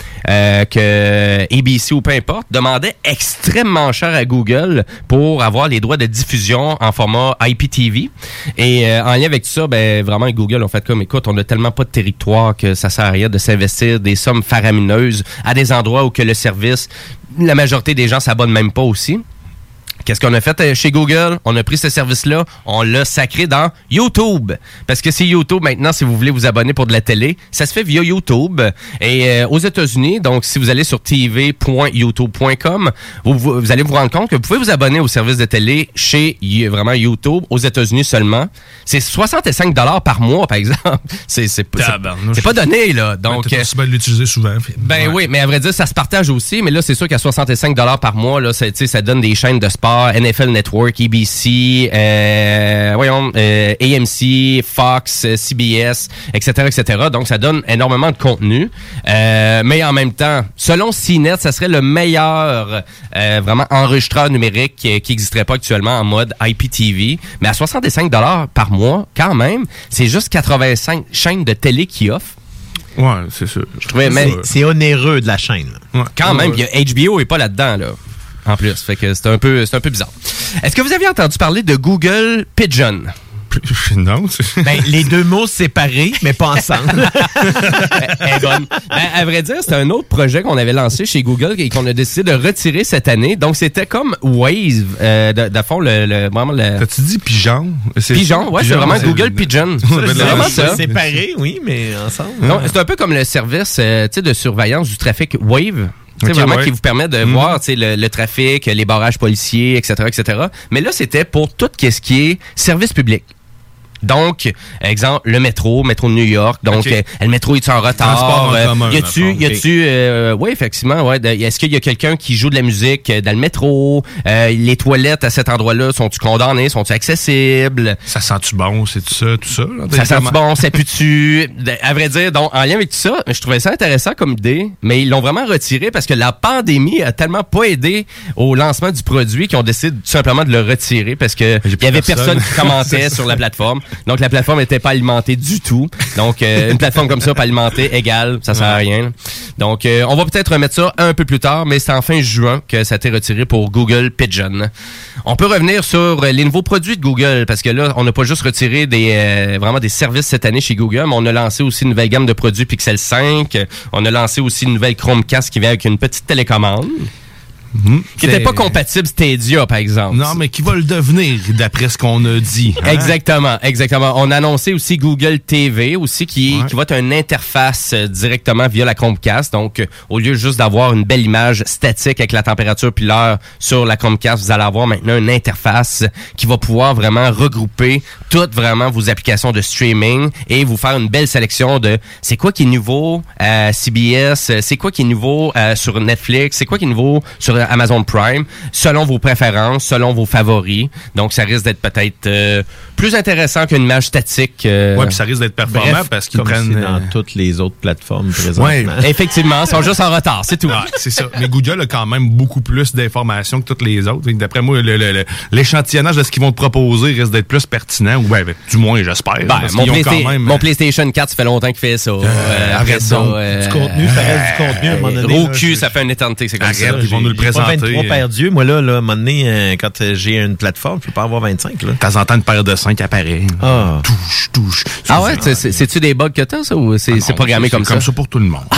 euh, que A B C ou peu importe demandait extrêmement cher à Google pour avoir les droits de diffusion en format I P T V. Et euh, en lien avec ça, ben vraiment Google ont fait comme, écoute, on n'a tellement pas de territoire que ça sert à rien de s'investir des sommes faramineuses à des endroits où que le service, la majorité des gens s'abonnent même pas aussi. Qu'est-ce qu'on a fait chez Google? On a pris ce service-là, on l'a sacré dans YouTube. Parce que c'est YouTube maintenant, si vous voulez vous abonner pour de la télé, ça se fait via YouTube. Et euh, aux États-Unis, donc si vous allez sur t v point youtube point com, vous, vous, vous allez vous rendre compte que vous pouvez vous abonner au service de télé chez vraiment YouTube, aux États-Unis seulement. C'est soixante-cinq dollars par mois, par exemple. C'est, c'est, c'est, c'est pas donné, là. Donc, ben, t'as pas de l'utiliser souvent. Ben ouais. oui, mais à vrai dire, ça se partage aussi. Mais là, c'est sûr qu'à soixante-cinq dollars par mois, là, ça, ça donne des chaînes de sport, N F L Network, A B C, euh, voyons, euh, A M C, Fox, C B S, et cetera, et cetera. Donc, ça donne énormément de contenu. Euh, mais en même temps, selon C net, ça serait le meilleur euh, vraiment enregistreur numérique qui, qui existerait pas actuellement en mode I P T V. Mais à soixante-cinq dollars par mois, quand même, c'est juste quatre-vingt-cinq chaînes de télé qui offrent. Ouais, c'est ça. Je trouvais c'est, c'est onéreux de la chaîne. Ouais. Quand ouais, même, il ouais. y a H B O est pas là-dedans, là. En plus, fait que c'est un peu, c'est un peu bizarre. Est-ce que vous aviez entendu parler de Google Pigeon? Non. Ben, les deux mots séparés, mais pas ensemble. Elle est bonne. Ben, à vrai dire, c'est un autre projet qu'on avait lancé chez Google et qu'on a décidé de retirer cette année. Donc, c'était comme Wave, euh, de, de fond, le, le, vraiment le... T'as-tu dit Pigeon? C'est Pigeon, ouais, c'est vraiment c'est Google Pigeon. C'est, c'est vraiment ça. Séparé, oui, mais ensemble. Non, c'est un peu comme le service, euh, tu sais, de surveillance du trafic Wave. C'est okay, vraiment ouais. qui vous permet de mmh. voir le, le trafic, les barrages policiers, et cetera, et cetera. Mais là, c'était pour tout ce qui est service public. Donc, exemple, le métro, métro de New York. Donc, okay. euh, le métro est en retard. Euh, commun, y a-tu, y a-tu, euh, oui, effectivement, ouais. De, est-ce qu'il y a quelqu'un qui joue de la musique dans le métro? Euh, les toilettes à cet endroit-là, sont-tu condamnées? Sont-tu accessibles? Ça sent-tu bon? C'est tout ça, tout ça? Là, ça sent-tu bon? Ça pue-tu? À vrai dire, donc, en lien avec tout ça, je trouvais ça intéressant comme idée, mais ils l'ont vraiment retiré parce que la pandémie a tellement pas aidé au lancement du produit qu'ils ont décidé tout simplement de le retirer parce que il y avait personne, personne qui commentait sur la plateforme. Donc, la plateforme n'était pas alimentée du tout. Donc, euh, une plateforme comme ça, pas alimentée, égale, ça sert à rien. Donc, euh, on va peut-être remettre ça un peu plus tard, mais c'est en fin juin que ça a été retiré pour Google Pigeon. On peut revenir sur les nouveaux produits de Google, parce que là, on n'a pas juste retiré des euh, vraiment des services cette année chez Google, mais on a lancé aussi une nouvelle gamme de produits Pixel cinq. On a lancé aussi une nouvelle Chromecast qui vient avec une petite télécommande. Mmh. Qui n'était pas compatible Stadia, par exemple. Non, mais qui va le devenir, d'après ce qu'on a dit. Hein? Exactement, exactement. On a annoncé aussi Google T V, aussi, qui, ouais. qui va être une interface euh, directement via la Chromecast. Donc, euh, au lieu juste d'avoir une belle image statique avec la température puis l'heure sur la Chromecast, vous allez avoir maintenant une interface qui va pouvoir vraiment regrouper toutes vraiment vos applications de streaming et vous faire une belle sélection de c'est quoi qui est nouveau à C B S, c'est quoi qui est nouveau euh, sur Netflix, c'est quoi qui est nouveau sur Amazon Prime, selon vos préférences, selon vos favoris. Donc, ça risque d'être peut-être euh, plus intéressant qu'une image statique. Euh... Oui, puis ça risque d'être performant. Bref, parce qu'ils prennent... C'est dans toutes les autres plateformes présentement. Oui, effectivement, ils sont juste en retard, c'est tout. Ouais, c'est ça. Mais Google a quand même beaucoup plus d'informations que toutes les autres. D'après moi, le, le, le, l'échantillonnage de ce qu'ils vont te proposer risque d'être plus pertinent, ou ben, du moins, j'espère. Ben, mon, Playsta- quand même... mon PlayStation quatre, ça fait longtemps qu'il fait ça. Euh, euh, arrête ça. Euh, du contenu, ça reste du contenu à un moment donné. Roku, ça fait une éternité, c'est comme arrête, ça. Ils vont nous le présenter. vingt-trois paires d'yeux. Moi, là, là, à un moment donné, euh, quand j'ai une plateforme, je peux pas avoir vingt-cinq. Là. De temps en temps, une paire de cinq apparaît. Ah. Touche, touche. Ah ouais? C'est, c'est, c'est-tu des bugs que t'as, ça, ou c'est, ah non, c'est programmé c'est, comme c'est ça? comme ça pour tout le monde.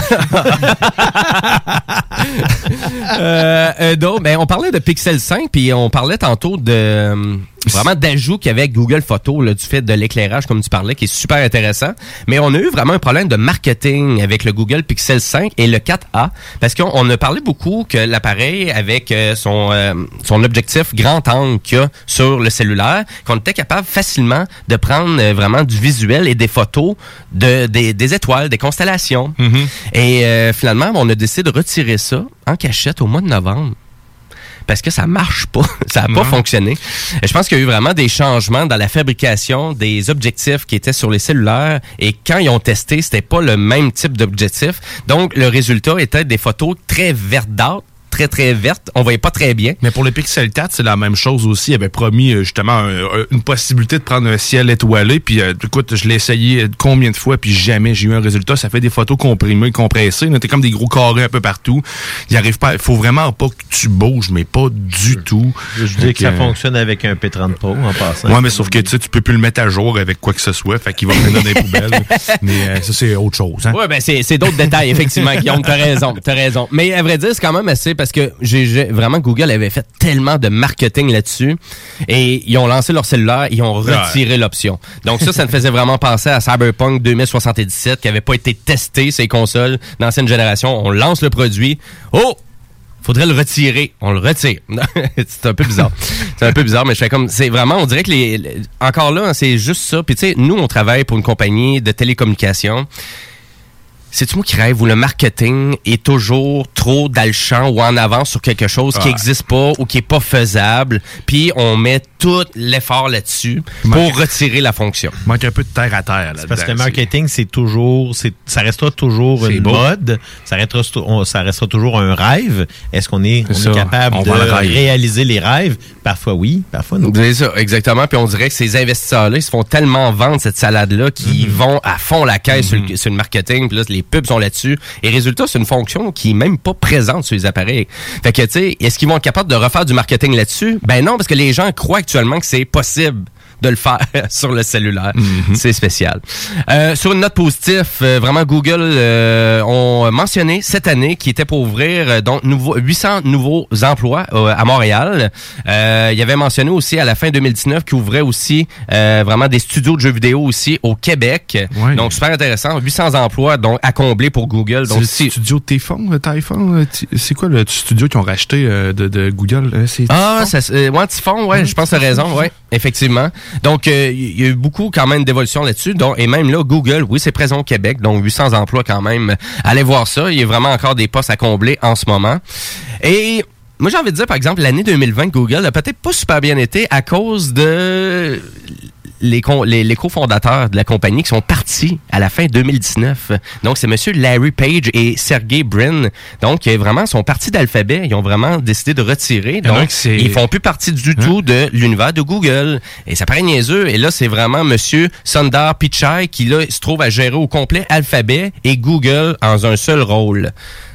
euh, euh, donc, ben, on parlait de Pixel cinq, puis on parlait tantôt de... Euh, vraiment d'ajout qu'il y avait avec Google Photos, là, du fait de l'éclairage, comme tu parlais, qui est super intéressant. Mais on a eu vraiment un problème de marketing avec le Google Pixel cinq et le quatre A, parce qu'on on a parlé beaucoup que l'appareil, avec euh, son euh, son objectif grand angle qu'il y a sur le cellulaire, qu'on était capable facilement de prendre euh, vraiment du visuel et des photos de des, des étoiles, des constellations. Mm-hmm. Et euh, finalement, on a décidé de retirer ça en cachette au mois de novembre. Parce que ça marche pas. Ça n'a pas fonctionné. Je pense qu'il y a eu vraiment des changements dans la fabrication des objectifs qui étaient sur les cellulaires et quand ils ont testé, c'était pas le même type d'objectif. Donc, le résultat était des photos très verdâtres, très, très verte. On voyait pas très bien. Mais pour le Pixel quatre, c'est la même chose aussi. Il avait promis justement un, un, une possibilité de prendre un ciel étoilé. Puis euh, écoute, je l'ai essayé combien de fois, puis jamais j'ai eu un résultat. Ça fait des photos comprimées, compressées. T'es comme des gros carrés un peu partout. Il arrive pas. Il faut vraiment pas que tu bouges, mais pas du tout. Je dis que ça euh... fonctionne avec un P trente Pro en passant. Ouais, mais sauf que tu sais, tu peux plus le mettre à jour avec quoi que ce soit. Fait qu'il va prendre dans les poubelles. Mais euh, ça, c'est autre chose. Hein? Ouais, ben c'est, c'est d'autres détails, effectivement, Guillaume. T'as raison. T'as raison. Mais à vrai dire, c'est quand même assez parce que j'ai, j'ai vraiment Google avait fait tellement de marketing là-dessus et ils ont lancé leur cellulaire, ils ont retiré ouais. l'option. Donc ça, ça me faisait vraiment penser à Cyberpunk deux mille soixante-dix-sept qui avait pas été testé ces consoles d'ancienne génération. On lance le produit. Oh! Faudrait le retirer. On le retire. C'est un peu bizarre. C'est un peu bizarre, mais je fais comme... C'est vraiment... On dirait que les... les encore là, c'est juste ça. Puis tu sais, nous, on travaille pour une compagnie de télécommunications. C'est-tu moi qui rêve où le marketing est toujours trop dans le champ ou en avance sur quelque chose ouais. qui n'existe pas ou qui est pas faisable, puis on met tout l'effort là-dessus pour manque, retirer la fonction. Il manque un peu de terre à terre là-dedans. C'est parce que le marketing, c'est toujours, c'est, ça restera toujours c'est une beau. mode, ça restera, on, ça restera toujours un rêve. Est-ce qu'on est, on est capable on de réaliser les rêves? Parfois oui, parfois non. C'est ça, exactement. Puis on dirait que ces investisseurs-là, ils se font tellement vendre cette salade-là qu'ils mm-hmm. vont à fond la caisse mm-hmm. sur, le, sur le marketing, puis là, les pubs sont là-dessus. Et résultat, c'est une fonction qui est même pas présente sur les appareils. Fait que, tu sais, est-ce qu'ils vont être capables de refaire du marketing là-dessus? Ben non, parce que les gens croient actuellement que c'est possible de le faire sur le cellulaire. Mm-hmm. C'est spécial. Euh, sur une note positive, euh, vraiment, Google euh, ont mentionné cette année qu'ils étaient pour ouvrir euh, donc nouveau, huit cents nouveaux emplois euh, à Montréal. Euh, ils avaient mentionné aussi à la fin deux mille dix-neuf qu'ils ouvraient aussi euh, vraiment des studios de jeux vidéo aussi au Québec. Ouais. Donc, super intéressant. huit cents emplois donc à combler pour Google. C'est donc, le si... studio de Typhon, Typhon? C'est quoi le studio qu'ils ont racheté euh, de, de Google? C'est ah, ça, euh, ouais, Typhon, ouais, mmh. je pense que tu as raison, ouais, effectivement. Donc, il euh, y a eu beaucoup quand même d'évolution là-dessus. Donc, et même là, Google, oui, c'est présent au Québec, donc huit cents emplois quand même. Allez voir ça. Il y a vraiment encore des postes à combler en ce moment. Et moi, j'ai envie de dire, par exemple, l'année deux mille vingt, Google a peut-être pas super bien été à cause de... Les, co- les, les cofondateurs de la compagnie qui sont partis à la fin deux mille dix-neuf. Donc, c'est monsieur Larry Page et Sergey Brin. Donc, ils vraiment sont partis d'Alphabet. Ils ont vraiment décidé de retirer. Donc, ils font plus partie du hein? tout de l'univers de Google. Et ça paraît niaiseux. Et là, c'est vraiment monsieur Sundar Pichai qui, là, se trouve à gérer au complet Alphabet et Google en un seul rôle.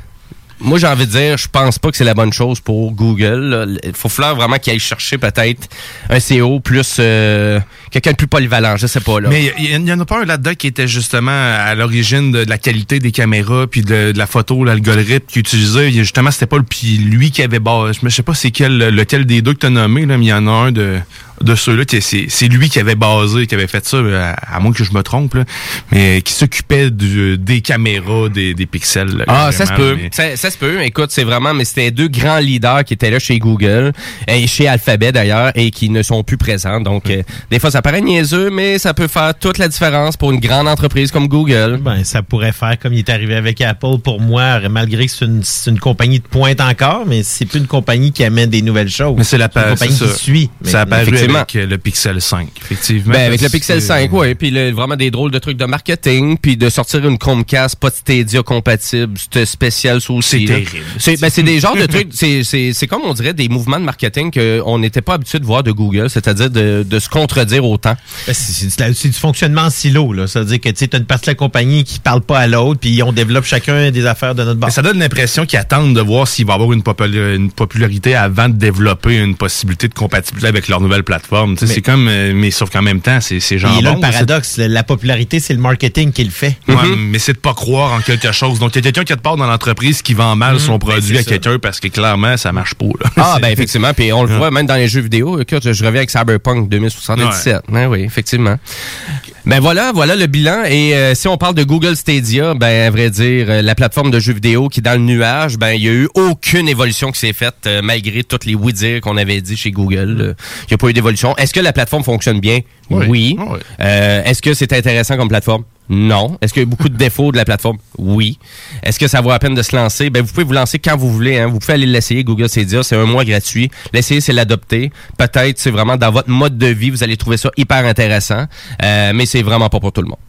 Moi, j'ai envie de dire, je pense pas que c'est la bonne chose pour Google. Il faut falloir vraiment qu'il aille chercher peut-être un C E O plus... Euh, quelqu'un de plus polyvalent, je sais pas. Là. Mais il y, y en a pas un là-dedans qui était justement à l'origine de, de la qualité des caméras puis de, de la photo, l'algorithme qu'il utilisait. Justement, c'était pas le, puis lui qui avait... Bah, je sais pas c'est quel, lequel des deux que tu as nommé, là, mais il y en a un de... de ceux-là, c'est, c'est lui qui avait basé, qui avait fait ça, à, à moins que je me trompe, là, mais qui s'occupait du, des caméras, des, des pixels. Là, ah, ça se peut. Mais... Ça, ça se peut. Écoute, c'est vraiment, mais c'était deux grands leaders qui étaient là chez Google et chez Alphabet d'ailleurs et qui ne sont plus présents. Donc, euh, des fois, ça paraît niaiseux, mais ça peut faire toute la différence pour une grande entreprise comme Google. Ben, ça pourrait faire comme il est arrivé avec Apple pour moi, malgré que c'est une, c'est une compagnie de pointe encore, mais c'est plus une compagnie qui amène des nouvelles choses. Mais c'est la c'est une compagnie c'est qui suit. Ça a apparu avec le Pixel cinq, effectivement. Ben, avec le Pixel cinq, oui. Puis le, vraiment des drôles de trucs de marketing, puis de sortir une Chromecast pas Stadia compatible, c'était spécial ça aussi. C'est terrible. C'est, ben, c'est des genres de trucs, c'est, c'est, c'est comme on dirait des mouvements de marketing qu'on n'était pas habitué de voir de Google, c'est-à-dire de, de se contredire autant. Ben, c'est, c'est, c'est du fonctionnement en silo, là. C'est-à-dire que tu as une partie de la compagnie qui parle pas à l'autre, puis on développe chacun des affaires de notre bord. Ça donne l'impression qu'ils attendent de voir s'il va y avoir une, popula- une popularité avant de développer une possibilité de compatibilité avec leur nouvelle plateforme. Mais, c'est comme, mais sauf qu'en même temps, c'est, c'est genre. Et là, bon, le paradoxe, c'est... la popularité, c'est le marketing qui le fait. Ouais, mm-hmm. Mais c'est de pas croire en quelque chose. Donc, il y a quelqu'un qui te part dans l'entreprise qui vend mal mm-hmm. son produit ben, à quelqu'un parce que clairement, ça marche pas. Là. Ah, ben effectivement. Puis on le voit même dans les jeux vidéo. Écoute, je reviens avec Cyberpunk deux mille soixante-dix-sept. Ouais. Ben oui, effectivement. Ben voilà, voilà le bilan. Et euh, si on parle de Google Stadia, ben à vrai dire, euh, la plateforme de jeux vidéo qui est dans le nuage, ben il y a eu aucune évolution qui s'est faite euh, malgré toutes les oui-dire qu'on avait dit chez Google. Euh, il n'y a pas eu d'évolution. Est-ce que la plateforme fonctionne bien? Oui. oui. oui. Euh, est-ce que c'est intéressant comme plateforme? Non. Est-ce qu'il y a beaucoup de défauts de la plateforme? Oui. Est-ce que ça vaut la peine de se lancer? Ben, vous pouvez vous lancer quand vous voulez, hein. Vous pouvez aller l'essayer, Google Stadia. C'est un mois gratuit. L'essayer, c'est l'adopter. Peut-être, c'est vraiment dans votre mode de vie, vous allez trouver ça hyper intéressant. Euh, mais c'est vraiment pas pour tout le monde.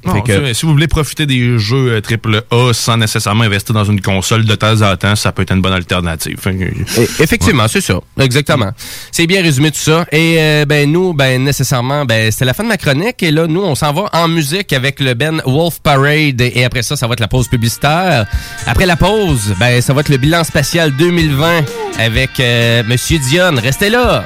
Non, que... Si vous voulez profiter des jeux triple A sans nécessairement investir dans une console de temps en temps, ça peut être une bonne alternative. Et effectivement, ouais. C'est ça. Exactement. C'est bien résumé tout ça. Et euh, ben nous, ben nécessairement, ben c'était la fin de ma chronique. Et là, nous, on s'en va en musique avec le band Wolf Parade. Et après ça, ça va être la pause publicitaire. Après la pause, ben ça va être le bilan spatial deux mille vingt avec euh, Monsieur Dion. Restez là!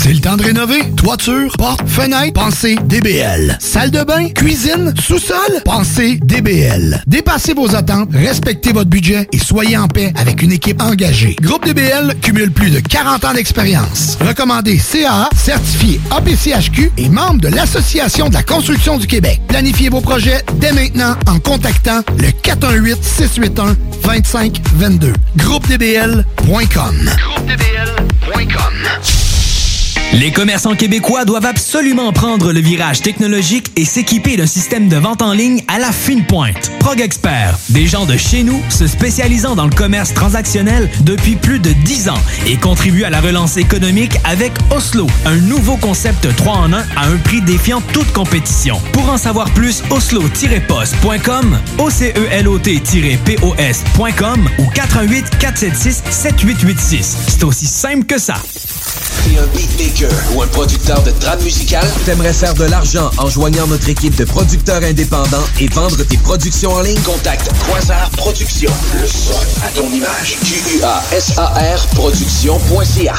C'est le temps de rénover. Toiture, porte, fenêtre, pensez D B L. Salle de bain, cuisine, sous-sol, pensez D B L. Dépassez vos attentes, respectez votre budget et soyez en paix avec une équipe engagée. Groupe D B L cumule plus de quarante ans d'expérience. Recommandé C A A, certifié A P C H Q et membre de l'Association de la construction du Québec. Planifiez vos projets dès maintenant en contactant le quatre un huit, six huit un, deux cinq deux deux. groupe d b l point com. groupe d b l point com. Les commerçants québécois doivent absolument prendre le virage technologique et s'équiper d'un système de vente en ligne à la fine pointe. ProgExpert, des gens de chez nous se spécialisant dans le commerce transactionnel depuis plus de dix ans et contribuent à la relance économique avec Oslo, un nouveau concept trois en un à un prix défiant toute compétition. Pour en savoir plus, oslo tiret post point com, o c e l o t tiret p o s point com ou quatre un huit, quatre sept six, sept huit huit six. C'est aussi simple que ça. T'es un beatmaker ou un producteur de trame musicale? T'aimerais faire de l'argent en joignant notre équipe de producteurs indépendants et vendre tes productions en ligne? Contacte Quasar Productions. Le son à ton image. Q U A S A R Productions point C A.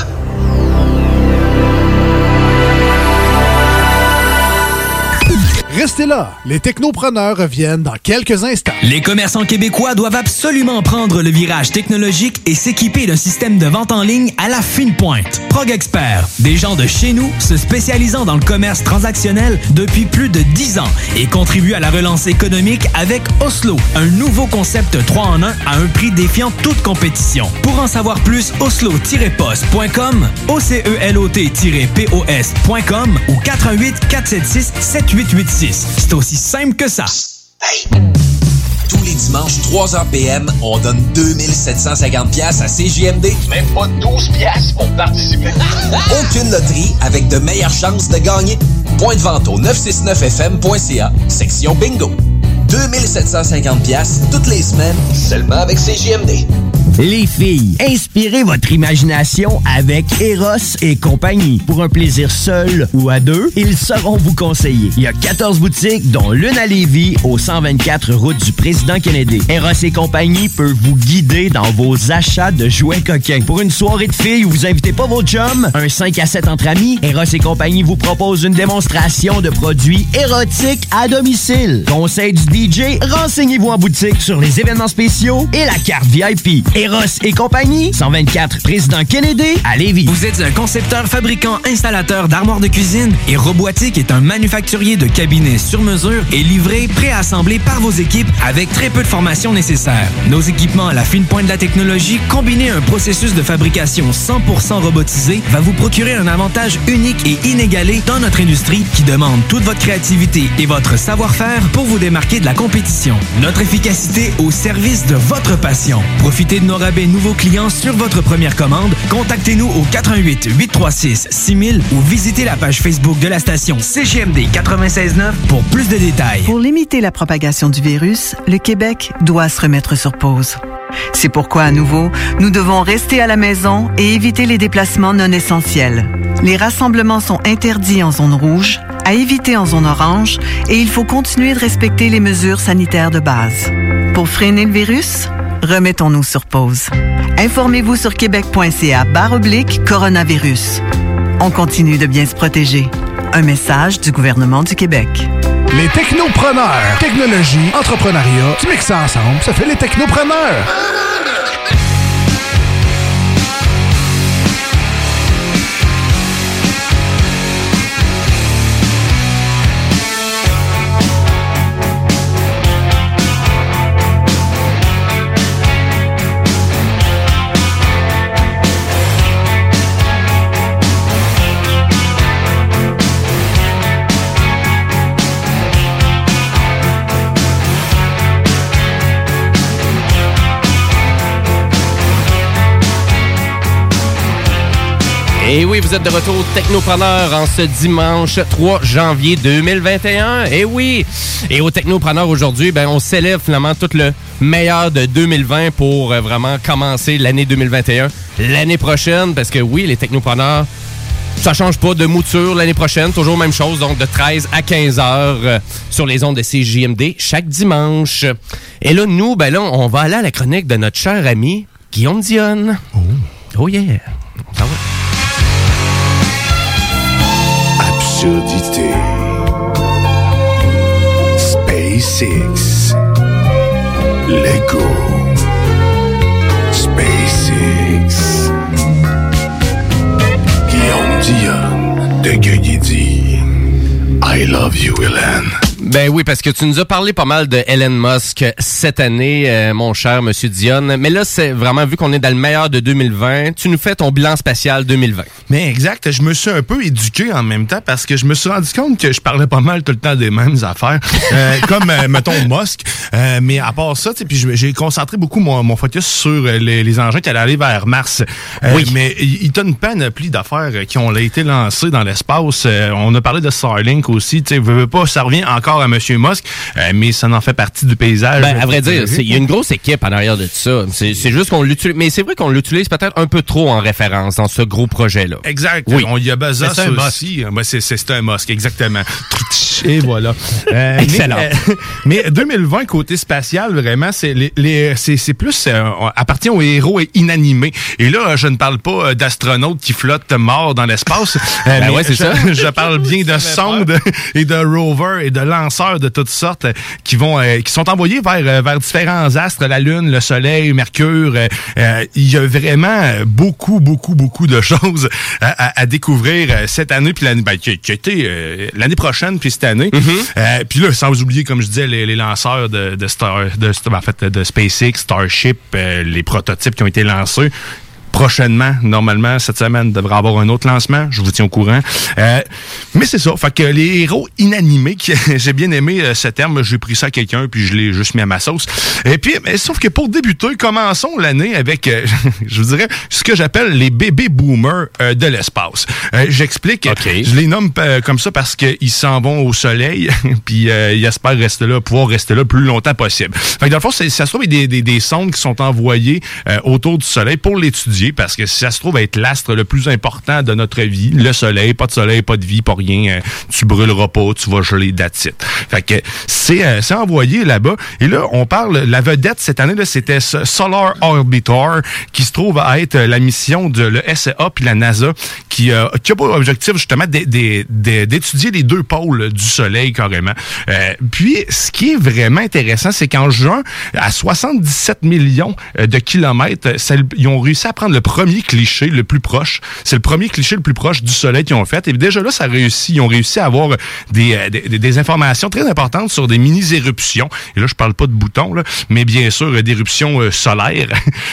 Restez là, les technopreneurs reviennent dans quelques instants. Les commerçants québécois doivent absolument prendre le virage technologique et s'équiper d'un système de vente en ligne à la fine pointe. ProgExpert, des gens de chez nous se spécialisant dans le commerce transactionnel depuis plus de dix ans et contribuent à la relance économique avec Oslo, un nouveau concept trois en un à un prix défiant toute compétition. Pour en savoir plus, oslo tiret post point com, o c e l o t tiret p o s point com ou quatre un huit, quatre sept six, sept huit huit six. C'est aussi simple que ça. Hey! Tous les dimanches, trois heures p m, on donne deux mille sept cent cinquante dollars à C J M D. Même pas douze piastres pour participer. Aucune loterie avec de meilleures chances de gagner. Point de vente au neuf cent soixante-neuf f m point c a, section bingo. deux mille sept cent cinquante dollars toutes les semaines, seulement avec C J M D. Les filles, inspirez votre imagination avec Eros et compagnie. Pour un plaisir seul ou à deux, ils sauront vous conseiller. Il y a quatorze boutiques, dont l'une à Lévis, au cent vingt-quatre route du Président Kennedy. Eros et compagnie peut vous guider dans vos achats de jouets coquins. Pour une soirée de filles où vous invitez pas vos chums, un cinq à sept entre amis, Eros et compagnie vous propose une démonstration de produits érotiques à domicile. Conseil du D J, renseignez-vous en boutique sur les événements spéciaux et la carte V I P. Eros et compagnie, cent vingt-quatre Président Kennedy à Lévis. Vous êtes un concepteur, fabricant, installateur d'armoires de cuisine et Robotique est un manufacturier de cabinets sur mesure et livré, préassemblé par vos équipes avec très peu de formation nécessaire. Nos équipements à la fine pointe de la technologie, combinés à un processus de fabrication cent pour cent robotisé, va vous procurer un avantage unique et inégalé dans notre industrie qui demande toute votre créativité et votre savoir-faire pour vous démarquer de la compétition. Notre efficacité au service de votre passion. Profitez de nos rabais nouveaux clients sur votre première commande. Contactez-nous au quatre un huit, huit trois six, six mille ou visitez la page Facebook de la station C G M D quatre-vingt-seize neuf pour plus de détails. Pour limiter la propagation du virus, le Québec doit se remettre sur pause. C'est pourquoi, à nouveau, nous devons rester à la maison et éviter les déplacements non essentiels. Les rassemblements sont interdits en zone rouge, à éviter en zone orange, et il faut continuer de respecter les mesures sanitaires de base. Pour freiner le virus, remettons-nous sur pause. Informez-vous sur québec point c a barre oblique coronavirus. On continue de bien se protéger. Un message du gouvernement du Québec. Les technopreneurs. Technologie, entrepreneuriat, tu mixes ça ensemble, ça fait les technopreneurs. Et oui, vous êtes de retour Technopreneur en ce dimanche trois janvier deux mille vingt et un. Et oui, et au Technopreneur aujourd'hui, ben on célèbre finalement tout le meilleur de deux mille vingt pour euh, vraiment commencer l'année deux mille vingt et un l'année prochaine. Parce que oui, les Technopreneurs, ça change pas de mouture l'année prochaine. Toujours même chose, donc de treize à quinze heures euh, sur les ondes de C J M D chaque dimanche. Et là, nous, ben là, on va aller à la chronique de notre cher ami Guillaume Dionne. Oh, oh yeah. Ça va. l'absurdité. SpaceX. Lego. SpaceX. Guillaume Dion de Gueugui-Di. I love you, Hélène. Ben oui, parce que tu nous as parlé pas mal de Elon Musk cette année, euh, mon cher Monsieur Dionne. Mais là, c'est vraiment, vu qu'on est dans le meilleur de deux mille vingt, tu nous fais ton bilan spatial deux mille vingt. Mais exact, je me suis un peu éduqué en même temps parce que je me suis rendu compte que je parlais pas mal tout le temps des mêmes affaires, euh, comme, euh, mettons, Musk. Euh, mais à part ça, puis j'ai concentré beaucoup mon, mon focus sur les, les engins qui allaient aller vers Mars. Euh, oui. Mais il y a une panoplie d'affaires qui ont été lancées dans l'espace. Euh, on a parlé de Starlink aussi. Tu sais, veux, veux pas, ça revient encore à M. Musk, euh, mais ça en fait partie du paysage. Ben, à vrai dire, il y a une grosse équipe en arrière de tout ça. C'est juste qu'on l'utilise, mais c'est vrai qu'on l'utilise peut-être un peu trop en référence dans ce gros projet-là. Exact. Oui. On y a Bezos aussi. Ben, c'est un Musk, exactement. Et voilà. Euh, Excellent. Mais, euh, mais deux mille vingt, côté spatial, vraiment, c'est les, les, c'est plus euh, appartient aux héros inanimés. Et là, je ne parle pas d'astronautes qui flottent morts dans l'espace. Euh, ben ouais, c'est ça. Je parle bien de sondes et de rovers et de lanceurs de toutes sortes euh, qui vont euh, qui sont envoyés vers euh, vers différents astres, la Lune, le Soleil, Mercure. Euh, euh, il y a vraiment beaucoup, beaucoup, beaucoup de choses à, à, à découvrir euh, cette année, puis l'année ben, qui, qui a été euh, l'année prochaine, puis cette année. Mm-hmm. euh, puis là, sans oublier, comme je disais, les, les lanceurs de, de Star, de, en fait, de SpaceX, Starship, euh, les prototypes qui ont été lancés. Prochainement, normalement, cette semaine, devrait avoir un autre lancement. Je vous tiens au courant. Euh, mais c'est ça. Fait que les héros inanimés, qui, j'ai bien aimé euh, ce terme. J'ai pris ça à quelqu'un, puis je l'ai juste mis à ma sauce. Et puis, mais, sauf que pour débuter, commençons l'année avec, euh, je vous dirais, ce que j'appelle les bébés boomers euh, de l'espace. Euh, J'explique. Okay. Je les nomme euh, comme ça parce qu'ils s'en vont au soleil, puis euh, ils espèrent rester là, pouvoir rester là le plus longtemps possible. Fait que dans le fond, ça se trouve, il y a des, des, des sondes qui sont envoyées euh, autour du soleil pour l'étudier. Parce que ça se trouve être l'astre le plus important de notre vie, le soleil, pas de soleil, pas de vie, pas rien, euh, tu brûleras pas, tu vas geler, that's it. Fait que c'est euh, c'est envoyé là-bas. Et là, on parle, la vedette cette année, là, c'était Solar Orbiter, qui se trouve à être la mission de le S E A puis la NASA, qui, euh, qui a pour objectif justement d'étudier les deux pôles du soleil carrément. Euh, puis, ce qui est vraiment intéressant, c'est qu'en juin, à soixante-dix-sept millions de kilomètres, ça, ils ont réussi à prendre le premier cliché le plus proche. C'est le premier cliché le plus proche du soleil qu'ils ont fait. Et déjà là, ça réussit. Ils ont réussi à avoir des, des, des informations très importantes sur des mini-éruptions. Et là, je parle pas de boutons, là, mais bien sûr, d'éruptions euh, solaires.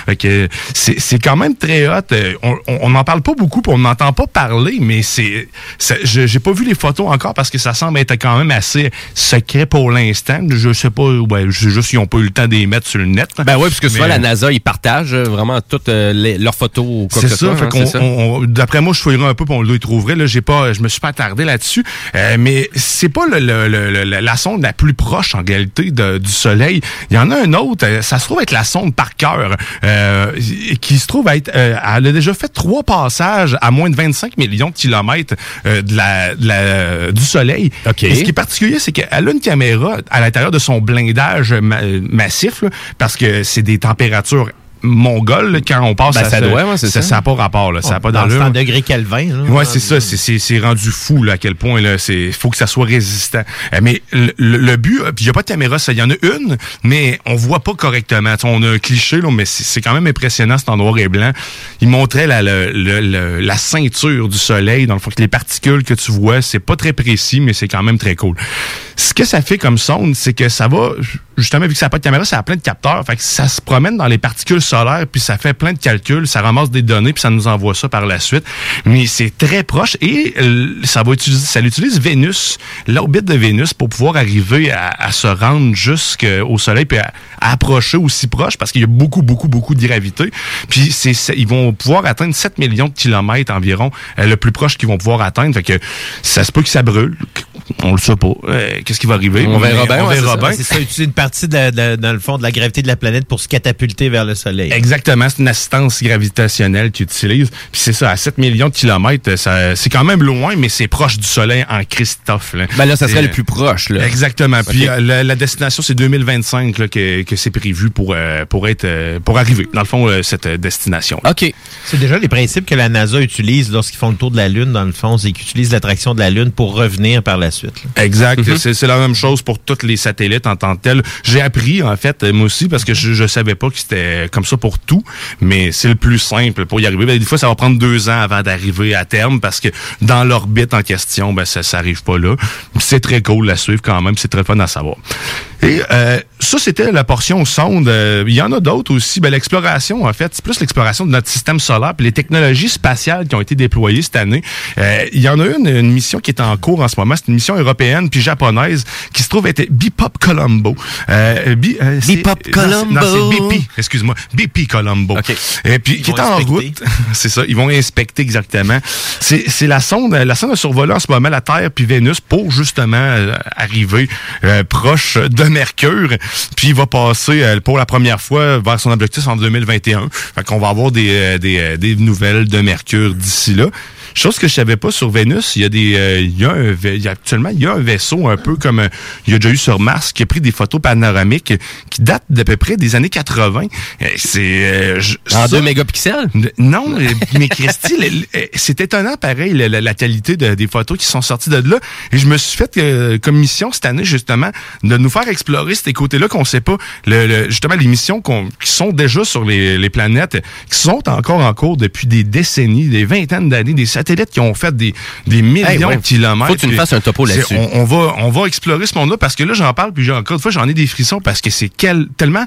C'est quand même très hot. On n'en parle pas beaucoup, puis on n'entend pas parler, mais c'est... J'ai pas vu les photos encore parce que ça semble être quand même assez secret pour l'instant. Je sais pas, ouais, je sais juste s'ils n'ont pas eu le temps de les mettre sur le net. Ben oui, parce que souvent, mais, la NASA, ils partagent vraiment toutes euh, les, leurs photos ou quoi que ce soit. Fait hein, ça. D'après moi, je fouillerai un peu pour on le trouverait. Là, j'ai pas, je me suis pas attardé là-dessus. Euh, mais c'est pas le, le, le, le, la sonde la plus proche en réalité de, du Soleil. Il y en a un autre. Ça se trouve être la sonde Parker, euh, qui se trouve être. Euh, elle a déjà fait trois passages à moins de vingt-cinq millions de kilomètres euh, de la, de la, du Soleil. Okay. Et ce qui est particulier, c'est qu'elle a une caméra à l'intérieur de son blindage ma massif, là, parce que c'est des températures mongol, quand on passe ben, à ça, doit, ouais, ça, ça. ça n'a pas rapport, là. Ça n'a pas dans d'allure. le degré Kelvin. Là, ouais, c'est ça. C'est rendu fou, là, à quel point, là. Il faut que ça soit résistant. Mais le, le but, puis il n'y a pas de caméra, ça. Il y en a une, mais on voit pas correctement. T'sais, on a un cliché, là, mais c'est quand même impressionnant, c'est en noir et blanc. Il montrait la, le, le, le, la ceinture du soleil. Dans le fond, que les particules que tu vois, c'est pas très précis, mais c'est quand même très cool. Ce que ça fait comme sonde, c'est que ça va, justement, vu que ça n'a pas de caméra, ça a plein de capteurs. Fait que ça se promène dans les particules solaires, puis ça fait plein de calculs, ça ramasse des données, puis ça nous envoie ça par la suite. Mais c'est très proche et euh, ça va utiliser, ça utilise Vénus, l'orbite de Vénus, pour pouvoir arriver à, à se rendre jusqu'au Soleil, puis à, à approcher aussi proche, parce qu'il y a beaucoup, beaucoup, beaucoup de gravité. Puis c'est, ils vont pouvoir atteindre sept millions de kilomètres environ, euh, le plus proche qu'ils vont pouvoir atteindre. Fait que ça se peut que ça brûle. On le sait pas. Euh, Qu'est-ce qui va arriver? On verra bien. On verra bien. C'est ça, utiliser une partie, de, de, dans le fond, de la gravité de la planète pour se catapulter vers le Soleil. Exactement. C'est une assistance gravitationnelle qu'ils utilisent. Puis c'est ça, à sept millions de kilomètres, c'est quand même loin, mais c'est proche du Soleil en Christophe. Là. Ben là, ça serait le plus proche. Là. Exactement. Okay. Puis euh, la, la destination, c'est deux mille vingt-cinq là, que, que c'est prévu pour, euh, pour, être, euh, pour arriver, dans le fond, euh, cette destination. OK. C'est déjà les principes que la NASA utilise lorsqu'ils font le tour de la Lune, dans le fond, c'est qu'ils utilisent l'attraction de la Lune pour revenir par la suite. Là. Exact. Mm-hmm. C'est, c'est la même chose pour tous les satellites en tant que tels. J'ai appris, en fait, moi aussi, parce que je, je savais pas que c'était comme ça pour tout, mais c'est le plus simple pour y arriver. Ben, des fois, ça va prendre deux ans avant d'arriver à terme, parce que dans l'orbite en question, ben, ça, ça arrive pas là. C'est très cool à suivre quand même, c'est très fun à savoir. Et euh, ça, c'était la portion sonde. Euh, il y en a d'autres aussi. Ben, l'exploration, en fait, c'est plus l'exploration de notre système solaire puis les technologies spatiales qui ont été déployées cette année. Euh, il y en a une, une mission qui est en cours en ce moment. C'est une mission européenne puis japonaise qui se trouve être Bipop Colombo. Euh, B, euh, Bipop Colombo. Non, c'est B P, excuse-moi. B P Colombo. Okay. Et puis, qui est en route. C'est ça, ils vont inspecter exactement. C'est, c'est la sonde, la sonde a survolé en ce moment la Terre puis Vénus pour justement euh, arriver euh, proche de Mercure, puis il va passer euh, pour la première fois vers son objectif en deux mille vingt et un. Fait qu'on va avoir des, euh, des, euh, des nouvelles de Mercure d'ici là. Chose que je savais pas sur Vénus, il y a des, euh, il y a un, il y a, actuellement il y a un vaisseau un peu comme euh, il y a déjà eu sur Mars qui a pris des photos panoramiques qui datent d'à peu près des années quatre-vingts. Euh, c'est euh, je, en ça, deux mégapixels. Non, mais Christy, le, le, c'est étonnant pareil la, la, la qualité de, des photos qui sont sorties de là. Et je me suis fait euh, comme mission cette année justement de nous faire explorer ces côtés-là qu'on sait pas. Le, le, justement les missions qu'on, qui sont déjà sur les, les planètes, qui sont encore en cours depuis des décennies, des vingtaines d'années, des satellites qui ont fait des, des millions hey, ouais. de kilomètres. Faut que tu me fasses un topo là-dessus. On, on, va, on va explorer ce monde-là parce que là, j'en parle, puis encore une fois, j'en ai des frissons parce que c'est quel, tellement...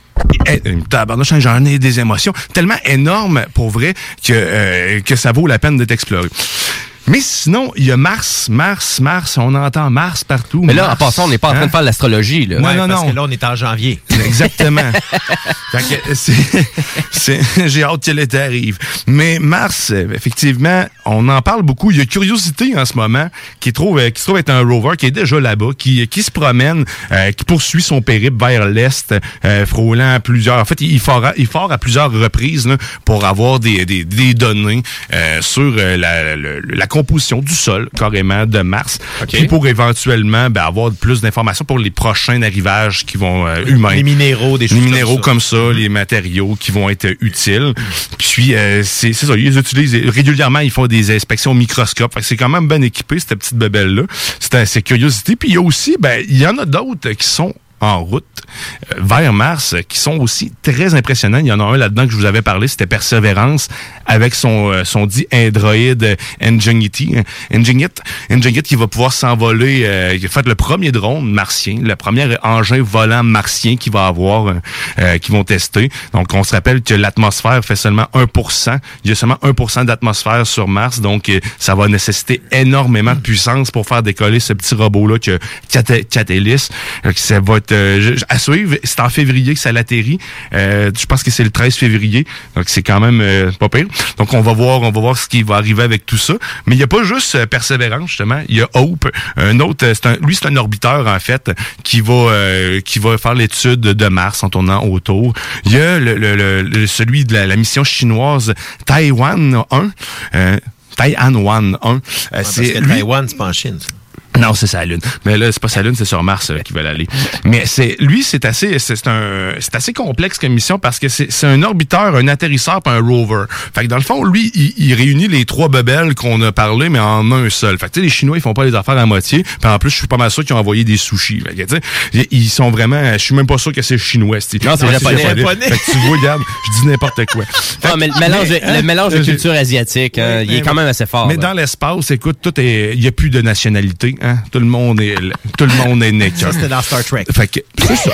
J'en ai des émotions tellement énormes pour vrai que, euh, que ça vaut la peine d'être exploré. Mais sinon, il y a Mars, Mars, Mars, on entend Mars partout. Mais là, Mars, en passant, on n'est pas en train hein? de faire l'astrologie. Là. Ouais, non, non, parce non. que là, on est en janvier. Exactement. Fait que c'est, c'est, j'ai hâte que l'été arrive. Mais Mars, effectivement, on en parle beaucoup. Il y a Curiosity en ce moment, qui trouve, qui se trouve être un rover qui est déjà là-bas, qui, qui se promène, euh, qui poursuit son périple vers l'Est, euh, frôlant à plusieurs... En fait, il fort à, il fort à plusieurs reprises là, pour avoir des, des, des données euh, sur euh, la, la, la composition du sol, carrément, de Mars. Okay. Puis pour éventuellement ben, avoir plus d'informations pour les prochains arrivages qui vont euh, humains. Les minéraux, des choses Les minéraux comme ça, comme ça les matériaux qui vont être utiles. Puis euh, c'est, c'est ça, ils utilisent régulièrement, ils font des inspections au microscope. Fait que c'est quand même bien équipé, cette petite bebelle-là. C'est, c'est Curiosity. Puis il y a aussi, ben, il y en a d'autres qui sont en route euh, vers Mars, qui sont aussi très impressionnants. Il y en a un là-dedans que je vous avais parlé, c'était Perseverance, avec son euh, son dit androïde Ingenuity, Ingenuity, Ingenuity qui va pouvoir s'envoler, euh, il a fait le premier drone martien, le premier engin volant martien qu'il va avoir, euh, qu'ils vont tester. Donc, on se rappelle que l'atmosphère fait seulement un pour cent. Il y a seulement un pour cent d'atmosphère sur Mars, donc euh, ça va nécessiter énormément de puissance pour faire décoller ce petit robot-là que Catalyst, euh, qui ça va être Euh, à suivre. C'est en février que ça l'atterrit. Euh, je pense que c'est le treize février. Donc, c'est quand même euh, pas pire. Donc, on va voir, on va voir ce qui va arriver avec tout ça. Mais il n'y a pas juste euh, Persévérance, justement. Il y a Hope. Un autre, c'est un, lui, c'est un orbiteur, en fait, qui va, euh, qui va faire l'étude de Mars en tournant autour. Il y a le, le, le, le celui de la, la mission chinoise Taïwan un. Euh, Taïwan un. Euh, ouais, c'est parce que lui, Taïwan, c'est pas en Chine, ça. Non, c'est sa lune. Mais là, c'est pas sa lune, c'est sur Mars euh, qu'ils veulent aller. Mais c'est lui, c'est assez, c'est, c'est un, c'est assez complexe comme mission parce que c'est, c'est un orbiteur, un atterrisseur, puis un rover. Fait que dans le fond, lui, il, il réunit les trois bebelles qu'on a parlé, mais en un seul. Fait que tu sais, les Chinois, ils font pas les affaires à moitié. Puis en plus, je suis pas mal sûr qu'ils ont envoyé des sushis. Fait que tu sais, ils sont vraiment, je suis même pas sûr que c'est chinois. C'est, non, c'est non, japonais. C'est japonais. Fait que tu vois, regarde, je dis n'importe quoi. Non, mais le mélange, mais, hein, le mélange de culture asiatique, hein, mais, il est quand même assez fort. Mais là. Dans l'espace, écoute, tout est, il y a plus de nationalité, hein. Tout le monde est tout le monde est né. Ça, c'était dans Star Trek. Fait que, c'est ça.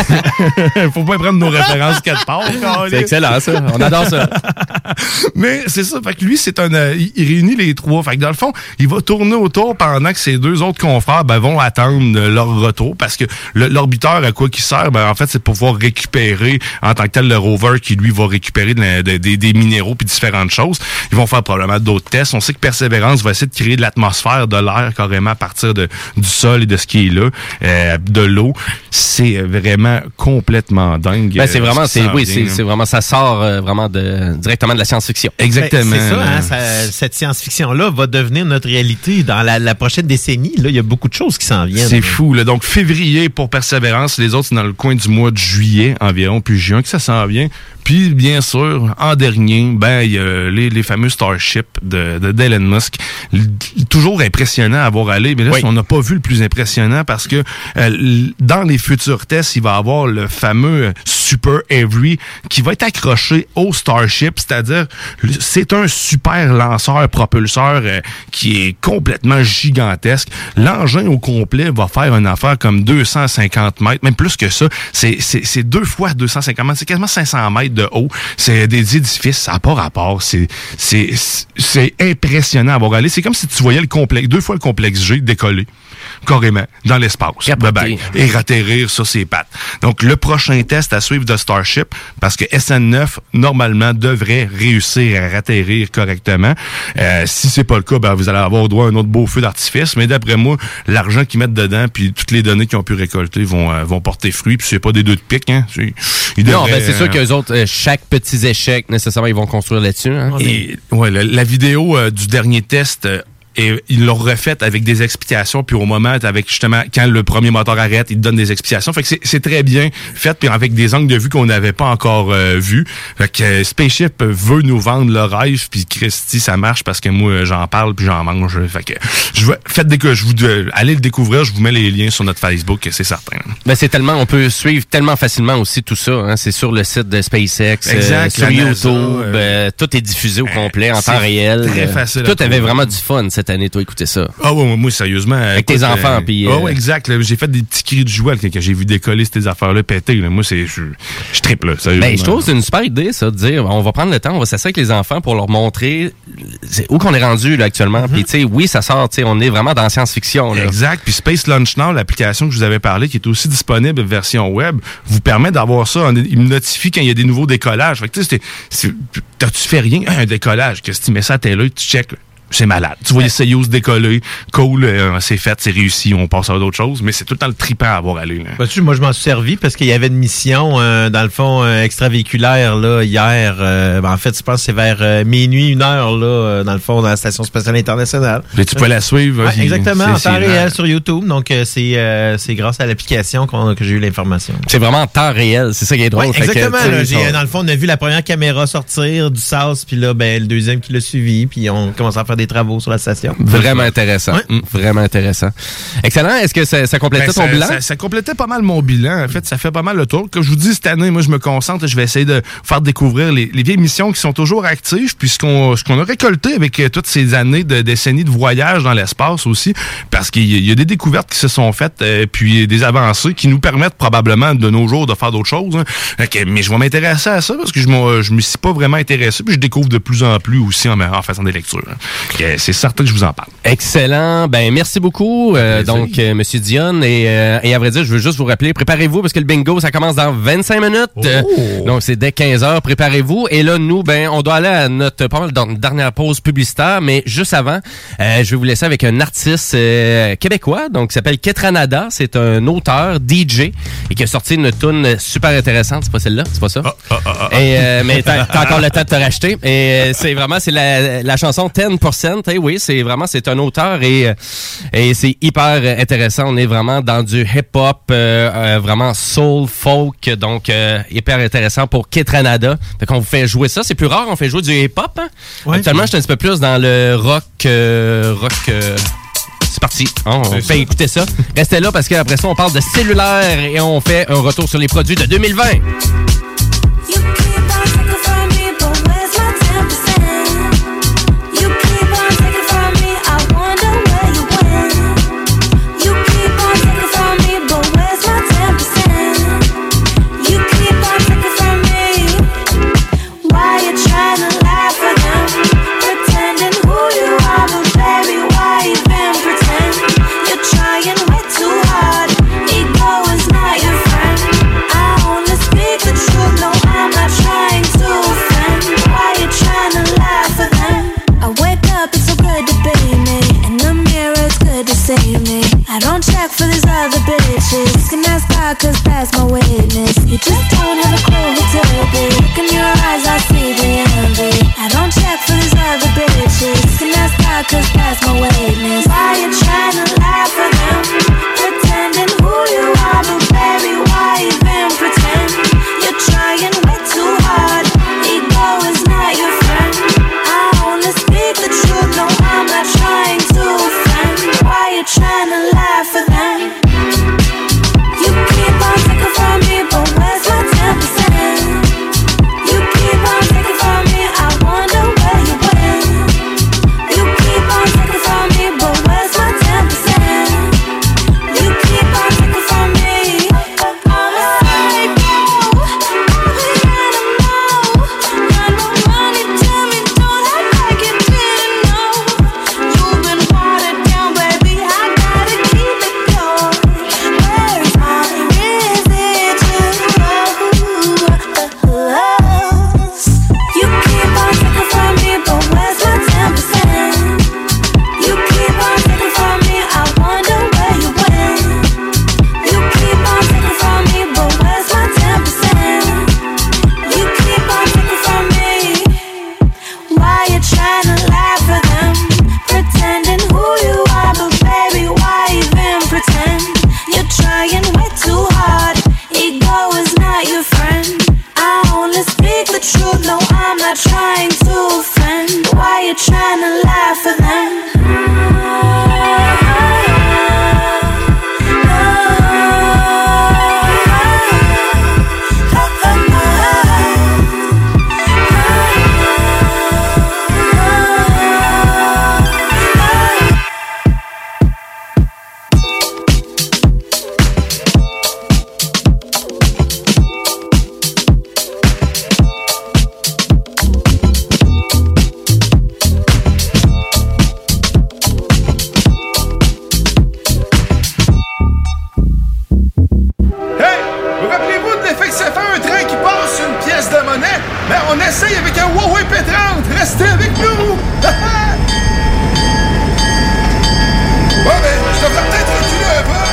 Faut pas prendre nos références quelque part. C'est excellent, ça. On adore ça. Mais c'est ça. Fait que lui, c'est un, euh, il réunit les trois. Fait que dans le fond, il va tourner autour pendant que ses deux autres confrères, ben, vont attendre leur retour parce que le, l'orbiteur, à quoi qu'il sert, ben, en fait, c'est pour pouvoir récupérer en tant que tel le rover qui, lui, va récupérer de, de, de, des minéraux puis différentes choses. Ils vont faire probablement d'autres tests. On sait que Persévérance va essayer de créer de l'atmosphère, de l'air carrément par partir de, du sol et de ce qui est là, euh, de l'eau. C'est vraiment complètement dingue. Ben, c'est vraiment, c'est, oui, c'est, bien. c'est vraiment, ça sort euh, vraiment de, directement de la science-fiction. Exactement. Ben, c'est ça, hein, ça, cette science-fiction-là va devenir notre réalité dans la, la prochaine décennie. Là, il y a beaucoup de choses qui s'en viennent. C'est fou, là. Donc, février pour Persévérance. Les autres, c'est dans le coin du mois de juillet environ, puis juin que ça s'en vient. Puis, bien sûr, en dernier, ben, il y a les, les fameux Starship de, de d'Elon Musk. L- toujours impressionnant à voir aller. Mais là, oui. on n'a pas vu le plus impressionnant parce que euh, dans les futurs tests, il va y avoir le fameux Super Heavy qui va être accroché au Starship. C'est-à-dire, c'est un super lanceur propulseur euh, qui est complètement gigantesque. L'engin au complet va faire une affaire comme deux cent cinquante mètres, même plus que ça. C'est, c'est, c'est deux fois deux cent cinquante mètres. C'est quasiment cinq cents mètres de haut. C'est des édifices, ça n'a pas rapport. C'est, c'est, c'est impressionnant à voir aller. C'est comme si tu voyais le complexe, deux fois le complexe G décoller, carrément, dans l'espace. Bye-bye. Et ratterrir sur ses pattes. Donc, le prochain test à suivre de Starship, parce que S N neuf, normalement, devrait réussir à ratterrir correctement. Euh, si c'est pas le cas, ben, vous allez avoir droit à un autre beau feu d'artifice. Mais d'après moi, l'argent qu'ils mettent dedans, puis toutes les données qu'ils ont pu récolter vont, euh, vont porter fruit. Puis c'est pas des deux de pique, hein. C'est, ils non, devraient, ben c'est sûr euh, qu'eux autres, euh, chaque petit échec, nécessairement, ils vont construire là-dessus. Hein? Et ouais, la, la vidéo euh, du dernier test, euh, et ils l'ont refaite avec des explications, puis au moment, avec justement, quand le premier moteur arrête, ils te donnent des explications. Fait que c'est, c'est très bien fait, puis avec des angles de vue qu'on n'avait pas encore euh, vus. Fait que euh, Spaceship veut nous vendre le rêve, puis Christy, ça marche parce que moi, j'en parle, puis j'en mange. Fait que je veux, faites des que je vous euh, allez le découvrir, je vous mets les liens sur notre Facebook, c'est certain. Ben c'est tellement, on peut suivre tellement facilement aussi tout ça. Hein? C'est sur le site de SpaceX, exact, euh, sur YouTube, NASA, euh, euh, tout est diffusé au complet en temps réel. Très facile. Tout avait vraiment du fun cette année, toi, écoutez ça. Ah ouais, moi, sérieusement. Avec écoute, tes enfants, euh, puis... Ah euh, ouais, exact. Là, j'ai fait des petits cris de joie là, quand j'ai vu décoller ces affaires-là péter. Là. Moi, c'est, je, je tripe, là, sérieusement. Ben, je trouve que c'est une super idée, ça, de dire, on va prendre le temps, on va s'asseoir avec les enfants pour leur montrer où qu'on est rendu, là, actuellement. Mm-hmm. Puis, tu sais, oui, ça sort, tu sais, on est vraiment dans la science-fiction, là. Exact. Puis Space Launch Now, l'application que je vous avais parlé, qui est aussi disponible version web, vous permet d'avoir ça. Il me notifie quand il y a des nouveaux décollages. Fait que, tu sais, c'est, t'as-tu fait rien? Un décollage. Qu'est-ce que tu mets ça à tes là, tu check, là. C'est malade. Tu vois les Soyuz décoller, cool, euh, c'est fait, c'est réussi, on passe à d'autres choses, mais c'est tout le temps le trippant à avoir allé. Là. Ben, tu, moi, je m'en suis servi parce qu'il y avait une mission, euh, dans le fond, euh, extravéhiculaire, là, hier. Euh, ben, en fait, je pense que c'est vers euh, minuit, une heure, là, euh, dans le fond, dans la Station Spatiale Internationale. Et tu peux euh, la suivre. Ouais, exactement, c'est, en c'est temps c'est réel sur YouTube. Donc, euh, c'est, euh, c'est grâce à l'application qu'on, que j'ai eu l'information. C'est vraiment en temps réel, c'est ça qui est drôle. Ouais, exactement. Que, là, j'ai, dans le fond, on a vu la première caméra sortir du S A S, puis là, ben, le deuxième qui l'a suivi, puis on commence à faire des travaux sur la station. Vraiment intéressant. Ouais. Mmh, vraiment intéressant. Excellent. Est-ce que ça, ça complétait ben, ton ça, bilan? Ça, ça complétait pas mal mon bilan. En fait, ça fait pas mal le tour. Comme je vous dis, cette année, moi, je me concentre. Je vais essayer de faire découvrir les, les vieilles missions qui sont toujours actives, puis ce qu'on, ce qu'on a récolté avec euh, toutes ces années de décennies de voyage dans l'espace aussi, parce qu'il y a, il y a des découvertes qui se sont faites, euh, puis des avancées qui nous permettent probablement de nos jours de faire d'autres choses. Hein. Okay, mais je vais m'intéresser à ça parce que je ne je me suis pas vraiment intéressé, puis je découvre de plus en plus aussi en, en faisant des lectures. Hein. Okay, c'est certain que je vous en parle. Excellent. Ben merci beaucoup, euh, donc euh, Monsieur Dionne. Et, euh, et à vrai dire, je veux juste vous rappeler, préparez-vous parce que le bingo, ça commence dans vingt-cinq minutes. Oh. Euh, donc c'est dès quinze heures. Préparez-vous. Et là, nous, ben, on doit aller à notre pas mal dans notre dernière pause publicitaire, mais juste avant, euh, je vais vous laisser avec un artiste euh, québécois, donc qui s'appelle Ketranada. C'est un auteur, D J, et qui a sorti une tune super intéressante. C'est pas celle-là, c'est pas ça. Oh, oh, oh, oh. Et euh, mais t'as, t'as encore le temps de te racheter. Et euh, c'est vraiment c'est la, la chanson dix pour cent. Eh oui, c'est vraiment c'est un auteur et et c'est hyper intéressant. On est vraiment dans du hip-hop, euh, euh, vraiment soul, folk, donc euh, hyper intéressant pour Ketranada. Fait qu'on vous fait jouer ça. C'est plus rare, on fait jouer du hip-hop. Hein? Ouais. Actuellement, je suis un petit peu plus dans le rock, euh, rock. Euh, c'est parti. On c'est fait ça. Écouter ça. Restez là parce qu'après ça, on parle de cellulaire et on fait un retour sur les produits de deux mille vingt. Trying way too hard. Ego is not your friend. I only speak the truth. sky, cause that's my witness. You just don't have a clue who to be. Look in your eyes, I see the envy. I don't check for these other bitches. Look in that sky, cause that's my witness. Why you trying to laugh at them? Pretending who you are, but baby, why even pretend? You're trying way too hard. Ego is not your friend. I only speak the truth, no, I'm not trying to offend. Why you trying to laugh at them? You keep on taking from me, but where's my ten percent? You keep on taking from me, I wonder where you went. You keep on taking from me, but where's my ten percent? You keep on taking from me. I'm a psycho. And I know. Got no money, tell me, don't act like you didn't know. You've been watered down, baby, I gotta keep it going. Where's my residuals? You keep on taking from me, but where's my ten percent? You keep on taking from me, I wonder where you went. You keep on taking from me, but where's my ten percent? You keep on taking from me. Why you trying to laugh at them? Pretending who you are, but baby, why even pretend? You're trying way too hard. Ego is not your friend. I only speak the truth, no, I'm not trying to offend. Why you trying to laugh at them? Hey! Vous rappelez-vous de l'effet que ça fait un train qui passe sur une pièce de monnaie? Ben, on essaye avec un Huawei P trente! Restez avec nous! Ouais, ben, je devrais peut-être reculer un peu!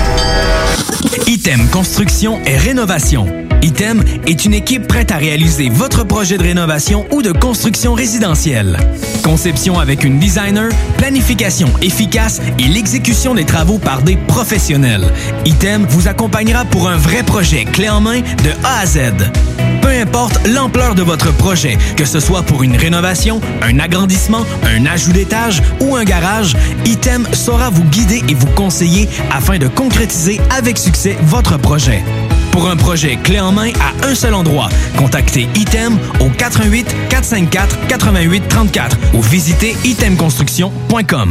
Item Construction et Rénovation. Item est une équipe prête à réaliser votre projet de rénovation ou de construction résidentielle. Conception avec une designer, planification efficace et l'exécution des travaux par des professionnels. Item vous accompagnera pour un vrai projet clé en main de A à Z. Peu importe l'ampleur de votre projet, que ce soit pour une rénovation, un agrandissement, un ajout d'étage ou un garage, Item saura vous guider et vous conseiller afin de concrétiser avec succès votre projet. Pour un projet clé en main à un seul endroit, contactez Item au quatre un huit, quatre cinq quatre, huit huit trois quatre ou visitez item construction point com.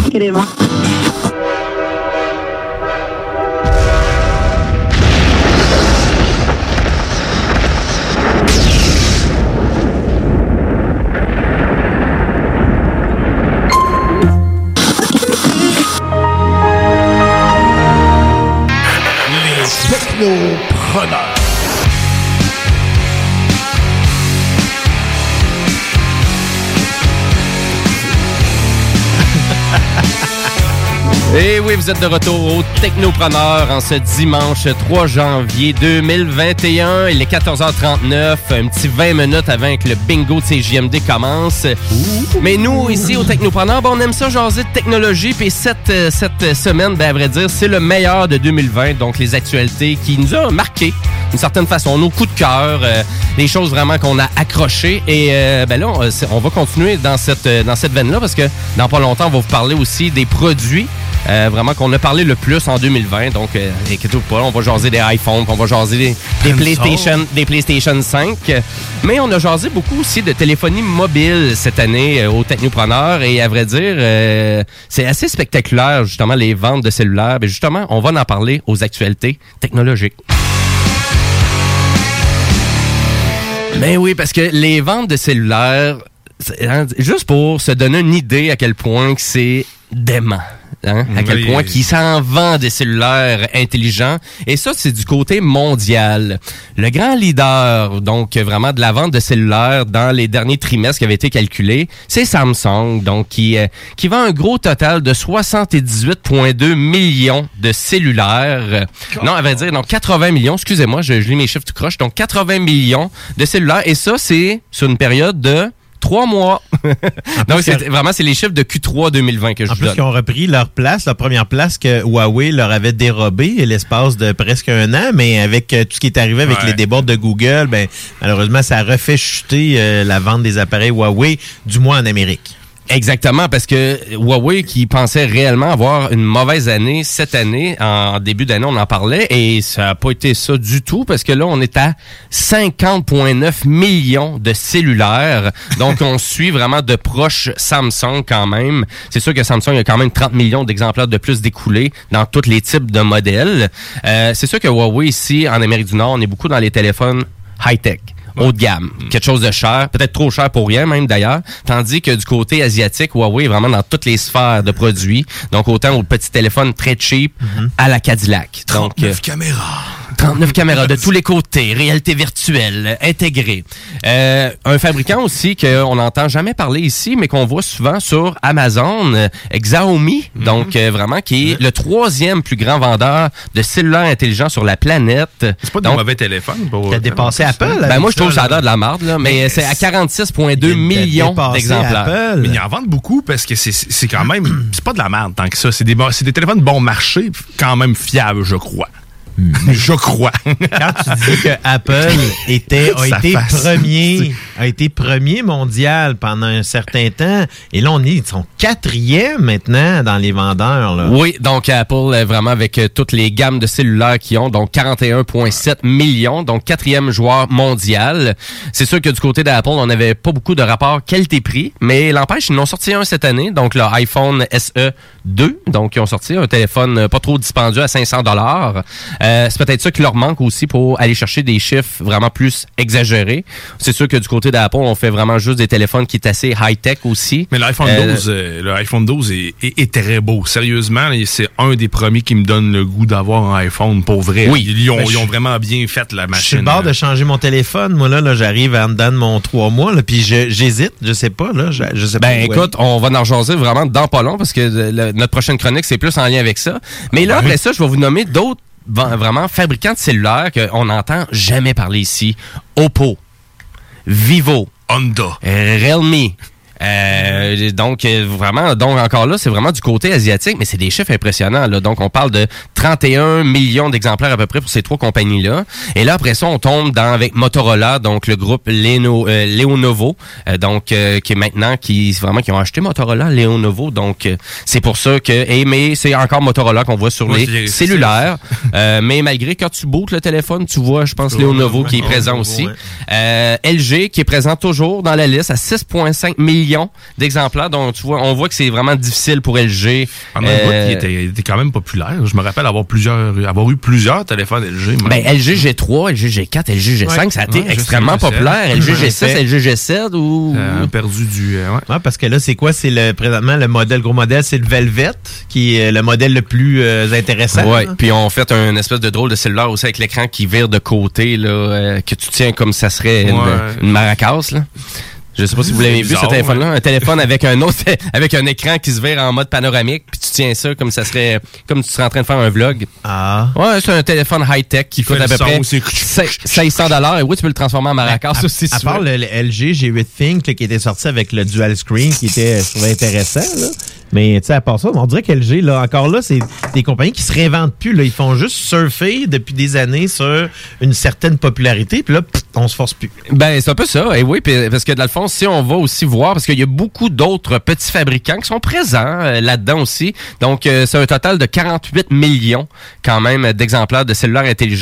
Technopreneur. Et oui, vous êtes de retour au Technopreneur en ce dimanche trois janvier deux mille vingt et un. Il est quatorze heures trente-neuf, un petit vingt minutes avant que le bingo de C J M D commence. Ouh. Mais nous, ici au Technopreneur, ben, on aime ça jaser de technologie. Puis cette, cette semaine, ben, à vrai dire, c'est le meilleur de deux mille vingt. Donc les actualités qui nous ont marqué d'une certaine façon, nos coups de cœur, euh, les choses vraiment qu'on a accrochées. Et euh, ben là, on, on va continuer dans cette, dans cette veine-là parce que dans pas longtemps, on va vous parler aussi des produits Euh, vraiment qu'on a parlé le plus en deux mille vingt. Donc, euh, inquiétez-vous pas, on va jaser des iPhones, on va jaser des, des, PlayStation, des PlayStation cinq. Mais on a jasé beaucoup aussi de téléphonie mobile cette année euh, au Technopreneur. Et à vrai dire, euh, c'est assez spectaculaire, justement, les ventes de cellulaires. Mais justement, on va en parler aux actualités technologiques. Ben oui, parce que les ventes de cellulaires, juste pour se donner une idée à quel point que c'est dément. Hein, à quel point qu'il s'en vend des cellulaires intelligents. Et ça, c'est du côté mondial. Le grand leader, donc, vraiment de la vente de cellulaires dans les derniers trimestres qui avaient été calculés, c'est Samsung, donc, qui, euh, qui vend un gros total de soixante-dix-huit virgule deux millions de cellulaires. Oh. Non, à vrai dire, donc, quatre-vingts millions, excusez-moi, je, je lis mes chiffres tout croche, donc, quatre-vingts millions de cellulaires. Et ça, c'est sur une période de Trois mois. Donc, c'est, vraiment, c'est les chiffres de Q trois deux mille vingt que je en vous donne. En plus, ils ont repris leur place, la première place que Huawei leur avait dérobée l'espace de presque un an, mais avec euh, tout ce qui est arrivé avec ouais. les débords de Google, ben malheureusement, ça a refait chuter euh, la vente des appareils Huawei, du moins en Amérique. Exactement, parce que Huawei qui pensait réellement avoir une mauvaise année cette année, en début d'année, on en parlait, et ça n'a pas été ça du tout, parce que là, on est à cinquante virgule neuf millions de cellulaires. Donc, on suit vraiment de proche Samsung quand même. C'est sûr que Samsung a quand même trente millions d'exemplaires de plus d'écoulés dans tous les types de modèles. Euh, c'est sûr que Huawei, ici, en Amérique du Nord, on est beaucoup dans les téléphones high-tech. Haut de gamme, quelque chose de cher, peut-être trop cher pour rien même d'ailleurs, tandis que du côté asiatique, Huawei est vraiment dans toutes les sphères de produits, donc autant au petit téléphone très cheap mm-hmm. à la Cadillac. Donc, trente-neuf euh, caméras. trente-neuf caméras de tous les côtés, réalité virtuelle, intégrée. Euh, un fabricant aussi qu'on n'entend jamais parler ici, mais qu'on voit souvent sur Amazon, euh, Xiaomi, mm-hmm. donc euh, vraiment qui est mm-hmm. le troisième plus grand vendeur de cellulaires intelligents sur la planète. C'est pas de mauvais téléphone. Qui a dépassé Apple. Ben moi, je trouve que ça a l'air de la marde, là, mais, mais c'est à quarante-six virgule deux millions d'exemplaires. Apple. Mais ils en vendent beaucoup parce que c'est, c'est quand même... C'est pas de la merde tant que ça. C'est des, c'est des téléphones bon marché, quand même fiables, je crois. Je crois. Quand tu dis que Apple était, a été face. premier, a été premier mondial pendant un certain temps, et là on est ils sont quatrième maintenant dans les vendeurs. Là. Oui, donc Apple vraiment avec euh, toutes les gammes de cellulaires qu'ils ont, donc quarante et un virgule sept millions, donc quatrième joueur mondial. C'est sûr que du côté d'Apple, on n'avait pas beaucoup de rapports qualité-prix, mais l'empêche ils en ont sorti un cette année, donc le iPhone S E deux, donc ils ont sorti un téléphone pas trop dispendieux à cinq cents dollars. Euh, c'est peut-être ça qui leur manque aussi pour aller chercher des chiffres vraiment plus exagérés. C'est sûr que du côté d'Apple, on fait vraiment juste des téléphones qui est assez high-tech aussi. Mais l'iPhone euh, douze, euh, le iPhone douze est, est, est très beau. Sérieusement, c'est un des premiers qui me donne le goût d'avoir un iPhone pour vrai. Oui. Ils, ont, ils ont vraiment bien fait la machine. Je suis le bord de changer mon téléphone. Moi, là, là j'arrive en dedans de mon trois mois, là, puis je, j'hésite. Je sais pas, là. Je, je sais pas. Ben, écoute, on va en jaser vraiment dans pas long parce que le, notre prochaine chronique, c'est plus en lien avec ça. Mais là, après ça, je vais vous nommer d'autres vraiment fabricants de cellulaires qu'on n'entend jamais parler ici. Oppo, Vivo, Honda, Realme. Euh, donc, vraiment, donc encore là, c'est vraiment du côté asiatique, mais c'est des chiffres impressionnants, là. Donc, on parle de trente et un millions d'exemplaires à peu près pour ces trois compagnies-là. Et là, après ça, on tombe dans avec Motorola, donc le groupe Leno, euh, Leonovo, euh, donc euh, qui est maintenant, qui vraiment qui ont acheté Motorola, Leonovo. Donc, euh, c'est pour ça que, et mais c'est encore Motorola qu'on voit sur Moi, les cellulaires. euh, mais malgré quand tu bootes le téléphone, tu vois, je pense, oh, Leonovo ouais, qui est oh, présent oh, aussi. Ouais. Euh, L G qui est présent toujours dans la liste à six virgule cinq millions d'exemplaires, donc tu vois, on voit que c'est vraiment difficile pour L G. Pendant euh, un bout, il était, il était quand même populaire. Je me rappelle avoir plusieurs, avoir eu plusieurs téléphones L G. Même. Ben L G G trois, L G G quatre, L G G cinq, ouais, ça a été ouais, extrêmement populaire. L G G six, L G G sept ou euh, perdu du. Euh, ouais. ouais, parce que là, c'est quoi? C'est le présentement le modèle, gros modèle, c'est le Velvet qui est le modèle le plus euh, intéressant. Ouais. Puis on fait un espèce de drôle de cellulaire aussi avec l'écran qui vire de côté là, euh, que tu tiens comme ça serait ouais. une, une maracasse là. Je sais pas si vous l'avez vu, ce téléphone-là. Ouais. Un téléphone avec un autre, avec un écran qui se vire en mode panoramique, puis tu tiens ça comme ça serait, comme tu serais en train de faire un vlog. Ah. Ouais, c'est un téléphone high-tech qui coûte à peu près cinq cents dollars. Et oui, tu peux le transformer en maracas à, aussi. À, si à part le, le L G G huit Think, là, qui était sorti avec le dual screen, qui était, je trouvais intéressant, là. Mais tu sais, à part ça, on dirait qu'L G, là, encore là, c'est des compagnies qui se réinventent plus. Là. Ils font juste surfer depuis des années sur une certaine popularité, puis là, pff, on se force plus. Ben, c'est un peu ça. Et oui, parce que dans le fond, si on va aussi voir, parce qu'il y a beaucoup d'autres petits fabricants qui sont présents euh, là-dedans aussi. Donc, euh, c'est un total de quarante-huit millions quand même d'exemplaires de cellulaires intelligents de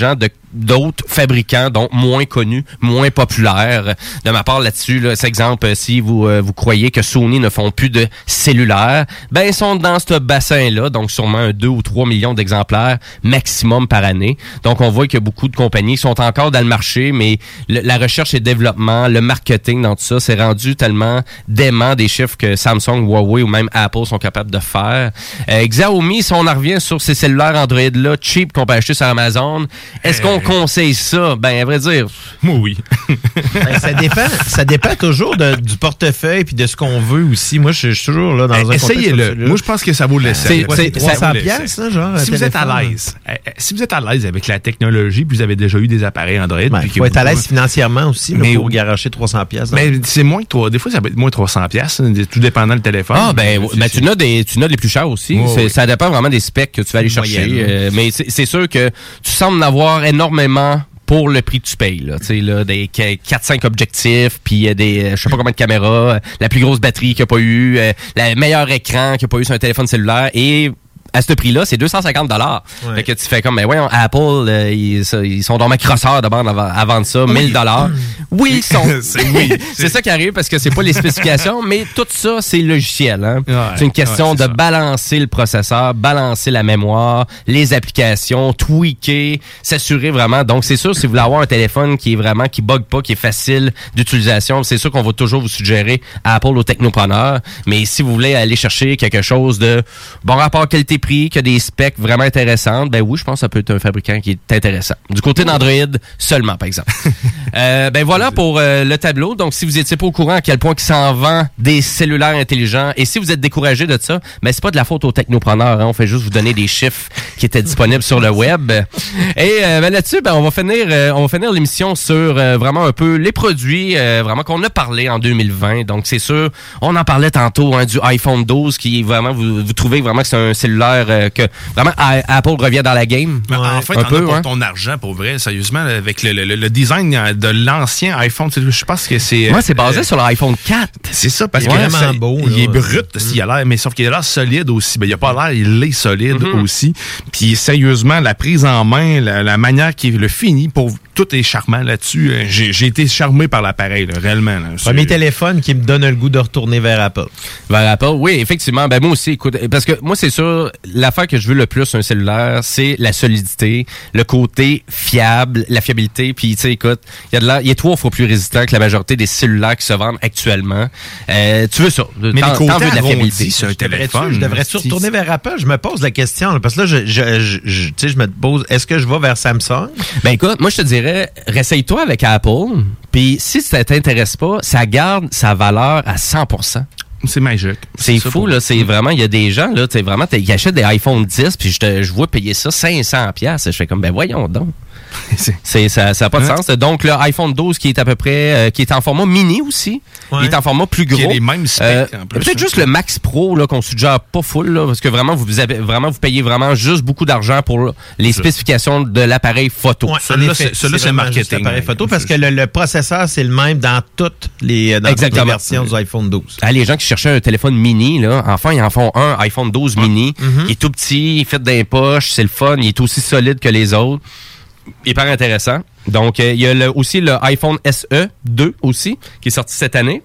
d'autres fabricants, donc moins connus, moins populaires. De ma part là-dessus, là, c'est exemple, si vous euh, vous croyez que Sony ne font plus de cellulaire, ben ils sont dans ce bassin-là, donc sûrement un deux ou trois millions d'exemplaires maximum par année. Donc on voit qu'il y a beaucoup de compagnies qui sont encore dans le marché, mais le, la recherche et le développement, le marketing dans tout ça, c'est rendu tellement dément des chiffres que Samsung, Huawei ou même Apple sont capables de faire. Euh, Xiaomi, si on en revient sur ces cellulaires Android-là cheap qu'on peut acheter sur Amazon, est-ce qu'on conseille ça? Ben, à vrai dire, moi, oui. Ben, ça dépend, ça dépend toujours de, du portefeuille puis de ce qu'on veut aussi. Moi, je, je suis toujours là dans un contexte. Essayez-le. Moi, je pense que ça vaut l'essai. C'est, c'est trois cents piastres, genre. Si vous êtes à l'aise, euh, si vous êtes à l'aise avec la technologie, puis vous avez déjà eu des appareils Android, il ben, faut être à l'aise financièrement aussi, mais pour garocher trois cents piastres. Mais c'est moins que trois. Des fois, ça peut être moins trois cents piastres, tout dépendant du téléphone. Ah, ben, ben tu n'as des, tu n'as des plus chers aussi. Oh, oui. Ça dépend vraiment des specs que tu vas aller chercher. Euh, mais c'est, c'est sûr que tu sembles en avoir énormément pour le prix que tu payes, là. Tu sais, là, des quatre cinq objectifs, puis des, je sais pas combien de caméras, la plus grosse batterie qu'il n'y a pas eu, euh, le meilleur écran qu'il n'y a pas eu sur un téléphone cellulaire, et à ce prix-là, c'est deux cent cinquante dollars. Ouais. Fait que tu fais comme, ben voyons, Apple, euh, ils, ils sont dans ma crosseur d'abord à vendre ça, oui. mille dollars. Oui, ils sont. c'est, oui, c'est ça qui arrive parce que c'est pas les spécifications, mais tout ça, c'est logiciel. Hein? Ouais, c'est une question ouais, c'est de ça. Balancer le processeur, balancer la mémoire, les applications, tweaker, s'assurer vraiment. Donc, c'est sûr, si vous voulez avoir un téléphone qui est vraiment, qui bug pas, qui est facile d'utilisation, c'est sûr qu'on va toujours vous suggérer Apple aux technopreneurs. Mais si vous voulez aller chercher quelque chose de bon rapport qualité prix, qui a des specs vraiment intéressantes, ben oui, je pense que ça peut être un fabricant qui est intéressant. Du côté d'Android, seulement, par exemple. euh, ben voilà pour euh, le tableau. Donc, si vous n'étiez pas au courant à quel point il s'en vend des cellulaires intelligents, et si vous êtes découragé de ça, ben c'est pas de la faute aux technopreneurs. Hein. On fait juste vous donner des chiffres qui étaient disponibles sur le web. Et euh, ben là-dessus, ben on va finir, euh, on va finir l'émission sur euh, vraiment un peu les produits, euh, vraiment qu'on a parlé en deux mille vingt. Donc, c'est sûr, on en parlait tantôt hein, du iPhone douze, qui vraiment, vous, vous trouvez vraiment que c'est un cellulaire Euh, que vraiment Apple revient dans la game. Ouais, en fait, un peu, pour hein? ton argent, pour vrai, sérieusement, avec le, le, le design de l'ancien iPhone, je pense que c'est... Ouais, c'est basé euh, sur l'iPhone quatre. C'est ça, parce qu'il est vraiment ça, beau. Il là. est brut, mm. il a l'air, mais sauf qu'il a l'air solide aussi. Ben, il a pas l'air, il est solide mm-hmm. aussi. Puis sérieusement, la prise en main, la, la manière qui est le fini, pour tout est charmant là-dessus. J'ai, j'ai été charmé par l'appareil, là, réellement. Là, Premier téléphone qui me donne le goût de retourner vers Apple. Vers Apple, oui, effectivement. Ben moi aussi, écoute, parce que moi, c'est sûr, l'affaire que je veux le plus un cellulaire, c'est la solidité, le côté fiable, la fiabilité. Puis, tu sais, écoute, il y a de là, il est trois fois plus résistant que la majorité des cellulaires qui se vendent actuellement. Euh, tu veux ça. Mais t'en, les côtés t'en veux de la fiabilité. Sur un téléphone. Je devrais-tu retourner vers Apple? Je me pose la question. Là, parce que là, je, je, je, je, tu sais, je me pose, est-ce que je vais vers Samsung? Ben écoute, moi, je te dirais, réessaye-toi avec Apple. Puis, si ça t'intéresse pas, ça garde sa valeur à cent pour cent. C'est magique. C'est, c'est fou, là. C'est vraiment, il y a des gens, là, tu sais, vraiment, qui achètent des iPhone dix, puis je te, je vois payer ça cinq cents piastres. Je fais comme, ben voyons donc. c'est, ça n'a pas de sens. Donc, le iPhone douze qui est à peu près, euh, qui est en format mini aussi. Ouais. Il est en format plus gros. Qui a les mêmes specs, euh, en plus. Peut-être juste le Max Pro, là, qu'on suggère pas full, là, parce que vraiment, vous avez, vraiment, vous payez vraiment juste beaucoup d'argent pour les spécifications de l'appareil photo. Ouais, celui-là, c'est, c'est, c'est marketing. L'appareil photo, parce que le, le processeur, c'est le même dans toutes les, dans toutes les versions du iPhone douze. Ah, les gens qui cherchaient un téléphone mini, là, enfin, ils en font un iPhone douze ouais. mini. Mm-hmm. Il est tout petit, il fait dans les poches, c'est le fun, il est aussi solide que les autres. Hyper intéressant. Donc, euh, il y a le, aussi le iPhone S E deux aussi, qui est sorti cette année.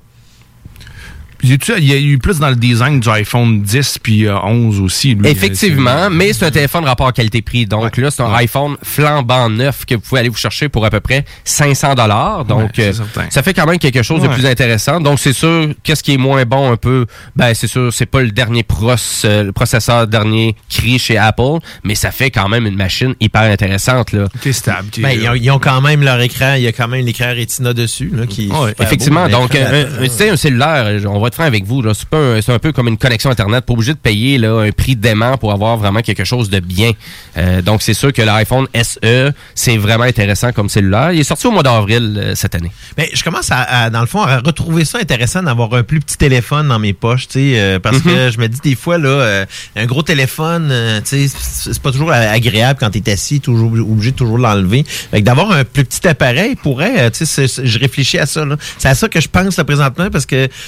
Il y a eu plus dans le design du iPhone dix puis euh, onze aussi. Lui, Effectivement, mais c'est un téléphone rapport qualité-prix. Donc ouais, là, c'est un ouais. iPhone flambant neuf que vous pouvez aller vous chercher pour à peu près cinq cents dollars. Donc, ouais, euh, ça fait quand même quelque chose ouais. de plus intéressant. Donc, c'est sûr, qu'est-ce qui est moins bon un peu? Ben, c'est sûr, c'est pas le dernier pros, euh, le processeur dernier cri chez Apple, mais ça fait quand même une machine hyper intéressante, là. Qui est stable. Qui est, ben, ils, ont, ils ont quand même leur écran, il y a quand même l'écran Retina dessus, là, qui ouais, effectivement. Beau, donc, tu sais, un cellulaire, on va être franc avec vous, là, c'est, un, c'est un peu comme une connexion Internet, pas obligé de payer là, un prix dément pour avoir vraiment quelque chose de bien. Euh, donc, c'est sûr que l'iPhone S E, c'est vraiment intéressant comme cellulaire. Il est sorti au mois d'avril euh, cette année. Mais je commence, à, à, dans le fond, à retrouver ça intéressant d'avoir un plus petit téléphone dans mes poches, tu sais, euh, parce mm-hmm. que je me dis des fois, là, euh, un gros téléphone, euh, tu sais, c'est pas toujours agréable quand t'es assis, toujours obligé de toujours l'enlever. Fait que d'avoir un plus petit appareil pourrait, euh, tu sais, je réfléchis à ça, là. C'est à ça que je pense là, présentement, parce que je me dis,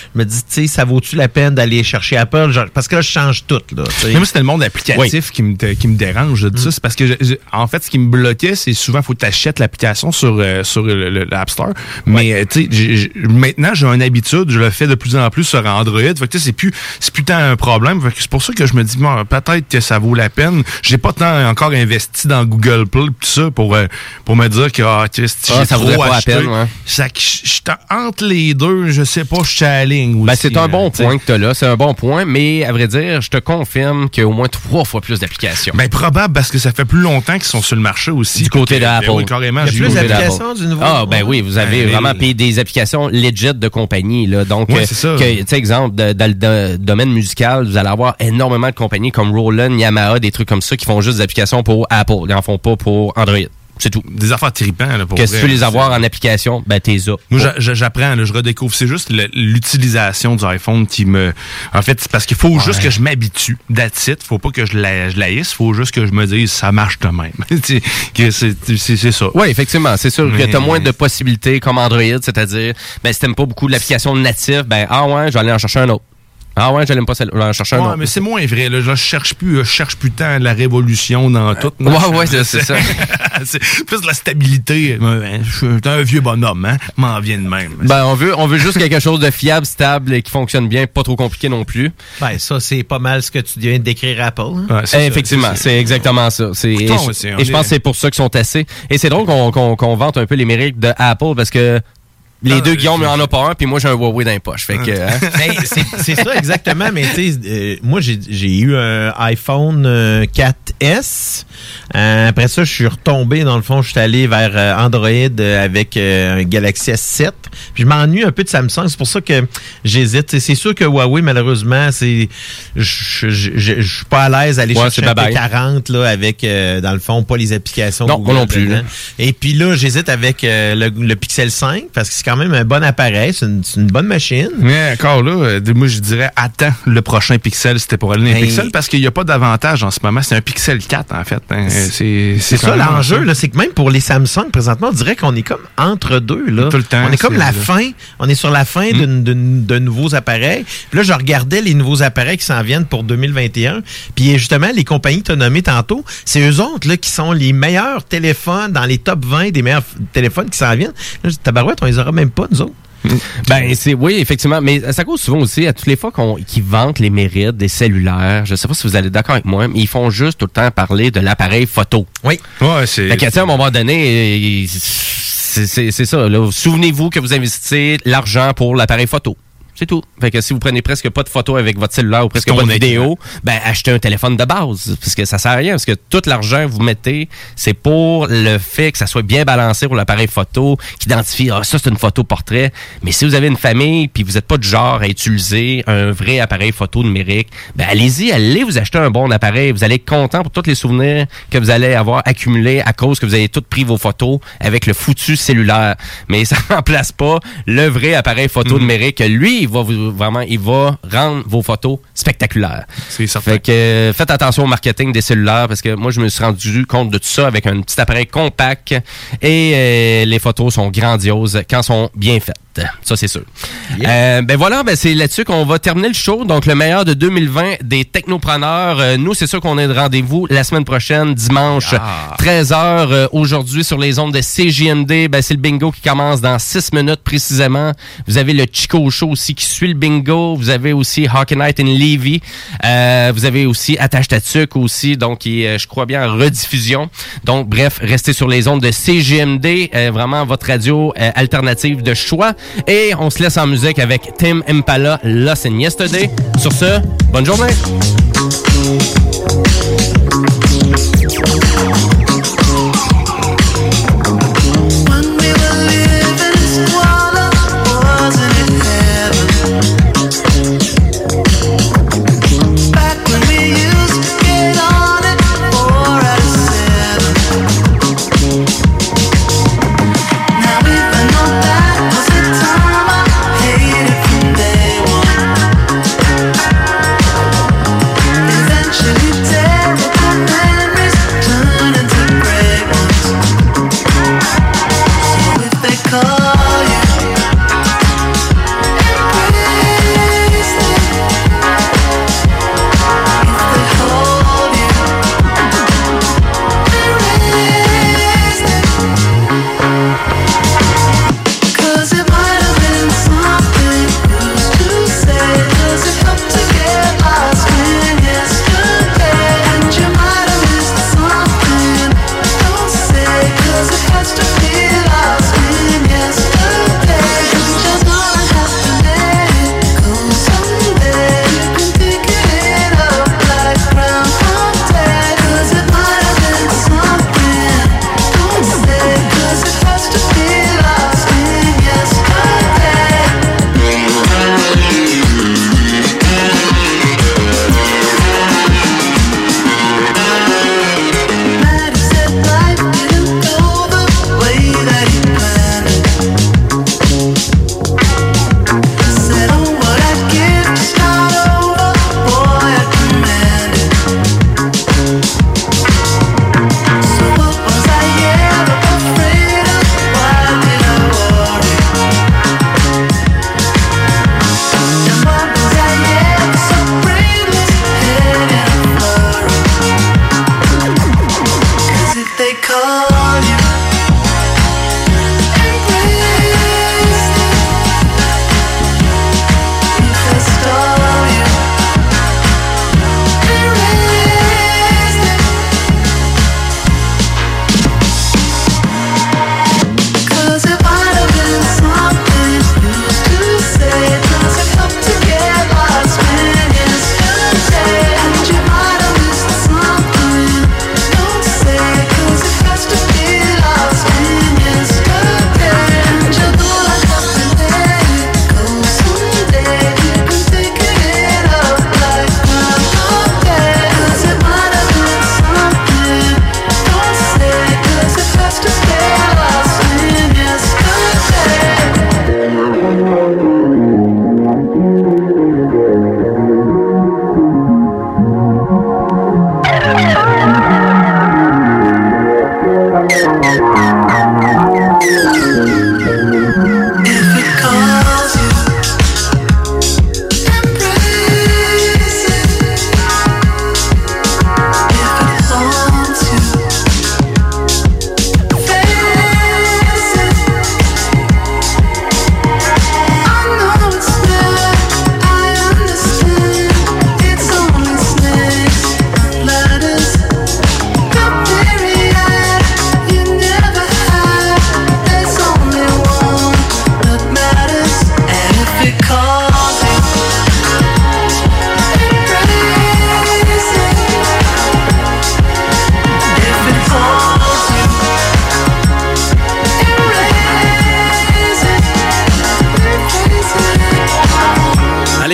tu sais, ça vaut-tu la peine d'aller chercher Apple? Genre, parce que là, je change tout, là. Mais moi, c'était le monde applicatif oui. qui, me, qui me dérange de mm. ça. C'est parce que, je, je, en fait, ce qui me bloquait, c'est souvent, il faut que tu achètes l'application sur, euh, sur le, le, l'App Store. Mais, ouais. tu sais, maintenant, j'ai une habitude, je le fais de plus en plus sur Android. Fait que, tu sais, c'est plus, c'est plus tant un problème. Fait que c'est pour ça que je me dis, bon, peut-être que ça vaut la peine. J'ai pas tant encore investi dans Google Play, tout ça, pour, euh, pour me dire que, ah, tu sais, si ah, j'ai ça trop vaudrait pas acheté, la peine, ouais. ça, je suis entre les deux, je sais pas, je suis à la ligne aussi. Ben, c'est un bon t'sais. point que tu as là, c'est un bon point, mais à vrai dire, je te confirme qu'il y a au moins trois fois plus d'applications. Ben, probable, parce que ça fait plus longtemps qu'ils sont sur le marché aussi. Du côté d'Apple. Ben, oui, carrément. Il y a plus d'applications du nouveau. Ah, ben oui, vous avez ben, vraiment les... payé des applications legit de compagnie, là. Donc, ouais, c'est ça. Tu sais, exemple, de, dans le de, domaine musical, vous allez avoir énormément de compagnies comme Roland, Yamaha, des trucs comme ça qui font juste des applications pour Apple. Ils n'en font pas pour Android. C'est tout. Des affaires tripants, là, pour que vrai. Si tu peux les avoir en application, ben t'es là. Moi, j'a, j'apprends, là, je redécouvre. C'est juste le, l'utilisation du iPhone qui me... En fait, c'est parce qu'il faut ouais. juste que je m'habitue. That's it. Faut pas que je la, je laïsse. Faut juste que je me dise, ça marche de même. que c'est, c'est, c'est ça. Oui, effectivement. C'est sûr Mais... que t'as moins de possibilités comme Android. C'est-à-dire, ben, si t'aimes pas beaucoup l'application native, ben, ah ouais, je vais aller en chercher un autre. Ah ouais, je l'aime pas celle là. Chercher un ouais, autre. mais c'est moins vrai. Là. Je cherche plus, je cherche plus tant la révolution dans tout. Ouais, ouais, c'est, c'est ça. C'est plus de la stabilité. Je suis un vieux bonhomme, hein. M'en vient de même. Ben, on veut, on veut juste quelque chose de fiable, stable et qui fonctionne bien, pas trop compliqué non plus. Ben, ça, c'est pas mal ce que tu viens de décrire Apple. Hein? Ouais, c'est effectivement, ça, c'est, c'est exactement ça. C'est, et je, aussi, et je pense que c'est pour ça qu'ils sont assez. Et c'est drôle qu'on, qu'on, qu'on vante un peu les mérites de Apple parce que les non, deux, Guillaume, il en a pas un, puis moi, j'ai un Huawei dans les poches. Fait que, hein? ben, c'est, c'est ça, exactement. Mais tu sais, euh, moi, j'ai, j'ai eu un iPhone euh, quatre S. Euh, après ça, je suis retombé, dans le fond, je suis allé vers euh, Android euh, avec euh, un Galaxy S sept. Puis je m'ennuie un peu de Samsung. C'est pour ça que j'hésite. T'sais, c'est sûr que Huawei, malheureusement, c'est je je suis pas à l'aise d'aller ouais, chercher un P quarante là, avec, euh, dans le fond, pas les applications. Non, moi non plus. Là. Et puis là, j'hésite avec euh, le, le Pixel cinq, parce que c'est quand même un bon appareil, c'est une, c'est une bonne machine. Mais encore là, euh, moi je dirais attends le prochain Pixel, c'était pour aller dans un Pixel, parce qu'il n'y a pas d'avantage en ce moment. C'est un Pixel quatre en fait. Hein. C'est, c'est, c'est ça l'enjeu, là, c'est que même pour les Samsung, présentement, on dirait qu'on est comme entre deux. Là. Tout le temps. On est comme c'est la là. fin, on est sur la fin mmh. d'une, d'une, de nouveaux appareils. Puis là, je regardais les nouveaux appareils qui s'en viennent pour deux mille vingt et un. Puis justement, les compagnies que tu as nommées tantôt, c'est eux autres là, qui sont les meilleurs téléphones dans les top vingt des meilleurs téléphones qui s'en viennent. Là, tabarouette, on les aura même pas, nous autres. Ben c'est oui effectivement, mais ça cause souvent aussi à toutes les fois qu'on qu'ils vantent les mérites des cellulaires. Je sais pas si vous allez d'accord avec moi, mais ils font juste tout le temps parler de l'appareil photo. Oui. Ouais, c'est. Fait qu'à un moment donné, c'est, c'est, c'est ça. Là. Souvenez-vous que vous investissez l'argent pour l'appareil photo. C'est tout. Fait que si vous prenez presque pas de photos avec votre cellulaire ou presque pas de vidéo, ben achetez un téléphone de base. Parce que ça sert à rien. Parce que tout l'argent que vous mettez, c'est pour le fait que ça soit bien balancé pour l'appareil photo, qui identifie, ah, ça c'est une photo portrait. Mais si vous avez une famille puis vous n'êtes pas du genre à utiliser un vrai appareil photo numérique, ben allez-y, allez vous acheter un bon appareil. Vous allez être content pour tous les souvenirs que vous allez avoir accumulés à cause que vous avez toutes pris vos photos avec le foutu cellulaire. Mais ça remplace pas le vrai appareil photo mmh. numérique. Lui, il va vous, vraiment, il va rendre vos photos spectaculaires. C'est certain. Fait que euh, faites attention au marketing des cellulaires parce que moi, je me suis rendu compte de tout ça avec un petit appareil compact et euh, les photos sont grandioses quand sont bien faites. Ça, c'est sûr. Yeah. Euh, ben voilà, ben c'est là-dessus qu'on va terminer le show. Donc, le meilleur de deux mille vingt des technopreneurs. Euh, nous, c'est sûr qu'on est de rendez-vous la semaine prochaine, dimanche, ah. treize heures. Euh, aujourd'hui, sur les ondes de C J M D, ben c'est le bingo qui commence dans six minutes précisément. Vous avez le Chico Show aussi qui suit le bingo. Vous avez aussi Hockey Night in Levy. Euh, vous avez aussi Attache ta tuque aussi, donc qui est, je crois bien, en rediffusion. Donc, bref, restez sur les ondes de C J M D. Euh, vraiment, votre radio euh, alternative de choix. Et on se laisse en musique avec Tim Impala, Lost in Yesterday. Sur ce, bonne journée! Eventually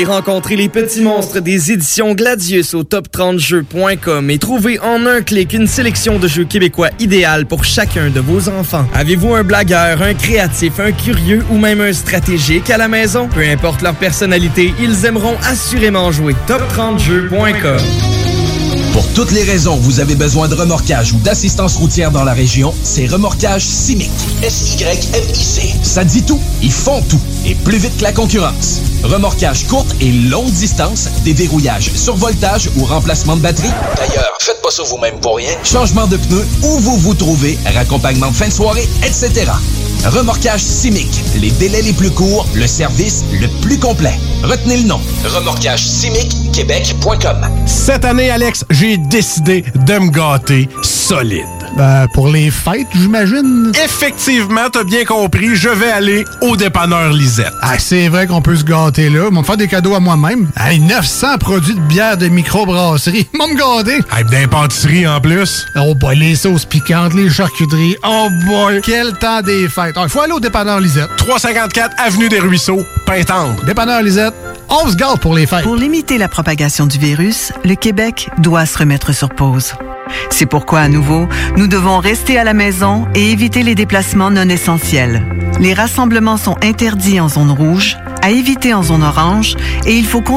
Allez rencontrer les petits monstres des éditions Gladius au top trente jeux point com et trouvez en un clic une sélection de jeux québécois idéale pour chacun de vos enfants. Avez-vous un blagueur, un créatif, un curieux ou même un stratégique à la maison? Peu importe leur personnalité, ils aimeront assurément jouer. top trente jeux point com. Pour toutes les raisons vous avez besoin de remorquage ou d'assistance routière dans la région, c'est Remorquage Simic. S Y M I C. Ça dit tout, ils font tout, et plus vite que la concurrence. Remorquage courte et longue distance, déverrouillage, survoltage ou remplacement de batterie. D'ailleurs, faites pas ça vous-même pour rien. Changement de pneus, où vous vous trouvez, raccompagnement de fin de soirée, et cetera. Remorquage Simic. Les délais les plus courts, le service le plus complet. Retenez le nom. remorquage simic québec point com. Cette année, Alex, j'ai décidé de me gâter solide. Ben, pour les fêtes, j'imagine. Effectivement, t'as bien compris, je vais aller au dépanneur Lisette. Ah, c'est vrai qu'on peut se gâter là. Ils vont me faire des cadeaux à moi-même. Hey, neuf cents produits de bière de microbrasserie. Ils vont me gâter. Hey, d'impantisserie en plus. Oh boy, les sauces piquantes, les charcuteries. Oh boy, quel temps des fêtes. Il faut aller au dépanneur Lisette. trois cent cinquante-quatre Avenue des Ruisseaux, Pintendre. Dépanneur Lisette, on se gâte pour les fêtes. Pour limiter la propagation du virus, le Québec doit se remettre sur pause. C'est pourquoi, à nouveau, nous devons rester à la maison et éviter les déplacements non essentiels. Les rassemblements sont interdits en zone rouge, à éviter en zone orange, et il faut continuer.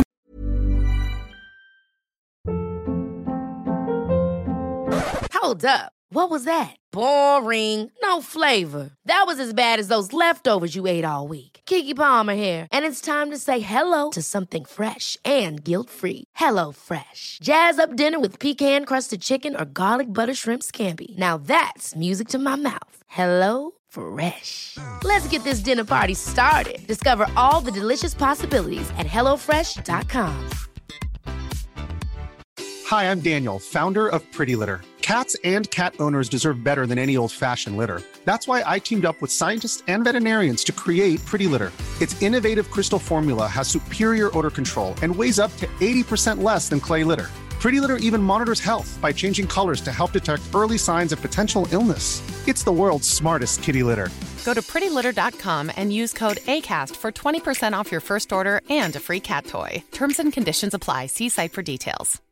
Hold up. What was that? Boring. No flavor. That was as bad as those leftovers you ate all week. Keke Palmer here, and it's time to say hello to something fresh and guilt-free. Hello Fresh. Jazz up dinner with pecan-crusted chicken or garlic butter shrimp scampi. Now that's music to my mouth. Hello Fresh. Let's get this dinner party started. Discover all the delicious possibilities at hello fresh dot com. Hi, I'm Daniel, founder of Pretty Litter. Cats and cat owners deserve better than any old-fashioned litter. That's why I teamed up with scientists and veterinarians to create Pretty Litter. Its innovative crystal formula has superior odor control and weighs up to eighty percent less than clay litter. Pretty Litter even monitors health by changing colors to help detect early signs of potential illness. It's the world's smartest kitty litter. Go to pretty litter dot com and use code ACAST for twenty percent off your first order and a free cat toy. Terms and conditions apply. See site for details.